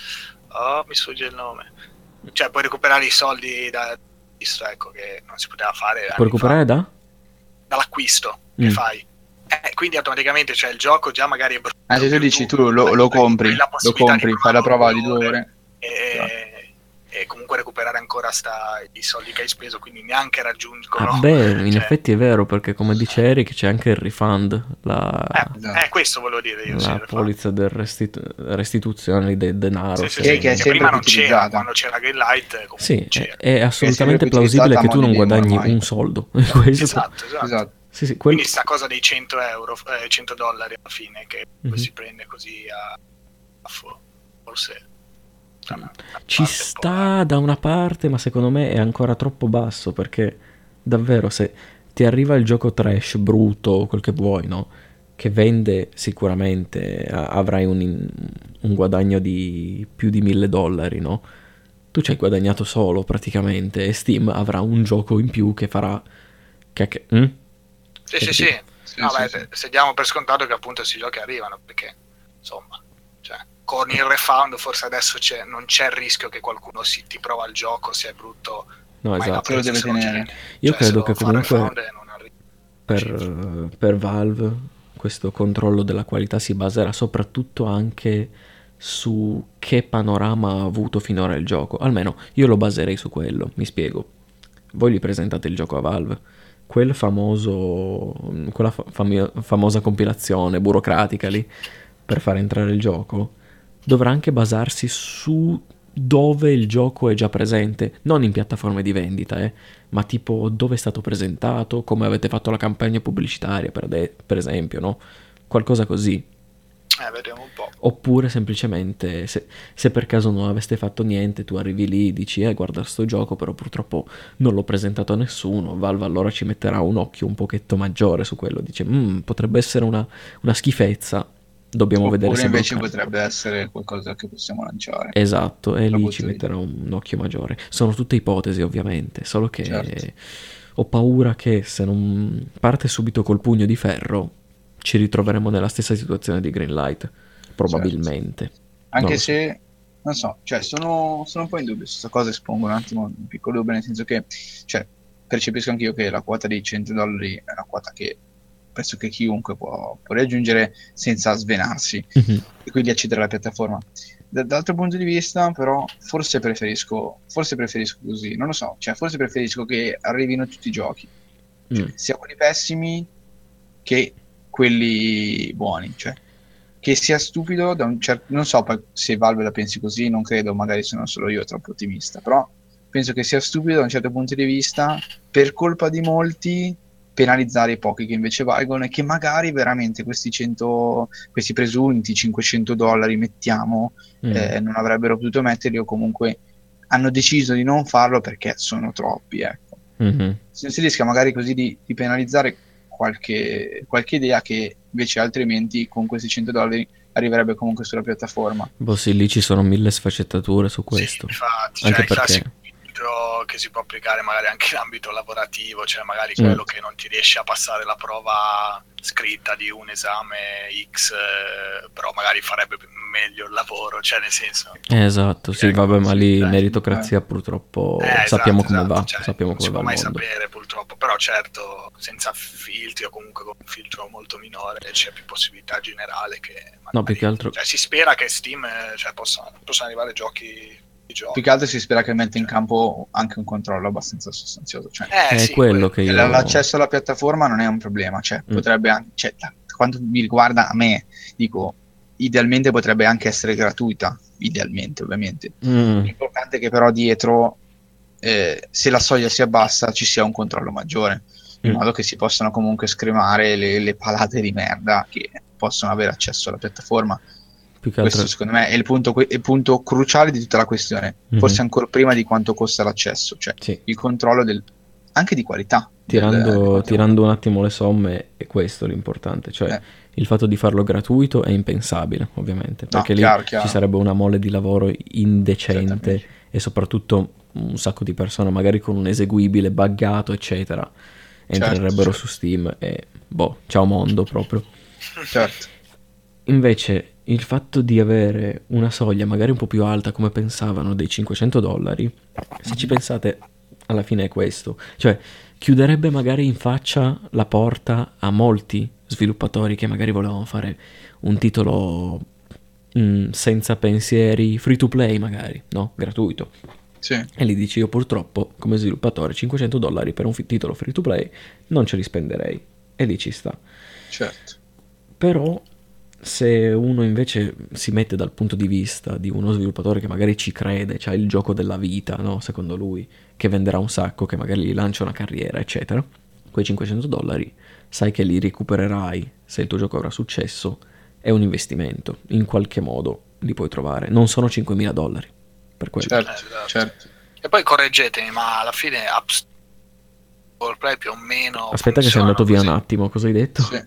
oh, mi sfugge il nome, cioè puoi recuperare i soldi da acquisto, ecco, che non si poteva fare Puoi anni recuperare fa, da? dall'acquisto che Mm. fai, eh, quindi automaticamente cioè il gioco già magari è brutto, Ah, se tu più dici tu lo, hai- lo hai- compri, hai la lo possibilità compri, di fai la provarlo prova di due due ore ore. e, e comunque recuperare ancora sta, i soldi che hai speso, quindi neanche raggiungono, Ah beh, in cioè, effetti è vero, perché come dice Eric c'è anche il refund, la... eh, Esatto. eh, questo volevo dire io, sì, la il refund. polizza del restitu- restituzione del denaro. Sì, sì, se- sì, che è che sempre prima più non c'era, utilizzata. quando c'era Greenlight comunque Sì, non è, c'era. è assolutamente più plausibile utilizzata che a tu mo' non di demo guadagni ormai. un soldo. Questo- Esatto, esatto. Esatto. Sì, sì, quel- Quindi sta cosa dei cento euro, eh, cento dollari alla fine, che Mhm. si prende così a, a fo- forse da una- da una ci parte un po', sta da una parte, ma secondo me è ancora troppo basso, perché davvero se ti arriva il gioco trash, brutto, quel che vuoi, no? Che vende sicuramente, a- avrai un, in- un guadagno di più di mille dollari, no? Tu ci hai guadagnato solo praticamente e Steam avrà un gioco in più che farà... Che, che- mm? Sì, Che sì, sì. capito? Sì, No, sì, beh, sì. se- se diamo per scontato che appunto questi giochi arrivano, perché insomma, cioè, con il refund forse adesso c'è, non c'è il rischio che qualcuno si ti prova il gioco se è brutto. No, ma esatto. Se lo deve tenere. Io Cioè, credo se che lo fa il comunque refund e non arriva. per, per Valve questo controllo della qualità si baserà soprattutto anche su che panorama ha avuto finora il gioco. Almeno io lo baserei su quello, mi spiego. Voi gli presentate il gioco a Valve, quel famoso, quella fa- fami- famosa compilazione burocratica lì per far entrare il gioco dovrà anche basarsi su dove il gioco è già presente, non in piattaforme di vendita, eh, ma tipo dove è stato presentato, come avete fatto la campagna pubblicitaria, per, de- per esempio, no? Qualcosa così. Eh, vediamo un po'. Oppure semplicemente, se, se per caso non aveste fatto niente, tu arrivi lì e dici, eh, guarda sto gioco, però purtroppo non l'ho presentato a nessuno, Valve allora ci metterà un occhio un pochetto maggiore su quello, dice, "Mm, potrebbe essere una, una schifezza, dobbiamo vedere Oppure se invece bloccare." potrebbe essere qualcosa che possiamo lanciare. Esatto, e La lì butto ci lì. metterà un occhio maggiore. Sono tutte ipotesi, ovviamente, solo che Certo. ho paura che se non parte subito col pugno di ferro ci ritroveremo nella stessa situazione di Greenlight, probabilmente. Non Anche lo so. se, non so, cioè sono, sono un po' in dubbio su questa cosa, espongo un attimo un piccolo dubbio, nel senso che, cioè, percepisco anch'io che la quota di cento dollari è una quota che penso che chiunque può, può raggiungere senza svenarsi Mhm. e quindi accedere alla piattaforma. Da- Dall'altro punto di vista, però, forse preferisco, forse preferisco così, non lo so, cioè forse preferisco che arrivino tutti i giochi, Mm. sia quelli pessimi che quelli buoni, cioè che sia stupido da un certo, non so poi se Valve la pensi così, non credo, magari sono solo io troppo ottimista, però penso che sia stupido da un certo punto di vista, per colpa di molti penalizzare i pochi che invece valgono e che magari veramente questi cento, questi presunti cinquecento dollari mettiamo, Mm. eh, non avrebbero potuto metterli o comunque hanno deciso di non farlo perché sono troppi, ecco. Mhm. Se si rischia magari così di, di penalizzare qualche, qualche idea che invece altrimenti con questi cento dollari arriverebbe comunque sulla piattaforma. Boh sì, lì ci sono mille sfaccettature su questo. Sì, infatti, Anche cioè, il perché... classico filtro, che si può applicare magari anche in ambito lavorativo, cioè magari Mm. quello che non ti riesce a passare la prova scritta di un esame X, eh, però magari farebbe meglio il lavoro, cioè nel senso... Eh, esatto, sì, Ecco, vabbè, ma sì, lì dai. meritocrazia purtroppo Eh, sappiamo esatto, come esatto, va, cioè, sappiamo non come si va può il mai mondo. sapere purtroppo, però certo senza filtri o comunque con un filtro molto minore c'è più possibilità generale che magari, No, più che altro... cioè, si spera che Steam eh, cioè, possa, possano arrivare giochi di giochi. Più che altro si spera che metta in campo anche un controllo abbastanza sostanzioso. Cioè, Eh, È sì, quello che io... l'accesso alla piattaforma non è un problema. Cioè, Mm. potrebbe anche, cioè, da quanto mi riguarda a me, dico, idealmente potrebbe anche essere gratuita. Idealmente, ovviamente. Mm. L'importante è che però dietro, eh, se la soglia si abbassa, ci sia un controllo maggiore, in Mm. modo che si possano comunque scremare le, le palate di merda che possono avere accesso alla piattaforma. Più che Questo altro... secondo me è il punto, è il punto cruciale di tutta la questione, Mhm. forse ancora prima di quanto costa l'accesso, cioè Sì. il controllo del, anche di qualità. del- del Tirando, contenuto. tirando un attimo le somme, è questo l'importante, cioè Eh. il fatto di farlo gratuito è impensabile, ovviamente, No, perché chiaro, lì chiaro. ci sarebbe una mole di lavoro indecente Certamente. e soprattutto un sacco di persone magari con un eseguibile buggato, eccetera, entrerebbero certo. su Steam e boh, ciao mondo proprio. Certo. Invece il fatto di avere una soglia magari un po' più alta come pensavano dei cinquecento dollari, se ci pensate alla fine è questo, cioè chiuderebbe magari in faccia la porta a molti sviluppatori che magari volevano fare un titolo mm, senza pensieri, free to play magari, no? Gratuito. Sì. E gli dici io purtroppo come sviluppatore cinquecento dollari per un fi- titolo free to play non ce li spenderei. E lì ci sta. Certo. Però se uno invece si mette dal punto di vista di uno sviluppatore che magari ci crede, c'ha il gioco della vita, no? Secondo lui, che venderà un sacco, che magari gli lancia una carriera, eccetera, quei cinquecento dollari sai che li recupererai se il tuo gioco avrà successo, è un investimento, in qualche modo li puoi trovare, non sono cinquemila dollari, per quello. Certo, Eh, esatto. certo. E poi correggetemi, ma alla fine App Store Play più o meno Aspetta che sei funzionano andato via così. un attimo, cosa hai detto? Sì.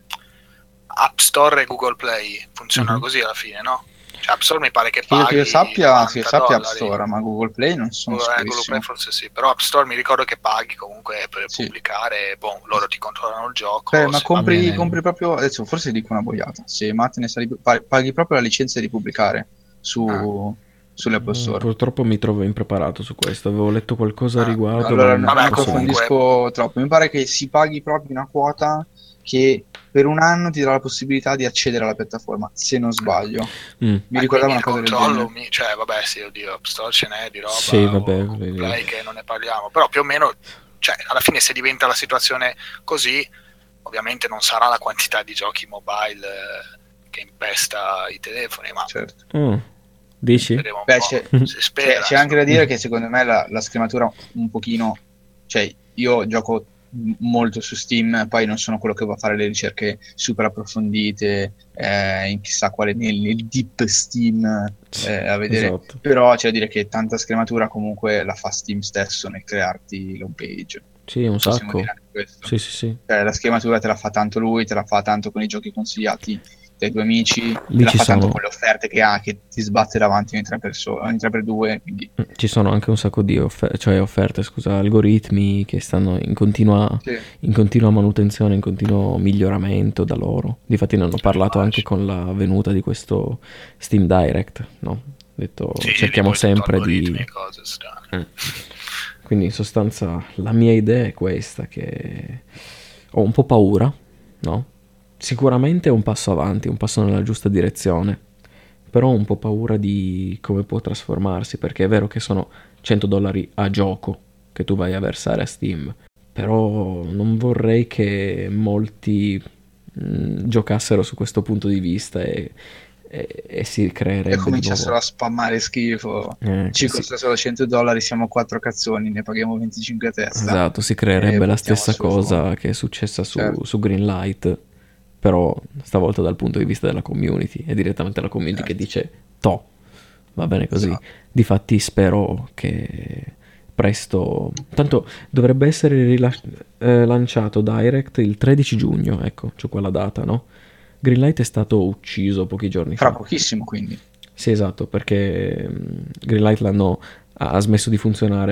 App Store e Google Play funzionano Mhm. così alla fine, no? Cioè App Store mi pare che Che io, paghi che io sappia, novanta sì, sappia App dollari. Store, ma Google Play non sono Google, eh, Google sicurissimo. Play forse sì, però App Store mi ricordo che paghi comunque per Sì. pubblicare, boh, loro ti controllano il gioco. Beh, ma se va compri, bene. compri proprio, adesso forse dico una boiata, se Matt ne sa di più, pa- paghi proprio la licenza di pubblicare su, Ah. sulle App Mm, Store. Purtroppo mi trovo impreparato su questo, avevo letto qualcosa a Ah, riguardo, Allora, ma non Vabbè, posso dire. approfondisco troppo. Mi pare che si paghi proprio una quota che per un anno ti dà la possibilità di accedere alla piattaforma, se non sbaglio. Mm. Mi Eh, ricordavo quindi una il cosa del controllo, genere. mi- cioè vabbè sì, oddio, App Store ce n'è di roba, Sì, o vabbè, Google quelli- Play che non ne parliamo, però più o meno, cioè alla fine se diventa la situazione così, ovviamente non sarà la quantità di giochi mobile eh, che impesta i telefoni, ma Certo. Mm. Dici? vedremo un Beh, po', c'è, si c'è- spera. c'è anche da dire che secondo me la, la scrematura un pochino, cioè io gioco m- molto su Steam, poi non sono quello che va a fare le ricerche super approfondite eh, in chissà quale nel, nel deep Steam eh, a vedere, Esatto. però c'è da dire che tanta scrematura comunque la fa Steam stesso nel crearti l'home page. Sì, un Possiamo sacco. dire anche questo. Sì, sì, sì. Cioè, la scrematura te la fa tanto lui, te la fa tanto con i giochi consigliati dai tuoi amici, Lì te la ci fa tanto sono- con le offerte che ha, che ti sbatte davanti in tre perso- in tre per due, quindi Ci sono anche un sacco di offer- cioè offerte, scusa, algoritmi che stanno in continua, sì. in continua manutenzione, in continuo miglioramento da loro. Difatti ne hanno parlato anche con la venuta di questo Steam Direct, no? Ho detto, Sì, cerchiamo di poi tutto sempre algoritmi di... e cose strane. Quindi in sostanza la mia idea è questa, che ho un po' paura, no? Sicuramente è un passo avanti, un passo nella giusta direzione, però ho un po' paura di come può trasformarsi, perché è vero che sono cento dollari a gioco che tu vai a versare a Steam, però non vorrei che molti mh, giocassero su questo punto di vista e, e- e si creerebbe E di cominciassero nuovo... a spammare schifo. Eh, Ci che si- costa solo cento dollari, siamo quattro cazzoni, ne paghiamo venticinque a testa. Esatto, si E creerebbe la buttiamo stessa su- cosa che è successa su, Certo. su Greenlight, però stavolta dal punto di vista della community, è direttamente la community che Certo. dice to, va bene così. Esatto. Difatti spero che presto, tanto dovrebbe essere rilas- eh, lanciato Direct il tredici giugno, ecco, c'ho qua la data, no? Greenlight è stato ucciso pochi giorni Fra fa. pochissimo, quindi. Sì, esatto, perché mm, Greenlight l'hanno ha ha smesso di funzionare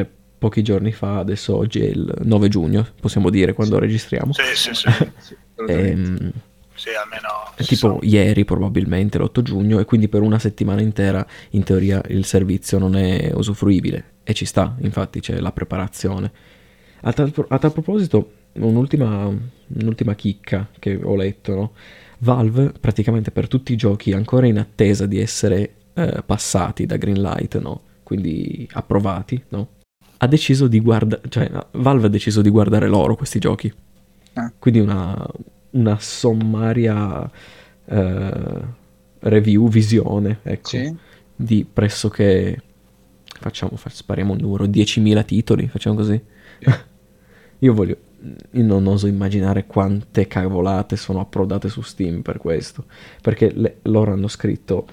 pochi giorni fa, adesso oggi è il nove giugno, possiamo dire quando registriamo. Sì, sì, sì. Sì, Ehm, Sì, almeno È tipo ieri probabilmente, l'otto giugno, e quindi per una settimana intera in teoria il servizio non è usufruibile, e ci sta, infatti c'è la preparazione. A tal, a tal proposito, un'ultima, un'ultima chicca che ho letto, no? Valve praticamente per tutti i giochi ancora in attesa di essere eh, passati da Greenlight, no? Quindi approvati, no? Ha deciso di guardare, cioè Valve ha deciso di guardare loro questi giochi. Ah. Quindi una, una sommaria eh, review, visione, ecco, Sì. di pressoché, facciamo, fa- spariamo un numero, diecimila titoli, facciamo così. Io voglio, io non oso immaginare quante cavolate sono approdate su Steam per questo, perché le- loro hanno scritto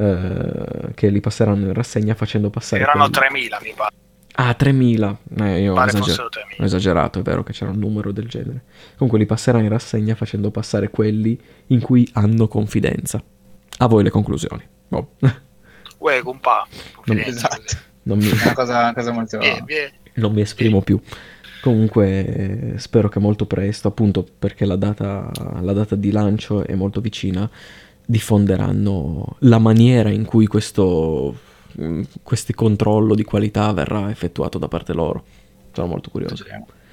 eh, che li passeranno in rassegna facendo passare erano quelli- tremila, mi pare. Ah, tremila. Eh, io ho, Pare esager- fossero ho tremila. esagerato, è vero che c'era un numero del genere. Comunque li passerà in rassegna facendo passare quelli in cui hanno confidenza. A voi le conclusioni. Boh. Uè, compa. Non- Confidenza. Esatto. non, mi, È una cosa, una cosa molto... Vie, vie. non mi esprimo più. Comunque eh, spero che molto presto, appunto perché la data, la data di lancio è molto vicina, diffonderanno la maniera in cui questo, mh, questo controllo di qualità verrà effettuato da parte loro. Sono molto curioso.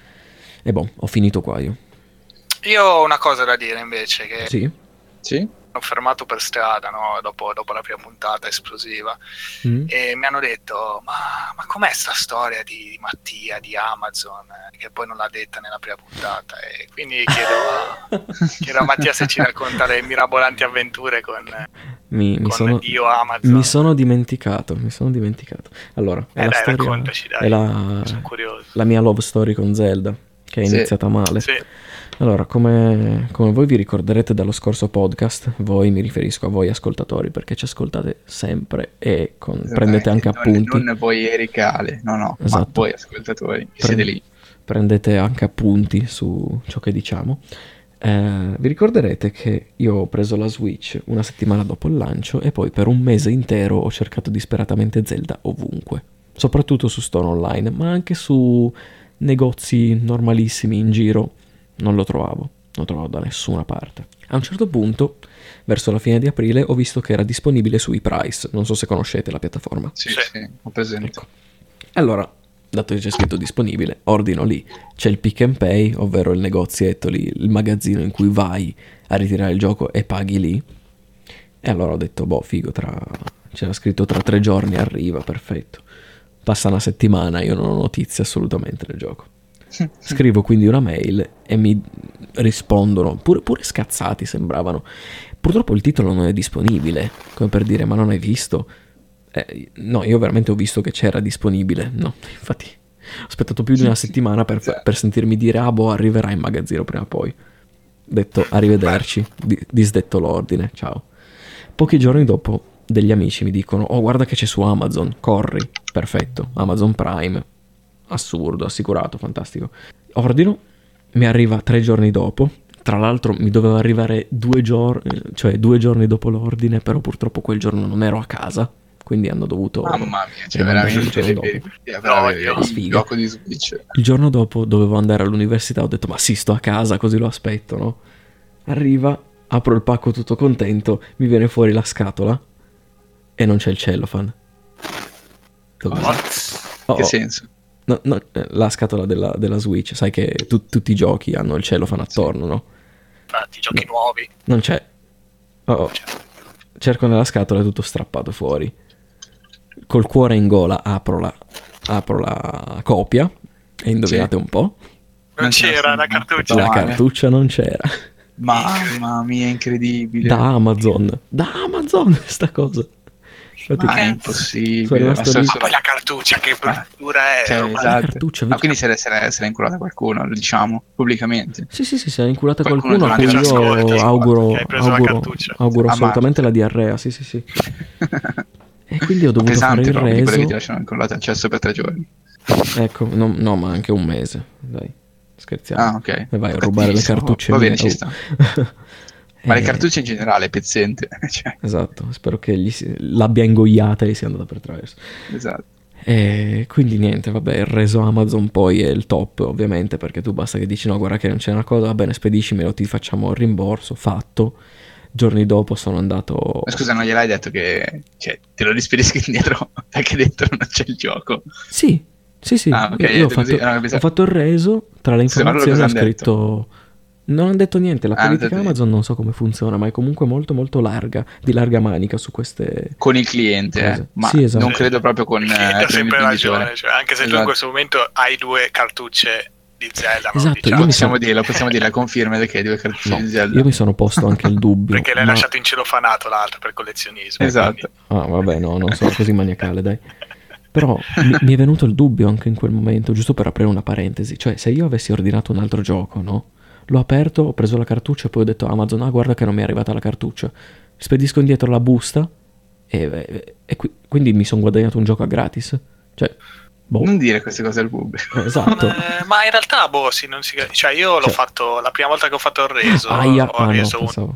E boh, ho finito qua io. Io ho una cosa da dire invece, che Sì? Sì? ho fermato per strada, no? dopo, dopo la prima puntata esplosiva, Mm? e mi hanno detto ma, ma com'è sta storia di, di Mattia, di Amazon, eh, che poi non l'ha detta nella prima puntata, e quindi chiedo a, chiedo a Mattia se ci racconta le mirabolanti avventure con, Mi, mi con sono, Dio Amazon. mi sono dimenticato, mi sono dimenticato. Allora, è Eh, la dai, storia, raccontaci, dai. è la, Sono curioso. la mia love story con Zelda, che è Sì. iniziata male. Sì. Allora, come, come voi vi ricorderete dallo scorso podcast, voi, mi riferisco a voi ascoltatori, perché ci ascoltate sempre e con- prendete anche Esattamente, non- appunti. Non voi Eric e Ale, no, no, ma Esatto. voi ascoltatori, che Pre- siete lì. Prendete anche appunti su ciò che diciamo. Eh, vi ricorderete che io ho preso la Switch una settimana dopo il lancio e poi per un mese intero ho cercato disperatamente Zelda ovunque, soprattutto su store online, ma anche su negozi normalissimi in giro. Non lo trovavo, non lo trovavo da nessuna parte. A un certo punto, verso la fine di aprile, ho visto che era disponibile su ePrice. Non so se conoscete la piattaforma. Sì, Sì. sì, ho presente. Ecco. Allora, dato che c'è scritto disponibile, ordino lì. C'è il Pick and Pay, ovvero il negozietto lì, il magazzino in cui vai a ritirare il gioco e paghi lì. E allora ho detto, boh, figo, tra... c'era scritto tra tre giorni arriva, perfetto. Passa una settimana, io non ho notizie assolutamente del gioco. Scrivo quindi una mail e mi rispondono, pure, pure scazzati sembravano. Purtroppo il titolo non è disponibile, come per dire, ma non hai visto? Eh, no, io veramente ho visto che c'era disponibile. No, infatti ho aspettato più di una settimana per, fa- per sentirmi dire, ah boh, arriverà in magazzino prima o poi. Detto, arrivederci, di- disdetto l'ordine, ciao. Pochi giorni dopo degli amici mi dicono, oh guarda che c'è su Amazon, corri, perfetto, Amazon Prime. Assurdo, assicurato, fantastico. Ordino, mi arriva tre giorni dopo. Tra l'altro mi doveva arrivare due giorni, cioè due giorni dopo l'ordine, però purtroppo quel giorno non ero a casa, quindi hanno dovuto... Mamma mia, cioè rimandarci il veramente giorno le dopo. veri per avere No, il sfiga. gioco di Switch. Il giorno dopo dovevo andare all'università, ho detto ma sì, sto a casa, così lo aspetto, no? Arriva, apro il pacco tutto contento, mi viene fuori la scatola e non c'è il cellophane. Dov'è? What? Oh, Che oh. senso? No, no, eh, la scatola della, della Switch, sai che tu- tutti i giochi hanno il cellophane attorno, no? Infatti, giochi nuovi. Non c'è. Oh, oh. Cerco nella scatola, è tutto strappato fuori. Col cuore in gola apro la, apro la copia e indovinate Sì. un po'? Non c'era la no, cartuccia. La male. cartuccia non c'era. Mamma mia, incredibile. Da Amazon. Da Amazon sta cosa. Infatti, Ma è Sono impossibile. rimasto Ma so- lì. Ma so- poi la cartuccia, che bruttura è. cioè, ormai. esatto. cartuccia, Ma vedi- quindi se l'è, se l'è- se l'è inculata qualcuno, lo diciamo, pubblicamente. Sì, sì, sì, si è inculata Qualcuno qualcuno a cui durante la io ascolti, auguro, che hai preso la auguro, cartuccia. auguro Ah, assolutamente ma- la diarrea, sì, sì, sì. E quindi ho dovuto fare Pesante il proprio di quelle che ti reso. lasciano incollate al cesso per tre giorni. Ecco, no, no, ma anche un mese, dai, scherziamo. Ah, ok. E vai a rubare le Cattivissimo. cartucce Va bene, mie. ci Oh. sta. Ma le Eh, cartucce in generale, pezzente. Cioè, Esatto, spero che gli si- l'abbia ingoiata e gli sia andata per traverso. esatto. E quindi niente, vabbè, il reso Amazon poi è il top, ovviamente, perché tu basta che dici no, guarda che non c'è una cosa, va bene, spedicimelo, ti facciamo il rimborso, fatto. Giorni dopo sono andato... Ma scusa, non gliel'hai detto che cioè, te lo rispedisco indietro perché dentro non c'è il gioco? Sì, sì, sì, Ah, ok, io, io ho, fatto, così, no, ho fatto il reso, tra le Sì, ma loro informazioni ho cosa hanno scritto... Non hanno detto niente, la Ah, non politica detto Amazon non so come funziona, ma è comunque molto molto larga, di larga manica su queste... con il cliente, Cose. eh, ma Sì, esatto. non credo proprio con, Il eh, cliente ha con il sempre venditore. ragione, cioè, anche se tu in Esatto. questo momento hai due cartucce di Zelda, non Esatto, diciamo, io mi Possiamo sono- dirlo, possiamo dire, conferma che hai due cartucce No, di Zelda. io mi sono posto anche il dubbio, perché l'hai ma... lasciato incelofanato l'altro per collezionismo. Esatto. Ah, vabbè, no, non sono così maniacale, dai. Però mi, mi è venuto il dubbio anche in quel momento, giusto per aprire una parentesi. Cioè, se io avessi ordinato un altro gioco, no? L'ho aperto, ho preso la cartuccia e poi ho detto a Amazon, ah, guarda che non mi è arrivata la cartuccia. Spedisco indietro la busta e, e- e qui- quindi mi sono guadagnato un gioco a gratis. Cioè, boh. Non dire queste cose al pubblico. Eh, Esatto. Eh, ma in realtà, boh, sì, non si... cioè io l'ho Cioè- fatto, la prima volta che ho fatto il reso, Aia, ho ah no, reso un- pensavo.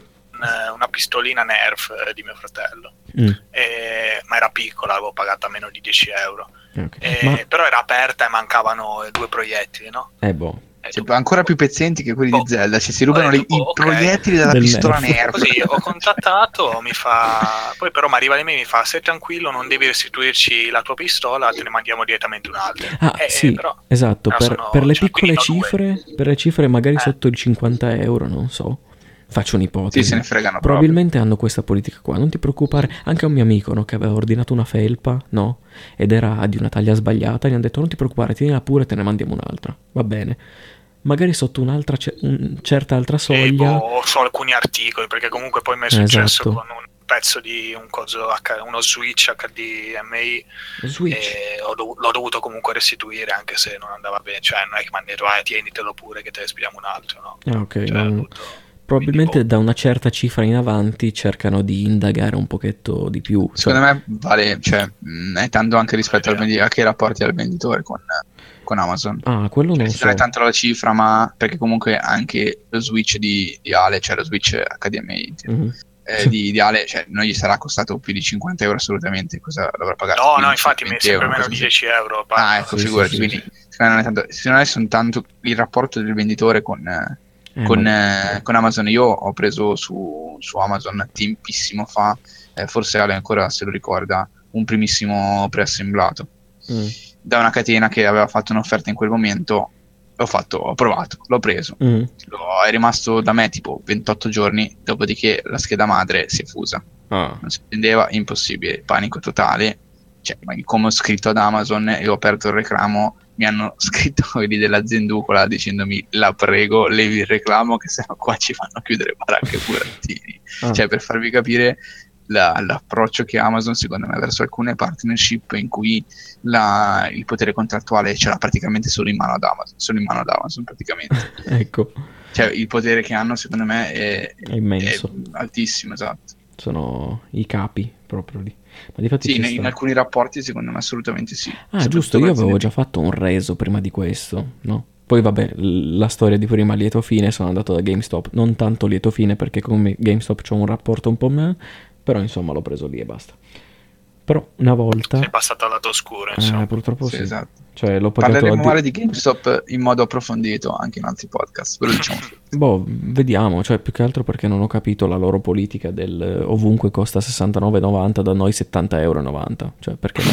un- una pistolina Nerf eh, di mio fratello. Mm, E- ma era piccola, l'avevo pagata meno di dieci euro. ok. E- Ma, Però era aperta e mancavano due proiettili, no? eh boh. E Cioè, tu- ancora più pezzenti che quelli Boh. di Zelda, cioè si rubano Ho le- detto, i boh, ok. proiettili dalla Del pistola Nerf. Nerf. Così ho contattato, mi fa... Poi però mi arriva l'email e mi fa: sei tranquillo, non devi restituirci la tua pistola, te ne mandiamo direttamente un'altra. Ah, Eh, sì, però, esatto, però per, sono- per le cioè, piccole quindi no due. cifre, per le cifre magari Eh. sotto i cinquanta euro, non so. Faccio un'ipotesi. Sì, se ne fregano proprio. Probabilmente hanno questa politica qua, non ti preoccupare. Anche un mio amico, no, che aveva ordinato una felpa, no? Ed era di una taglia sbagliata, gli hanno detto non ti preoccupare, tienila pure, te ne mandiamo un'altra. Va bene. Magari sotto un'altra ce- un- certa altra E, soglia. boh, so alcuni articoli, perché comunque poi mi è successo Esatto. con un pezzo di un coso H- uno Switch H D M I Switch. e ho dov- l'ho dovuto comunque restituire anche se non andava bene, cioè non è che mi hanno detto eh, tienitelo pure che te ne spiediamo un altro, no? Ah, ok. Cioè, ho no. dovuto- Probabilmente quindi, boh. da una certa cifra in avanti cercano di indagare un pochetto di più. Cioè, Secondo me vale, cioè, mh, è tanto anche rispetto al venditore, anche i rapporti al venditore con, con Amazon. Ah, quello Cioè, non si so. non è tanto la cifra, ma perché comunque anche lo Switch di, di Ale, cioè lo Switch H D M I Mhm. eh, di, di Ale, cioè non gli sarà costato più di cinquanta euro assolutamente, cosa l'avrà pagato? No, no, quindici, infatti mi è venti sempre euro, meno cosa di così. dieci euro. Ah, ecco, Sì, figurati, sì, sì, quindi secondo me non è tanto, secondo me sono tanto il rapporto del venditore con, eh, Eh, con, ma- eh, con Amazon. Io ho preso su, su Amazon tempissimo fa, eh, forse Ale ancora se lo ricorda, un primissimo preassemblato Mm. da una catena che aveva fatto un'offerta in quel momento. L'ho fatto, ho provato, l'ho preso. Mm. Lo- è rimasto da me tipo ventotto giorni, dopodiché la scheda madre si è fusa. Ah. Non si prendeva, impossibile, panico totale. Cioè, ma come ho scritto ad Amazon e ho aperto il reclamo, mi hanno scritto quelli dell'azienducola dicendomi la prego, levi il reclamo che sennò qua ci fanno chiudere baracche burattini. Ah. Cioè, per farvi capire la- l'approccio che Amazon secondo me verso alcune partnership in cui la- il potere contrattuale ce l'ha praticamente solo in mano ad Amazon, solo in mano ad Amazon praticamente. Ecco, Cioè, il potere che hanno secondo me è, è immenso. è altissimo, esatto. Sono i capi proprio lì. Ma difatti Sì, ci in, sta. in alcuni rapporti secondo me assolutamente sì. Ah, Soprattutto giusto, io con avevo aziende già fatto un reso prima di questo, no? Poi vabbè, l- la storia di prima lieto fine, sono andato da GameStop, non tanto lieto fine perché con GameStop c'ho un rapporto un po' meh, però insomma l'ho preso lì e basta. Però una volta... Sei passato al lato oscuro, insomma. Eh, purtroppo Sì, sì. esatto. Cioè l'ho pagato... Parleremo addi- male di GameStop in modo approfondito anche in altri podcast, ve lo diciamo subito. Boh, vediamo, cioè più che altro perché non ho capito la loro politica del eh, ovunque costa sessantanove e novanta, da noi settanta e novanta euro, cioè perché...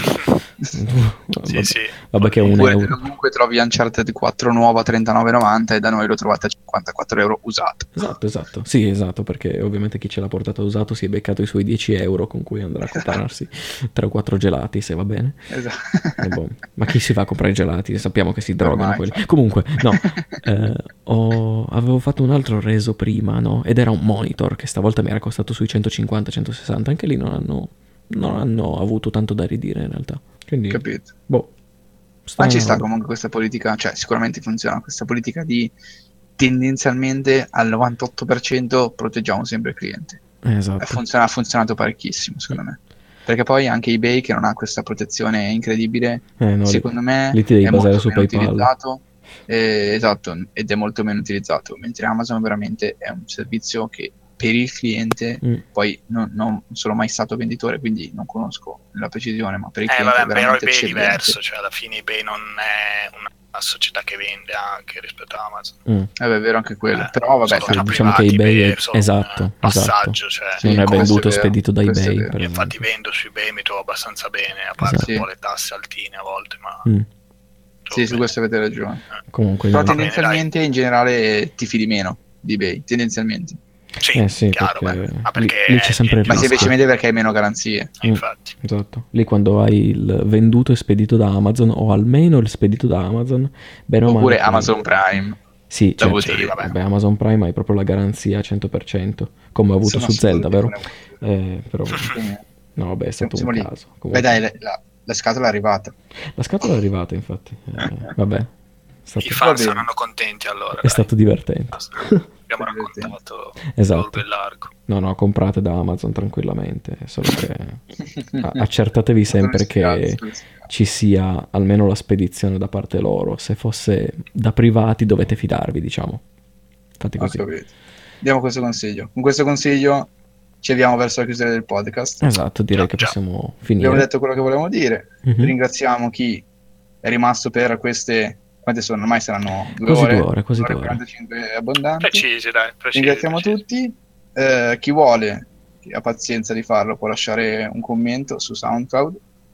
vabbè, sì. vabbè che è un Oppure euro. comunque trovi Uncharted quattro nuovo a trentanove e novanta e da noi lo trovate a cinquantaquattro euro usato. Esatto, esatto. Sì, esatto, perché ovviamente chi ce l'ha portato usato si è beccato i suoi dieci euro con cui andrà a comprarsi tre o quattro gelati, se va bene. Esatto. E boh, ma chi si va a comprare i gelati? Sappiamo che si drogano Ormai, quelli. infatti. Comunque, no, eh, ho- avevo fatto un altro reso prima, no? Ed era un monitor che stavolta mi era costato sui centocinquanta centosessanta. Anche lì non hanno, non hanno avuto tanto da ridire in realtà. Quindi, Capito? boh. Ma strana ci sta roba. comunque questa politica, cioè sicuramente funziona questa politica di tendenzialmente al novantotto per cento proteggiamo sempre il cliente. Eh, Eh, esatto. funziona- ha funzionato parecchissimo secondo me. Perché poi anche eBay che non ha questa protezione incredibile, Eh, no, secondo lì, me lì ti devi è basare molto su meno PayPal. utilizzato. Eh, esatto, ed è molto meno utilizzato, mentre Amazon veramente è un servizio che per il cliente. Mm. Poi non, non sono mai stato venditore, quindi non conosco la precisione, ma per il Eh, cliente vabbè, è però veramente eBay è eccellente. diverso, cioè alla fine eBay non è una, una società che vende anche rispetto a Amazon. Mm. Eh, beh, è vero anche quello, Eh, però vabbè, sono sai, tra diciamo che privati, eBay è- solo un esatto, passaggio, esatto. cioè, Sì, non è questo venduto è vero, spedito da questo è eBay, vero. per infatti esempio. vendo su eBay, mi trovo abbastanza bene, a parte Esatto. un po' le tasse altine a volte, ma Mm. sì, su questo avete ragione. Comunque, Però niente. tendenzialmente in generale ti fidi meno di eBay, tendenzialmente. sì, Eh sì, chiaro, perché beh, ma lì- perché lì c'è è sempre il pieno Ma rischio. semplicemente perché hai meno garanzie. di- infatti. Esatto. Lì quando hai il venduto e spedito da Amazon, o almeno il spedito da Amazon, bene o male. Oppure poi- Amazon Prime. Sì, Da certo. bottiglia. Sì, vabbè. Vabbè, Amazon Prime hai proprio la garanzia cento per cento, come ho avuto Sono su Zelda, vero? assolutamente buone. Eh, però, no, vabbè, è stato Siamo un lì. caso. Beh Comunque. dai, la, la- la scatola è arrivata. La scatola è arrivata, infatti. Eh, vabbè, è stato, I fan Va bene. saranno contenti allora. è dai. stato divertente. Abbiamo È divertente. raccontato Esatto. lungo e largo. No, no, comprate da Amazon tranquillamente, solo che a- accertatevi sempre che ci sia almeno la spedizione da parte loro. Se fosse da privati dovete fidarvi, diciamo. Fate Ho così. capito. Diamo questo consiglio. Con questo consiglio ci avviamo verso la chiusura del podcast. Esatto, direi Già, che già. possiamo Abbiamo finire. detto quello che volevamo dire. Mhm. Ringraziamo chi è rimasto per queste. Quante sono? Ormai saranno due Quasi ore. due ore, quasi un'ora due e ore. quarantacinque abbondanti. Precisi, dai, precisi. Ringraziamo precisi. tutti. Eh, chi vuole, chi ha pazienza di farlo, può lasciare un commento su SoundCloud,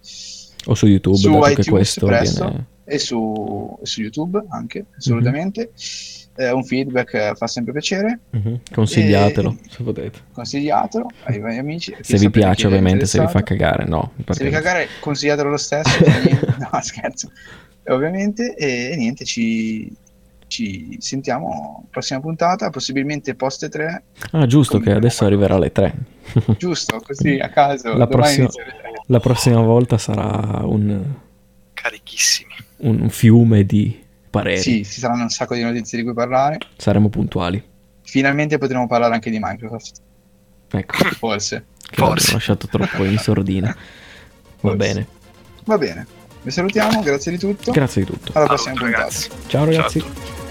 O su YouTube, su dato che iTunes questo presto viene... e su, e su YouTube anche, assolutamente. Eh, un feedback eh, fa sempre piacere. Mhm. Consigliatelo, E- se potete. Consigliatelo ai vostri amici. a chi Se vi sapete piace, chi è ovviamente, se vi fa interessato. cagare, no. Se perché- vi cagare, consigliatelo lo stesso. se niente- no, scherzo. E ovviamente, e, e niente, ci, ci sentiamo prossima puntata, possibilmente post tre, Ah, giusto, Come che adesso abbiamo arriverà alle tre. giusto? Così a caso. La domani prossima, inizia alle tre. la prossima volta sarà un, Carichissimi. un fiume di pareri. Sì, ci saranno un sacco di notizie di cui parlare. Saremo puntuali. Finalmente potremo parlare anche di Microsoft, Ecco, forse. che l'abbiamo Forse. lasciato troppo in sordina. Va Forse. bene. Va bene. Vi salutiamo, grazie di tutto. Grazie di tutto. Alla Saluto, prossima puntata. ragazzi. Ciao ragazzi. Ciao a tutti.